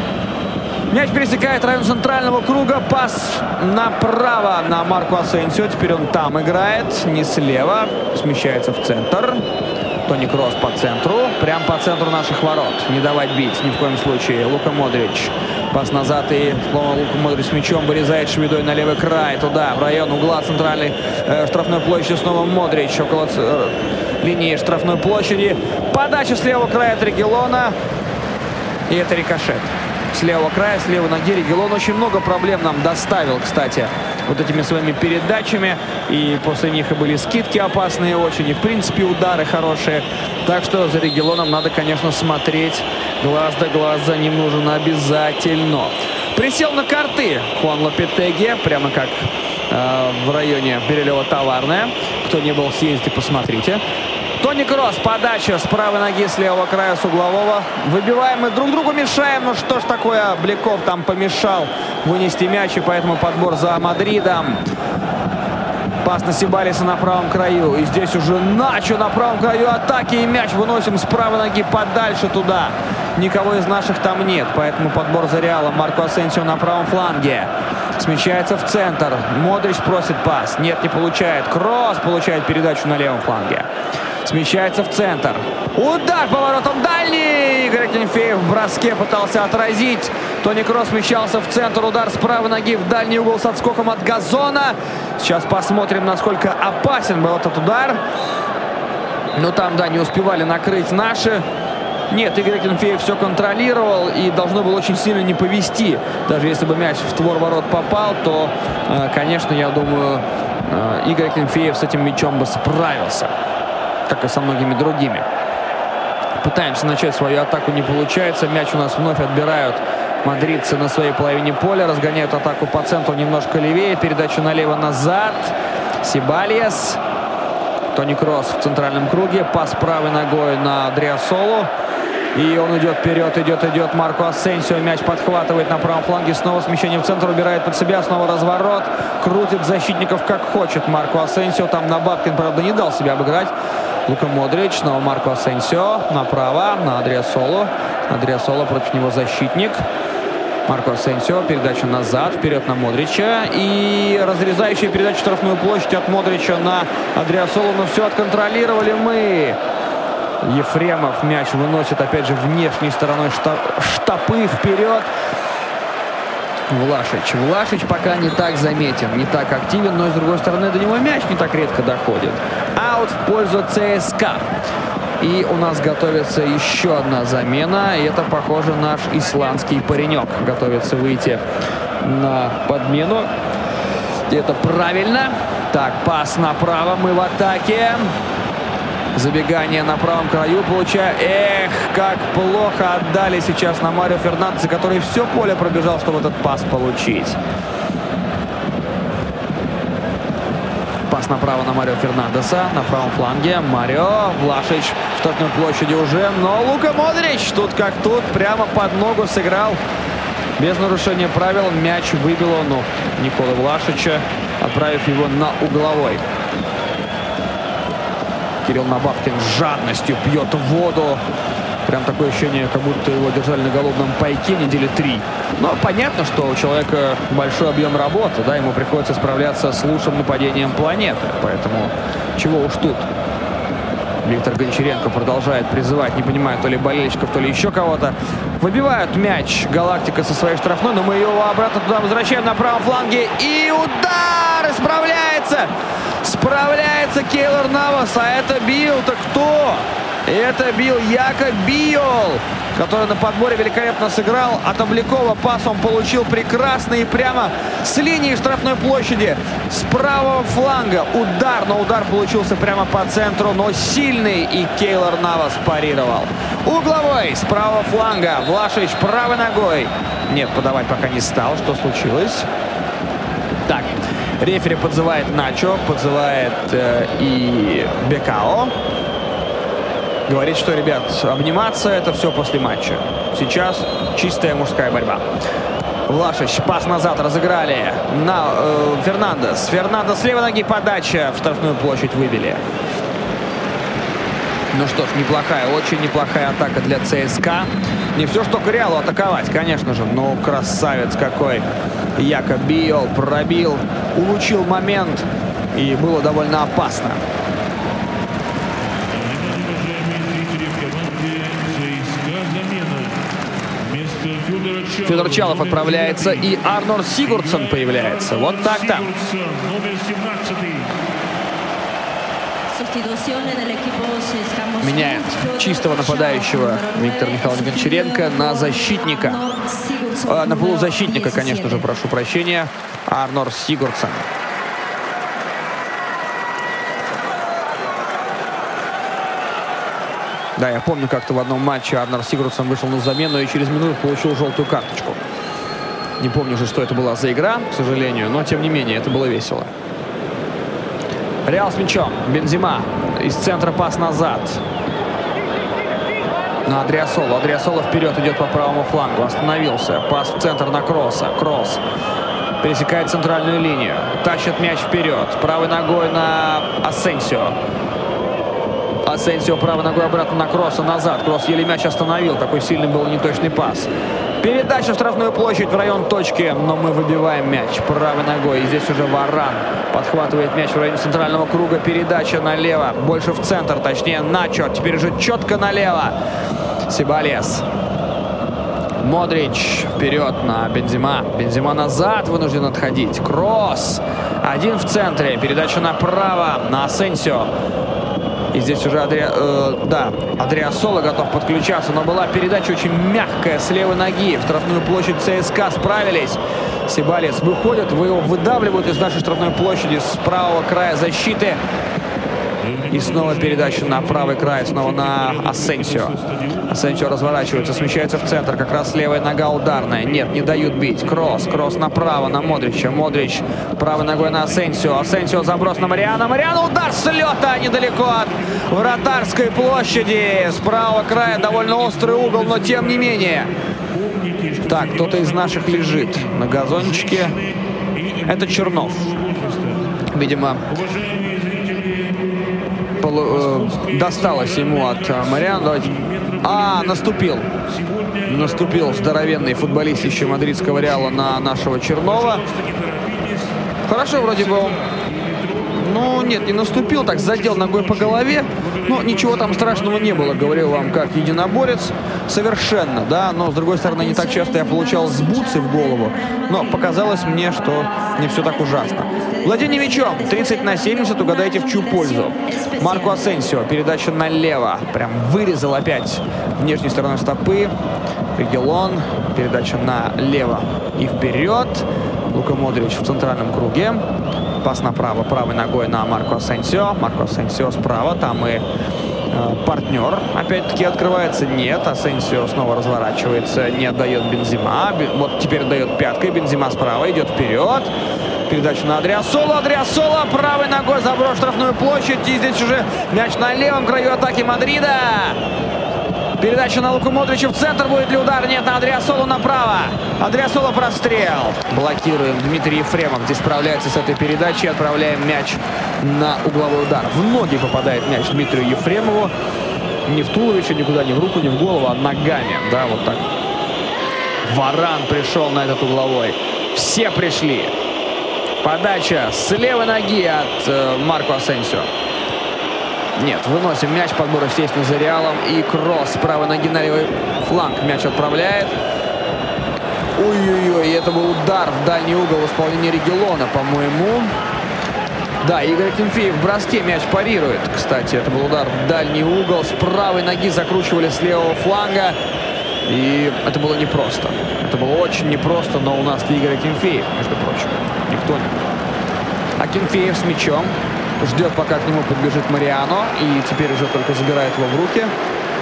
Мяч пересекает район центрального круга. Пас направо на Марко Асенсио. Теперь он там играет, не слева. Смещается в центр. Тони Кросс по центру. Прям по центру наших ворот. Не давать бить ни в коем случае. Лука Модрич. Пас назад, и снова Лука Модрич с мячом вырезает шведой на левый край. Туда, в район угла центральной штрафной площади. Снова Модрич около линии штрафной площади. Подача с левого края от Регилона. И это рикошет. С левого края, с левой ноги Регилон очень много проблем нам доставил, кстати, вот этими своими передачами. И после них и были скидки опасные очень, и в принципе удары хорошие. Так что за Регилоном надо, конечно, смотреть. Глаз да глаз за ним нужен обязательно. Присел на карты Хуан Лопетеги, прямо как в районе Берилева-Товарная. Кто не был, съездите, посмотрите. Тони Кросс, подача с правой ноги, с левого края, с углового. Выбиваем и друг другу мешаем. Ну что ж такое, Обликов там помешал вынести мяч, и поэтому подбор за Мадридом. Пас на Сибалиса на правом краю. И здесь уже Начо на правом краю атаки. И мяч выносим с правой ноги подальше туда. Никого из наших там нет. Поэтому подбор за Реалом. Марко Асенсио на правом фланге. Смещается в центр. Модрич просит пас. Нет, не получает. Кросс получает передачу на левом фланге. Смещается в центр. Удар поворотом дальний. Игорь Акинфеев в броске пытался отразить. Тони Кросс смещался в центр. Удар с правой ноги в дальний угол с отскоком от газона. Сейчас посмотрим, насколько опасен был этот удар. Но там, да, не успевали накрыть наши. Нет, Игорь Акинфеев все контролировал и должно было очень сильно не повести. Даже если бы мяч в твор ворот попал, то, конечно, я думаю, Игорь Акинфеев с этим мячом бы справился. Как и со многими другими. Пытаемся начать свою атаку, не получается. Мяч у нас вновь отбирают мадридцы на своей половине поля. Разгоняют атаку по центру немножко левее. Передача налево назад. Сибальес. Тони Кросс в центральном круге. Пас правой ногой на Адриасолу. И он идет вперед, идет Марко Асенсио. Мяч подхватывает на правом фланге. Снова смещение в центр, убирает под себя. Снова разворот. Крутит защитников как хочет Марко Асенсио. Там Набаткин, правда, не дал себя обыграть. Лука Модрич, снова Марко Асенсио. Направо, на Адриасолу. Адриасоло, против него защитник. Марко Асенсио. Передача назад, вперед на Модрича. И разрезающая передача в штрафную площадь от Модрича на Адриасолу. Но все отконтролировали мы. Ефремов мяч выносит, опять же, внешней стороной штопы вперед. Влашич пока не так заметен, не так активен, но, с другой стороны, до него мяч не так редко доходит. Аут в пользу ЦСКА. И у нас готовится еще одна замена. И это, похоже, наш исландский паренек готовится выйти на подмену. И это правильно. Так, пас направо, мы в атаке. Забегание на правом краю получая. Эх, как плохо отдали сейчас на Марио Фернандеса, который все поле пробежал, чтобы этот пас получить. Пас направо на Марио Фернандеса, на правом фланге. Марио, Влашич в штрафной площади уже, но Лука Модрич тут как тут, прямо под ногу сыграл. Без нарушения правил мяч выбил он у Николы Влашича, отправив его на угловой. Кирилл Набабкин с жадностью пьет воду. Прям такое ощущение, как будто его держали на голодном пайке недели 3. Но понятно, что у человека большой объем работы, да, ему приходится справляться с лучшим нападением планеты. Поэтому чего уж тут. Виктор Гончаренко продолжает призывать, не понимаю, то ли болельщиков, то ли еще кого-то. Выбивают мяч Галактика со своей штрафной, но мы его обратно туда возвращаем на правом фланге. И удар! Справляется Кейлор Навас. А это бил-то кто? Это бил Якоб Биол, который на подборе великолепно сыграл. От Обликова пас он получил прекрасный и прямо с линии штрафной площади с правого фланга. Удар, но удар получился прямо по центру, но сильный, и Кейлор Навас парировал. Угловой с правого фланга. Влашич правой ногой. Нет, подавать пока не стал. Что случилось? Так, рефери подзывает Начо, подзывает и Бекао. Говорит, что, ребят, обниматься — это все после матча. Сейчас чистая мужская борьба. Влашич, пас назад, разыграли на Фернандес. Фернандес с левой ноги, подача в штрафную площадь выбили. Ну что ж, неплохая, очень неплохая атака для ЦСКА. Не все, что к Реалу атаковать, конечно же, но красавец какой. Якоб Биол пробил, улучил момент, и было довольно опасно. Федор Чалов отправляется, и Арнор Сигурдсон появляется. Вот так-то. Меняет чистого нападающего Виктор Михайлович Гончаренко на защитника. На полузащитника, конечно же, прошу прощения. Арнор Сигурдсон. Да, я помню, как-то в одном матче Арнор Сигурдсон вышел на замену и через минуту получил желтую карточку. Не помню же, что это была за игра, к сожалению, но тем не менее, это было весело. Реал с мячом. Бензима. Из центра пас назад. На Адриасолу. Адриасола вперед идет по правому флангу. Остановился. Пас в центр на Кросса. Кросс пересекает центральную линию. Тащит мяч вперед. Правой ногой на Асенсио. Асенсио правой ногой обратно на Кросса, назад. Кросс еле мяч остановил. Такой сильный был неточный пас. Передача в штрафную площадь в район точки, но мы выбиваем мяч правой ногой. И здесь уже Варан подхватывает мяч в районе центрального круга. Передача налево, больше в центр, точнее Начо. Теперь уже четко налево. Себалес. Модрич вперед на Бензима. Бензима назад вынужден отходить. Кросс. Один в центре. Передача направо на Асенсио. И здесь уже Адриасоло готов подключаться. Но была передача очень мягкая с левой ноги. В штрафную площадь ЦСКА справились. Себалес выходит, его выдавливают из нашей штрафной площади с правого края защиты. И снова передача на правый край, снова на Асенсио. Асенсио разворачивается, смещается в центр. Как раз левая нога ударная. Нет, не дают бить. Кросс направо на Модрича. Модрич правой ногой на Асенсио. Асенсио заброс на Мариано. Мариано удар с лета недалеко от вратарской площади. С правого края довольно острый угол, но тем не менее. Так, кто-то из наших лежит на газончике. Это Чернов. Видимо, досталось ему от Мариано. Наступил. Наступил здоровенный футболист еще мадридского Реала на нашего Чернова. Хорошо, вроде бы он... Ну, нет, не наступил, так задел ногой по голове. Но ничего там страшного не было, говорил вам, как единоборец. Совершенно, да. Но, с другой стороны, не так часто я получал с бутсы в голову. Но показалось мне, что не все так ужасно. Владение мячом. 30-70. Угадайте, в чью пользу. Марко Асенсио. Передача налево. Прям вырезал опять внешней стороной стопы. Регилон. Передача налево и вперед. Лука Модрич в центральном круге. Пас направо, правой ногой на Марко Асенсио. Марко Асенсио справа. Там и партнер опять-таки открывается. Нет, Асенсио снова разворачивается. Не отдает Бензима. Вот теперь дает пяткой. Бензима справа идет вперед. Передача на Адриасоло. Адриасоло правой ногой заброс штрафную площадь. И здесь уже мяч на левом краю атаки Мадрида. Передача на Луку Модрича в центр. Будет ли удар? Нет, на Адриасоло направо. Адриасоло прострел. Блокируем. Дмитрий Ефремов здесь справляется с этой передачей. Отправляем мяч на угловой удар. В ноги попадает мяч Дмитрию Ефремову. Не в туловище, никуда, не в руку, не в голову, а ногами. Да, вот так. Варан пришел на этот угловой. Все пришли. Подача с левой ноги от Марко Асенсио. Нет, выносим мяч, подбор, естественно, за Реалом. И кросс с правой ноги на левый фланг. Мяч отправляет. Ой-ой-ой, это был удар в дальний угол в исполнении Регилона, по-моему. Да, Игорь Акинфеев в броске мяч парирует. Кстати, это был удар в дальний угол. С правой ноги закручивали с левого фланга. И это было непросто. Это было очень непросто, но у нас Игорь Акинфеев, между прочим. Никто не. Акинфеев с мячом. Ждет, пока к нему подбежит Мариано. И теперь уже только забирает его в руки.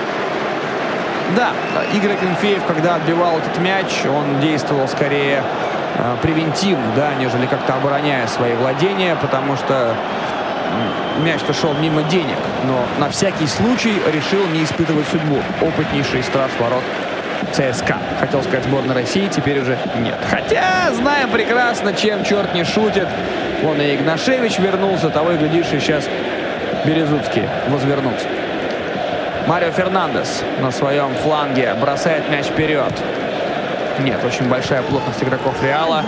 Да, Игорь Акинфеев, когда отбивал этот мяч, он действовал скорее превентивно, да, нежели как-то обороняя свои владения, потому что мяч-то шел мимо денег. Но на всякий случай решил не испытывать судьбу. Опытнейший страж ворот ЦСКА. Хотел сказать сборной России, теперь уже нет. Хотя знаем прекрасно, чем черт не шутит. Вон и Игнашевич вернулся, того и глядишь, и сейчас Березуцкий возвернутся. Марио Фернандес на своем фланге бросает мяч вперед. Нет, очень большая плотность игроков Реала.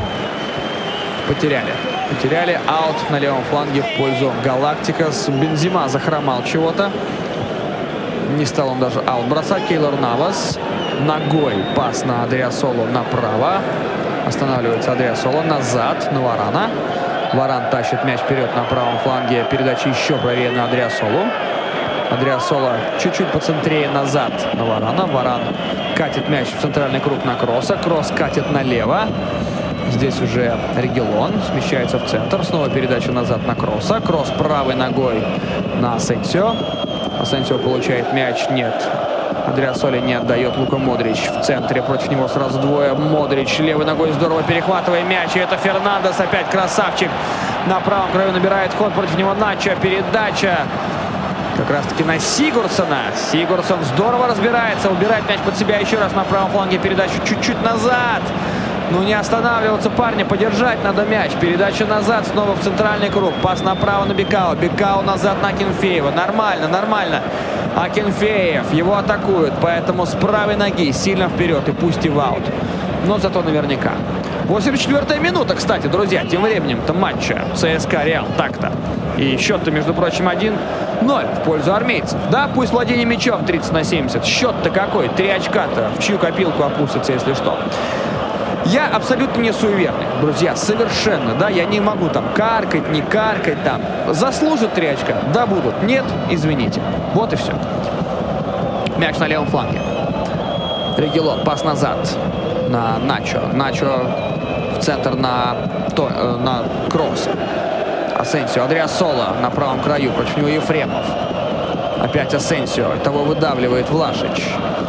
Потеряли аут на левом фланге в пользу Галактикос. Бензима захромал чего-то. Не стал он даже аут бросать. Кейлор Навас ногой. Пас на Адриасоло направо. Останавливается Адриасоло. Назад на Варана. Варан тащит мяч вперед на правом фланге. Передача еще правее на Адриасоло. Адриасоло чуть-чуть поцентрее назад на Варана. Варан катит мяч в центральный круг на Кросса. Кросс катит налево. Здесь уже Регилон смещается в центр. Снова передача назад на Кросса. Кросс правой ногой на Асенсио. Асенсио получает мяч. Нет. Адриасоло не отдает. Лука Модрич в центре. Против него сразу двое. Модрич левой ногой здорово перехватывая мяч. И это Фернандес. Опять красавчик. На правом краю набирает ход. Против него Начо. Передача как раз-таки на Сигурсона. Сигурсон здорово разбирается. Убирает мяч под себя еще раз на правом фланге. Передачу чуть-чуть назад. Ну, не останавливаться парня, подержать надо мяч. Передача назад, снова в центральный круг. Пас направо на Бекао. Бекао назад на Акинфеева. Нормально, нормально. Акинфеев, его атакуют, поэтому с правой ноги сильно вперед и пусть и в аут. Но зато наверняка. 84-я минута, кстати, друзья. Тем временем-то матча ЦСКА Реал так-то. И счет-то, между прочим, 1-0 в пользу армейцев. Да, пусть владение мячом 30-70. Счет-то какой? 3 очка-то в чью копилку опустится, если что. Я абсолютно не суеверный, друзья, совершенно, да, я не могу там каркать, не каркать там. Заслужат 3 очка? Да, будут. Нет, извините. Вот и все. Мяч на левом фланге. Регилон, пас назад на Начо. Начо в центр на Кросса. Асенсио, Адриасоло на правом краю, против него Ефремов. Опять Асенсио, того выдавливает Влашич.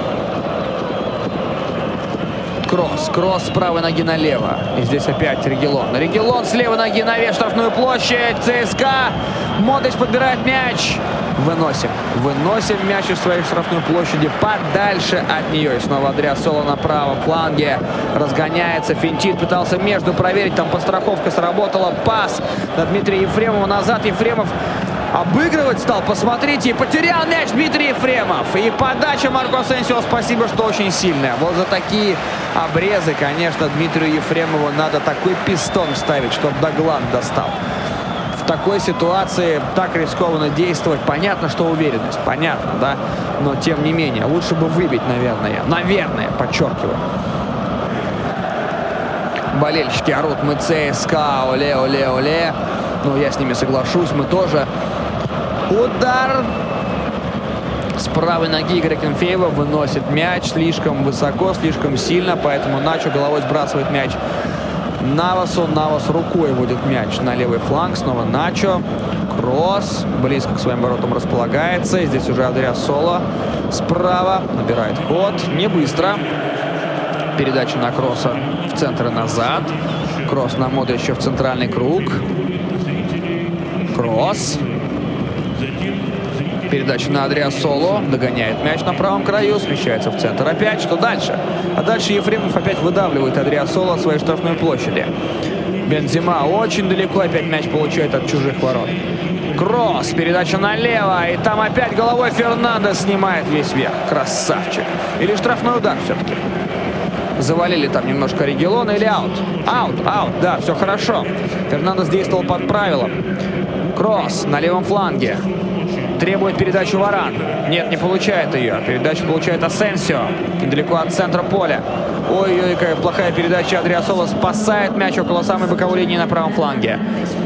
Кросс с правой ноги налево. И здесь опять Регилон. Регилон с левой ноги навес штрафную площадь. ЦСКА. Модрич подбирает мяч. Выносим мяч из своей штрафной площади подальше от нее. И снова Адриасоло на правом фланге. Разгоняется, финтит. Пытался между проверить. Там подстраховка сработала. Пас на Дмитрия Ефремова. Назад Ефремов обыгрывать стал. Посмотрите, потерял мяч Дмитрий Ефремов. И подача Марко Асенсио, спасибо, что очень сильная. Вот за такие обрезы, конечно, Дмитрию Ефремову надо такой пистон вставить, чтобы до гланд достал. В такой ситуации так рискованно действовать. Понятно, что уверенность, понятно, да? Но тем не менее, лучше бы выбить, наверное, подчеркиваю. Болельщики орут: мы ЦСКА, оле, оле, оле. Ну, я с ними соглашусь, мы тоже. Удар с правой ноги Игоря Акинфеева, выносит мяч слишком высоко, слишком сильно, поэтому Начо головой сбрасывает мяч Навасу. Навас рукой вводит мяч на левый фланг. Снова Начо. Кросс. Близко к своим воротам располагается. И здесь уже Адриассоло справа. Набирает ход. Не быстро. Передача на Кросса в центр и назад. Кросс на Модрича в центральный круг. Кросс. Передача на Адриассоло. Догоняет мяч на правом краю. Смещается в центр опять. Что дальше? А дальше Ефремов опять выдавливает Адриассоло от своей штрафной площади. Бензема очень далеко. Опять мяч получает от чужих ворот. Кросс. Передача налево. И там опять головой Фернандес снимает весь верх. Красавчик. Или штрафной удар все-таки. Завалили там немножко Регелона или аут? Аут, да, все хорошо. Фернандес действовал под правилом. Кросс на левом фланге. Требует передачу Варан. Нет, не получает ее. Передачу получает Асенсио. Недалеко от центра поля. Ой-ой, какая плохая передача. Адриассоло спасает мяч около самой боковой линии на правом фланге.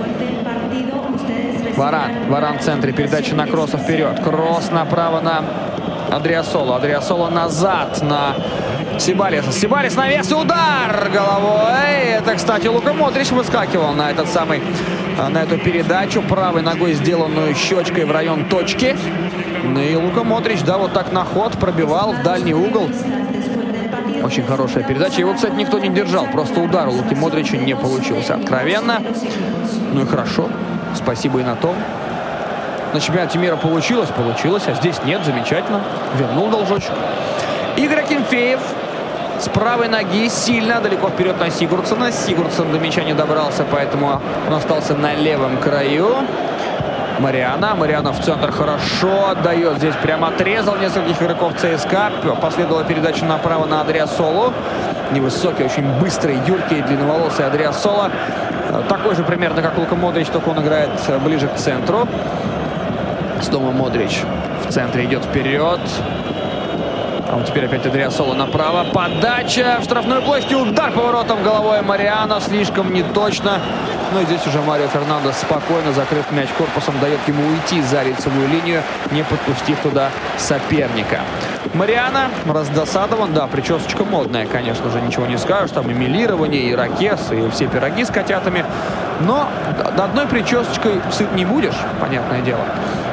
Варан в центре. Передача на Кросса вперед. Кросс направо на Адриассоло. Адриассоло назад на Сибалиса. Сибалис навес, удар головой. Это, кстати, Лука Модрич выскакивал на эту передачу. Правой ногой, сделанную щечкой в район точки. Ну и Лука Модрич, да, вот так на ход пробивал в дальний угол. Очень хорошая передача. Его, кстати, никто не держал. Просто удар у Луки Модрича не получился откровенно. Ну и хорошо. Спасибо и на том. На чемпионате мира получилось, а здесь нет. Замечательно. Вернул должочек. Игорь Акинфеев с правой ноги сильно далеко вперед на Сигурдсона. Сигурдсон до мяча не добрался, поэтому он остался на левом краю. Мариано в центр хорошо отдает. Здесь прямо отрезал нескольких игроков ЦСКА. Последовала передача направо на Адриассоло. Невысокий, очень быстрый, юркий, длинноволосый Адриассоло. Такой же примерно, как Лука Модрич, только он играет ближе к центру. Снова Модрич в центре идет вперед. А вот теперь опять Адриассоло направо. Подача в штрафную площадь. Удар поворотом головой Мариано. Слишком неточно. Ну и здесь уже Марио Фернандес, спокойно закрыв мяч корпусом, дает ему уйти за лицевую линию, не подпустив туда соперника. Мариано раздосадован. Да, причесочка модная, конечно же, ничего не скажешь. Там и милирование, и ракес, и все пироги с котятами. Но одной причесочкой сыт не будешь, понятное дело.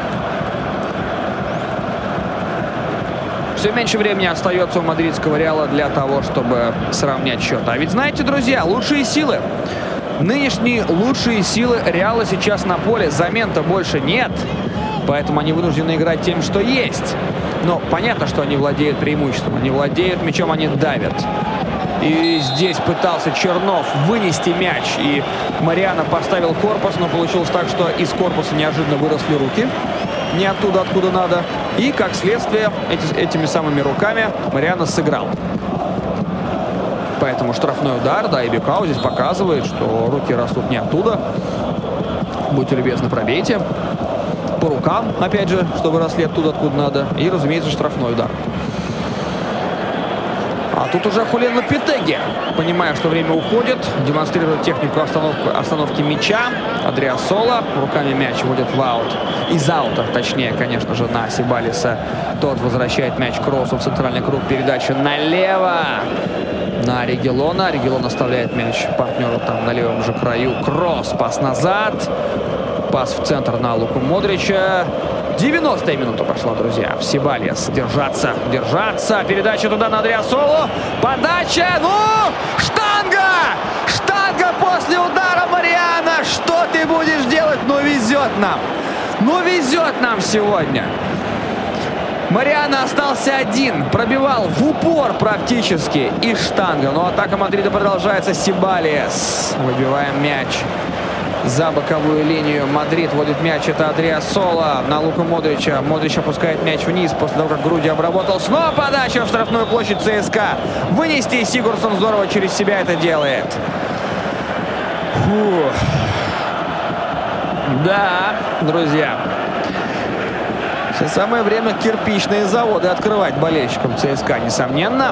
Все меньше времени остается у мадридского Реала для того, чтобы сравнять счет. А ведь знаете, друзья, лучшие силы. Нынешние лучшие силы Реала сейчас на поле. Замен-то больше нет. Поэтому они вынуждены играть тем, что есть. Но понятно, что они владеют преимуществом. Они владеют мячом, они давят. И здесь пытался Чернов вынести мяч. И Мариано поставил корпус, но получилось так, что из корпуса неожиданно выросли руки. Не оттуда, откуда надо. И, как следствие, этими самыми руками Мариано сыграл. Поэтому штрафной удар, да, и Бекау здесь показывает, что руки растут не оттуда. Будьте любезны, пробейте. По рукам, опять же, чтобы росли оттуда, откуда надо. И, разумеется, штрафной удар. А тут уже Хулиан Лопетеги, понимая, что время уходит, демонстрирует технику остановки мяча. Адриассоло руками мяч вводит в аут. Из аута, точнее, конечно же, на Сибалиса. Тот возвращает мяч Кроссу в центральный круг. Передача налево на Регелона. Регелон оставляет мяч партнеру там на левом же краю. Кросс, пас назад. Пас в центр на Луку Модрича. 90-я минута пошла, друзья. Сибалис. Держаться. Передача туда на Адриассоло. Подача. Ну! Штанга! Штанга после удара Мариано. Что ты будешь делать? Ну, везет нам сегодня. Мариано остался один. Пробивал в упор практически. И штанга. Но атака Мадрида продолжается. Сибалис. Выбиваем мяч. за боковую линию. Мадрид вводит мяч. Это Адриассола на Луку Модрича. Модрич опускает мяч вниз после того, как Груди обработал. Снова подача в штрафную площадь ЦСКА. Вынести Сигурдсон здорово через себя это делает. Фух. Да, друзья. Сейчас самое время кирпичные заводы открывать болельщикам ЦСКА, несомненно.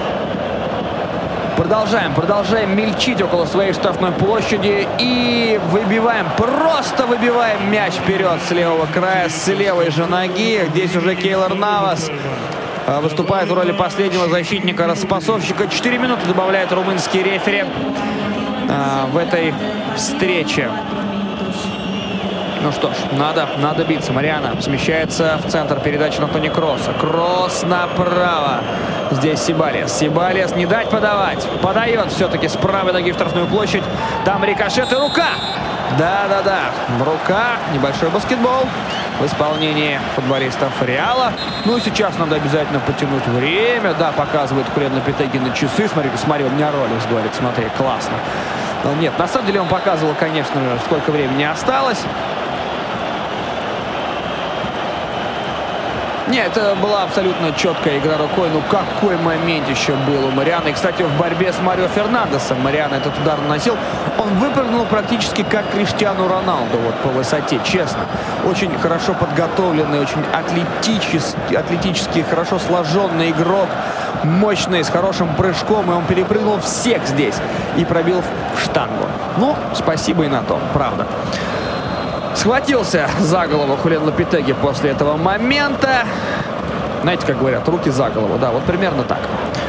Продолжаем мельчить около своей штрафной площади и просто выбиваем мяч вперед с левого края, с левой же ноги. Здесь уже Кейлор Навас выступает в роли последнего защитника, распасовщика. 4 минуты добавляет румынский рефери в этой встрече. Ну что ж, надо биться. Мариано смещается в центр, передачи на Тони Кросса. Кросс направо. Здесь Сибалиес не дать подавать. Подает все-таки с правой ноги в штрафную площадь. Там рикошет и рука. Да. Рука. Небольшой баскетбол в исполнении футболистов Реала. Ну и сейчас надо обязательно потянуть время. Да, показывает Хулиан Лопетеги на часы. Смотри, у меня Ролекс, говорит, смотри, классно. Но нет, на самом деле он показывал, конечно, сколько времени осталось. Нет, это была абсолютно четкая игра рукой. Ну какой момент еще был у Мариано. И, кстати, в борьбе с Марио Фернандесом Мариано этот удар наносил. Он выпрыгнул практически как Криштиану Роналду вот по высоте, честно. Очень хорошо подготовленный, очень атлетический, хорошо сложенный игрок. Мощный, с хорошим прыжком. И он перепрыгнул всех здесь и пробил в штангу. Ну, спасибо и на том, правда. Схватился за голову Хулиан Лопетеги после этого момента. Знаете, как говорят, руки за голову. Да, вот примерно так.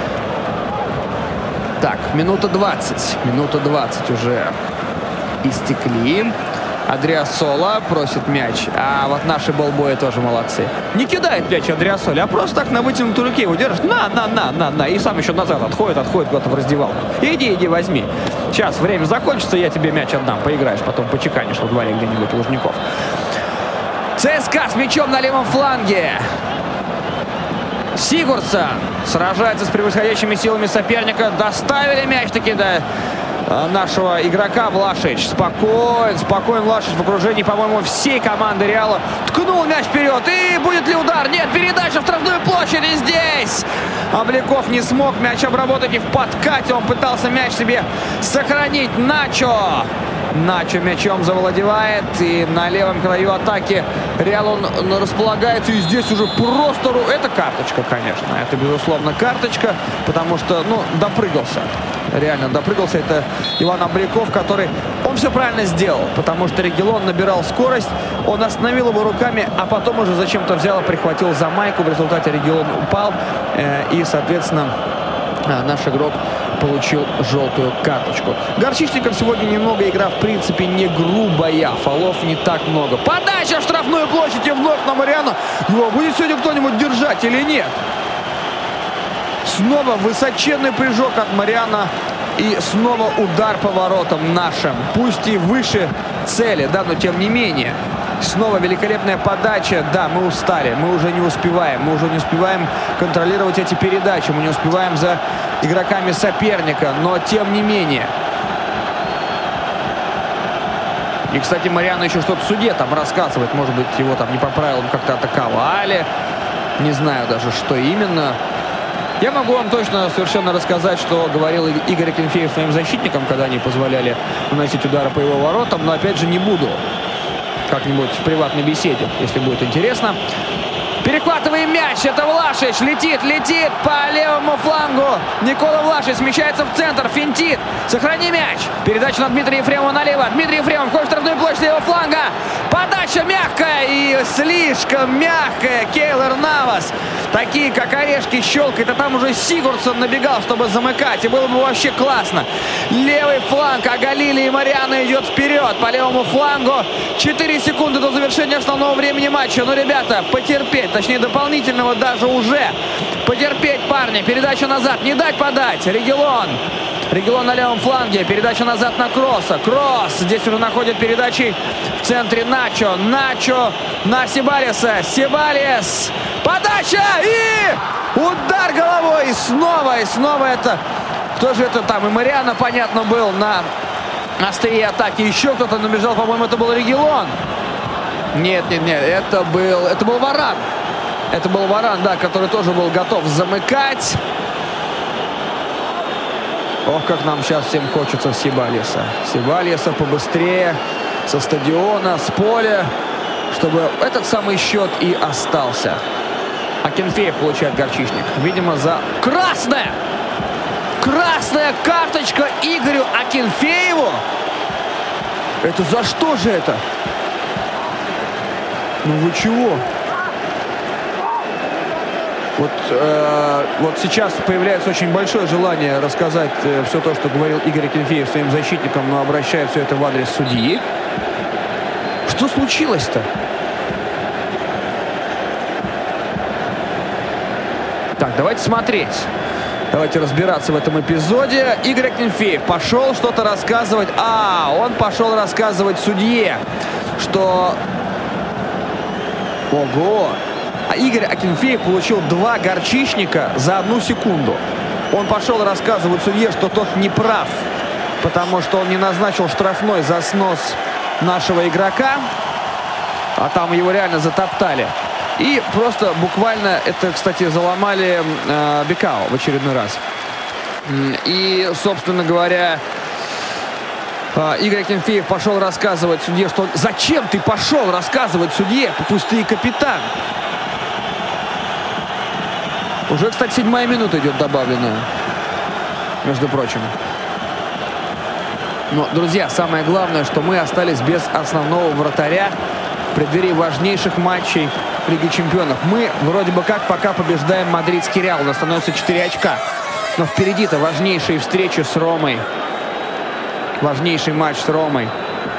Так, минута 20 уже истекли. Адриассола просит мяч. А вот наши болбои тоже молодцы. Не кидает мяч Адриассоле, а просто так на вытянутой руке его держит. На. И сам еще назад отходит куда-то в раздевалку. Иди, возьми. Сейчас время закончится, я тебе мяч отдам. Поиграешь, потом почеканишь во дворе где-нибудь Лужников. ЦСКА с мячом на левом фланге. Сигурдсон сражается с превосходящими силами соперника. Доставили мяч таки до нашего игрока. Влашич. Спокоен Влашич в окружении, по-моему, всей команды Реала. Ткнул мяч вперед. И будет ли удар? Нет, передача в штрафную площадь. И здесь Обликов не смог мяч обработать. И в подкате он пытался мяч себе сохранить. Начо мячом завладевает. И на левом краю атаки Реал он располагается. И здесь уже просто... Это карточка, конечно. Это, безусловно, карточка. Потому что, допрыгался. Реально допрыгался. Это Иван Обликов, который... Он все правильно сделал. Потому что Регилон набирал скорость. Он остановил его руками, а потом уже зачем-то взял и прихватил за майку. В результате Регилон упал. И, соответственно, наш игрок получил желтую карточку. Горчичников сегодня немного. Игра, в принципе, не грубая. Фолов не так много. Подача в штрафную площадь и вновь на Мариано. Его будет сегодня кто-нибудь держать или нет? Снова высоченный прыжок от Мариано. И снова удар по воротам нашим. Пусть и выше цели, да, но тем не менее. Снова великолепная подача. Да, мы устали, мы уже не успеваем. Мы уже не успеваем контролировать эти передачи. Мы не успеваем за игроками соперника. Но тем не менее. И, кстати, Мариано еще что-то судье там рассказывает. Может быть, его там не по правилам как-то атаковали. Не знаю даже, что именно. Я могу вам точно совершенно рассказать, что говорил Игорь Акинфеев своим защитникам, когда они позволяли наносить удары по его воротам. Но, опять же, не буду. Как-нибудь в приватной беседе, если будет интересно. Перехватываем мяч. Это Влашич. Летит по левому флангу. Никола Влашич смещается в центр. Финтит. Сохрани мяч. Передача на Дмитрия Ефремова налево. Дмитрий Ефремов входит в штрафную площадь левого фланга. Подача мягкая и слишком мягкая. Кейлор Навас. Такие, как орешки, щелкает. А там уже Сигурдсон набегал, чтобы замыкать. И было бы вообще классно. Левый фланг. Агалили и Мариано идет вперед по левому флангу. 4 секунды до завершения основного времени матча. Ну, ребята, потерпеть. Точнее, дополнительного даже уже. Потерпеть, парни. Передача назад. Не дать подать. Регилон на левом фланге. Передача назад на Кросса. Кросс здесь уже находит передачи в центре Начо на Сибалиеса. Сибалиес. Подача и удар головой. И снова это... Кто же это там? И Мариано, понятно, был на острие атаки. Еще кто-то набежал, по-моему, это был Регилон. Нет, это был Варан. Это был Варан, да, который тоже был готов замыкать. Ох, как нам сейчас всем хочется Сибалиеса. Сибалиеса побыстрее со стадиона, с поля, чтобы этот самый счет и остался. Акинфеев получает горчичник. Видимо, за... Красная! Красная карточка Игорю Акинфееву! Это за что же это? Ну вы чего? Вот сейчас появляется очень большое желание рассказать все то, что говорил Игорь Акинфеев своим защитникам, но обращая все это в адрес судьи. Что случилось-то? Так, давайте смотреть. Давайте разбираться в этом эпизоде. Игорь Акинфеев пошел что-то рассказывать. Он пошел рассказывать судье, что... Ого! А Игорь Акинфеев получил 2 горчичника за 1 секунду. Он пошел рассказывать судье, что тот не прав, потому что он не назначил штрафной за снос нашего игрока, а там его реально затоптали. И просто буквально это, кстати, заломали Бекао в очередной раз. И, собственно говоря, Игорь Акинфеев пошел рассказывать судье, что... Зачем ты пошел рассказывать судье? Пусть ты и капитан. Уже, кстати, 7-я минута идет добавленная, между прочим. Но, друзья, самое главное, что мы остались без основного вратаря в преддверии важнейших матчей Лиги Чемпионов. Мы вроде бы как пока побеждаем мадридский Реал. У нас становится 4 очка. Но впереди-то важнейшие встречи с Ромой. Важнейший матч с Ромой.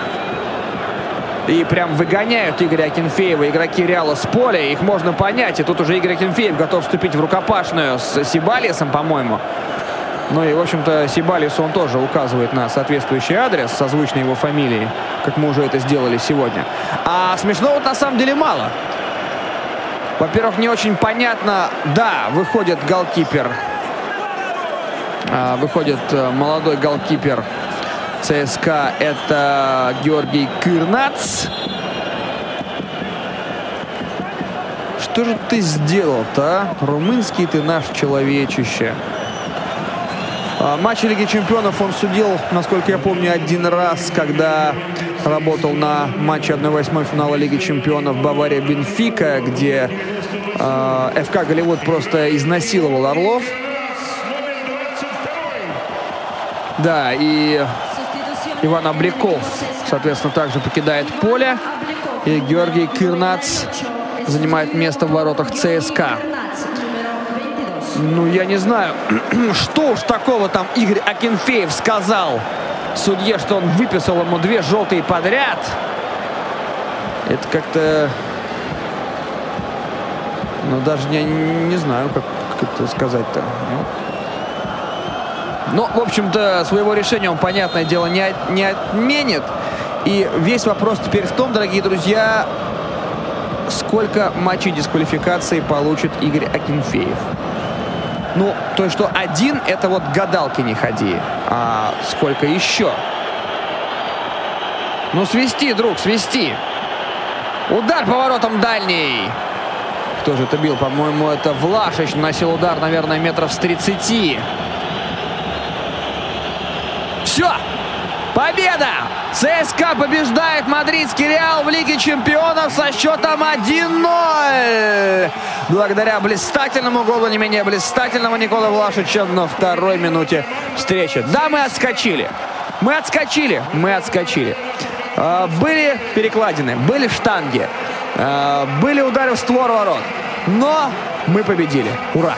И прям выгоняют Игоря Акинфеева игроки Реала с поля. Их можно понять. И тут уже Игорь Акинфеев готов вступить в рукопашную с Сибалиесом, по-моему. Ну и, в общем-то, Сибалиесу он тоже указывает на соответствующий адрес, созвучный его фамилии, как мы уже это сделали сегодня. А смешного на самом деле мало. Во-первых, не очень понятно. Да, выходит голкипер. Выходит молодой голкипер ЦСКА. Это Георгий Кырнац. Что же ты сделал-то, а? Румынский ты наш человечище. Матч Лиги Чемпионов он судил, насколько я помню, 1 раз, когда работал на матче 1/8 финала Лиги Чемпионов Бавария-Бенфика, где ФК Голливуд просто изнасиловал Орлов. Да, и Иван Обликов, соответственно, также покидает поле. И Георгий Кырнац занимает место в воротах ЦСКА. Ну, я не знаю, что уж такого там Игорь Акинфеев сказал судье, что он выписал ему 2 желтые подряд. Это как-то... Ну, даже я не знаю, как это сказать-то. Ну, в общем-то, своего решения он, понятное дело, не отменит. И весь вопрос теперь в том, дорогие друзья, сколько матчей дисквалификации получит Игорь Акинфеев. Ну, то есть, что 1, это вот гадалки не ходи. А сколько еще? Ну, свисти, друг, свисти. Удар по воротам дальний. Кто же это бил? По-моему, это Влашич наносил удар, наверное, метров с 30. Все! Победа! ЦСКА побеждает мадридский Реал в Лиге Чемпионов со счетом 1-0. Благодаря блистательному голу, не менее блистательного Николы Влашича на 2-й минуте встречи. Да, мы отскочили. Мы отскочили. Были перекладины, были штанги, были удары в створ ворот. Но мы победили. Ура!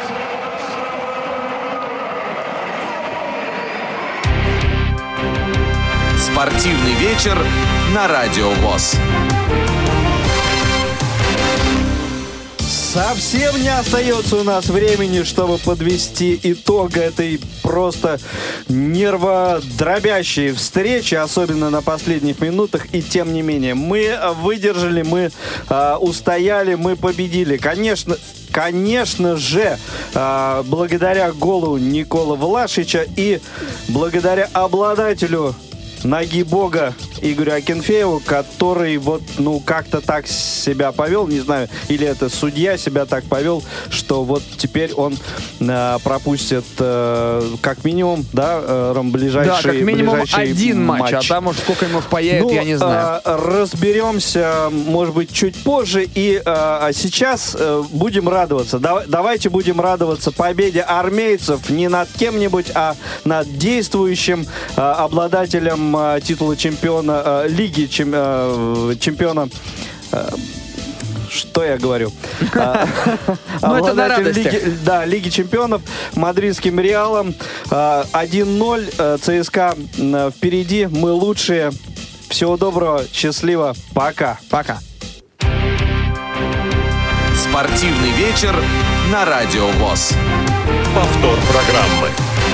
Спортивный вечер на Радио ВОС. Совсем не остается у нас времени, чтобы подвести итог этой просто нерводробящей встречи, особенно на последних минутах. И тем не менее, мы выдержали, мы устояли, мы победили. Конечно же, благодаря голу Николы Влашича и благодаря обладателю ноги бога Игорю Акинфееву, который вот, как-то так себя повел, не знаю, или это судья себя так повел, что вот теперь он пропустит как минимум, ближайший Да, как минимум один матч, а там уж сколько ему впаяют, я не знаю. Разберемся, может быть, чуть позже, и сейчас будем радоваться. Давайте будем радоваться победе армейцев не над кем-нибудь, а над действующим обладателем титула чемпиона Лиги чемпиона. Что я говорю? Обладатель Лиги чемпионов мадридским Реалом. 1-0. ЦСКА впереди. Мы лучшие. Всего доброго. Счастливо. Пока. Пока. Спортивный вечер на Радио ВОС. Повтор программы.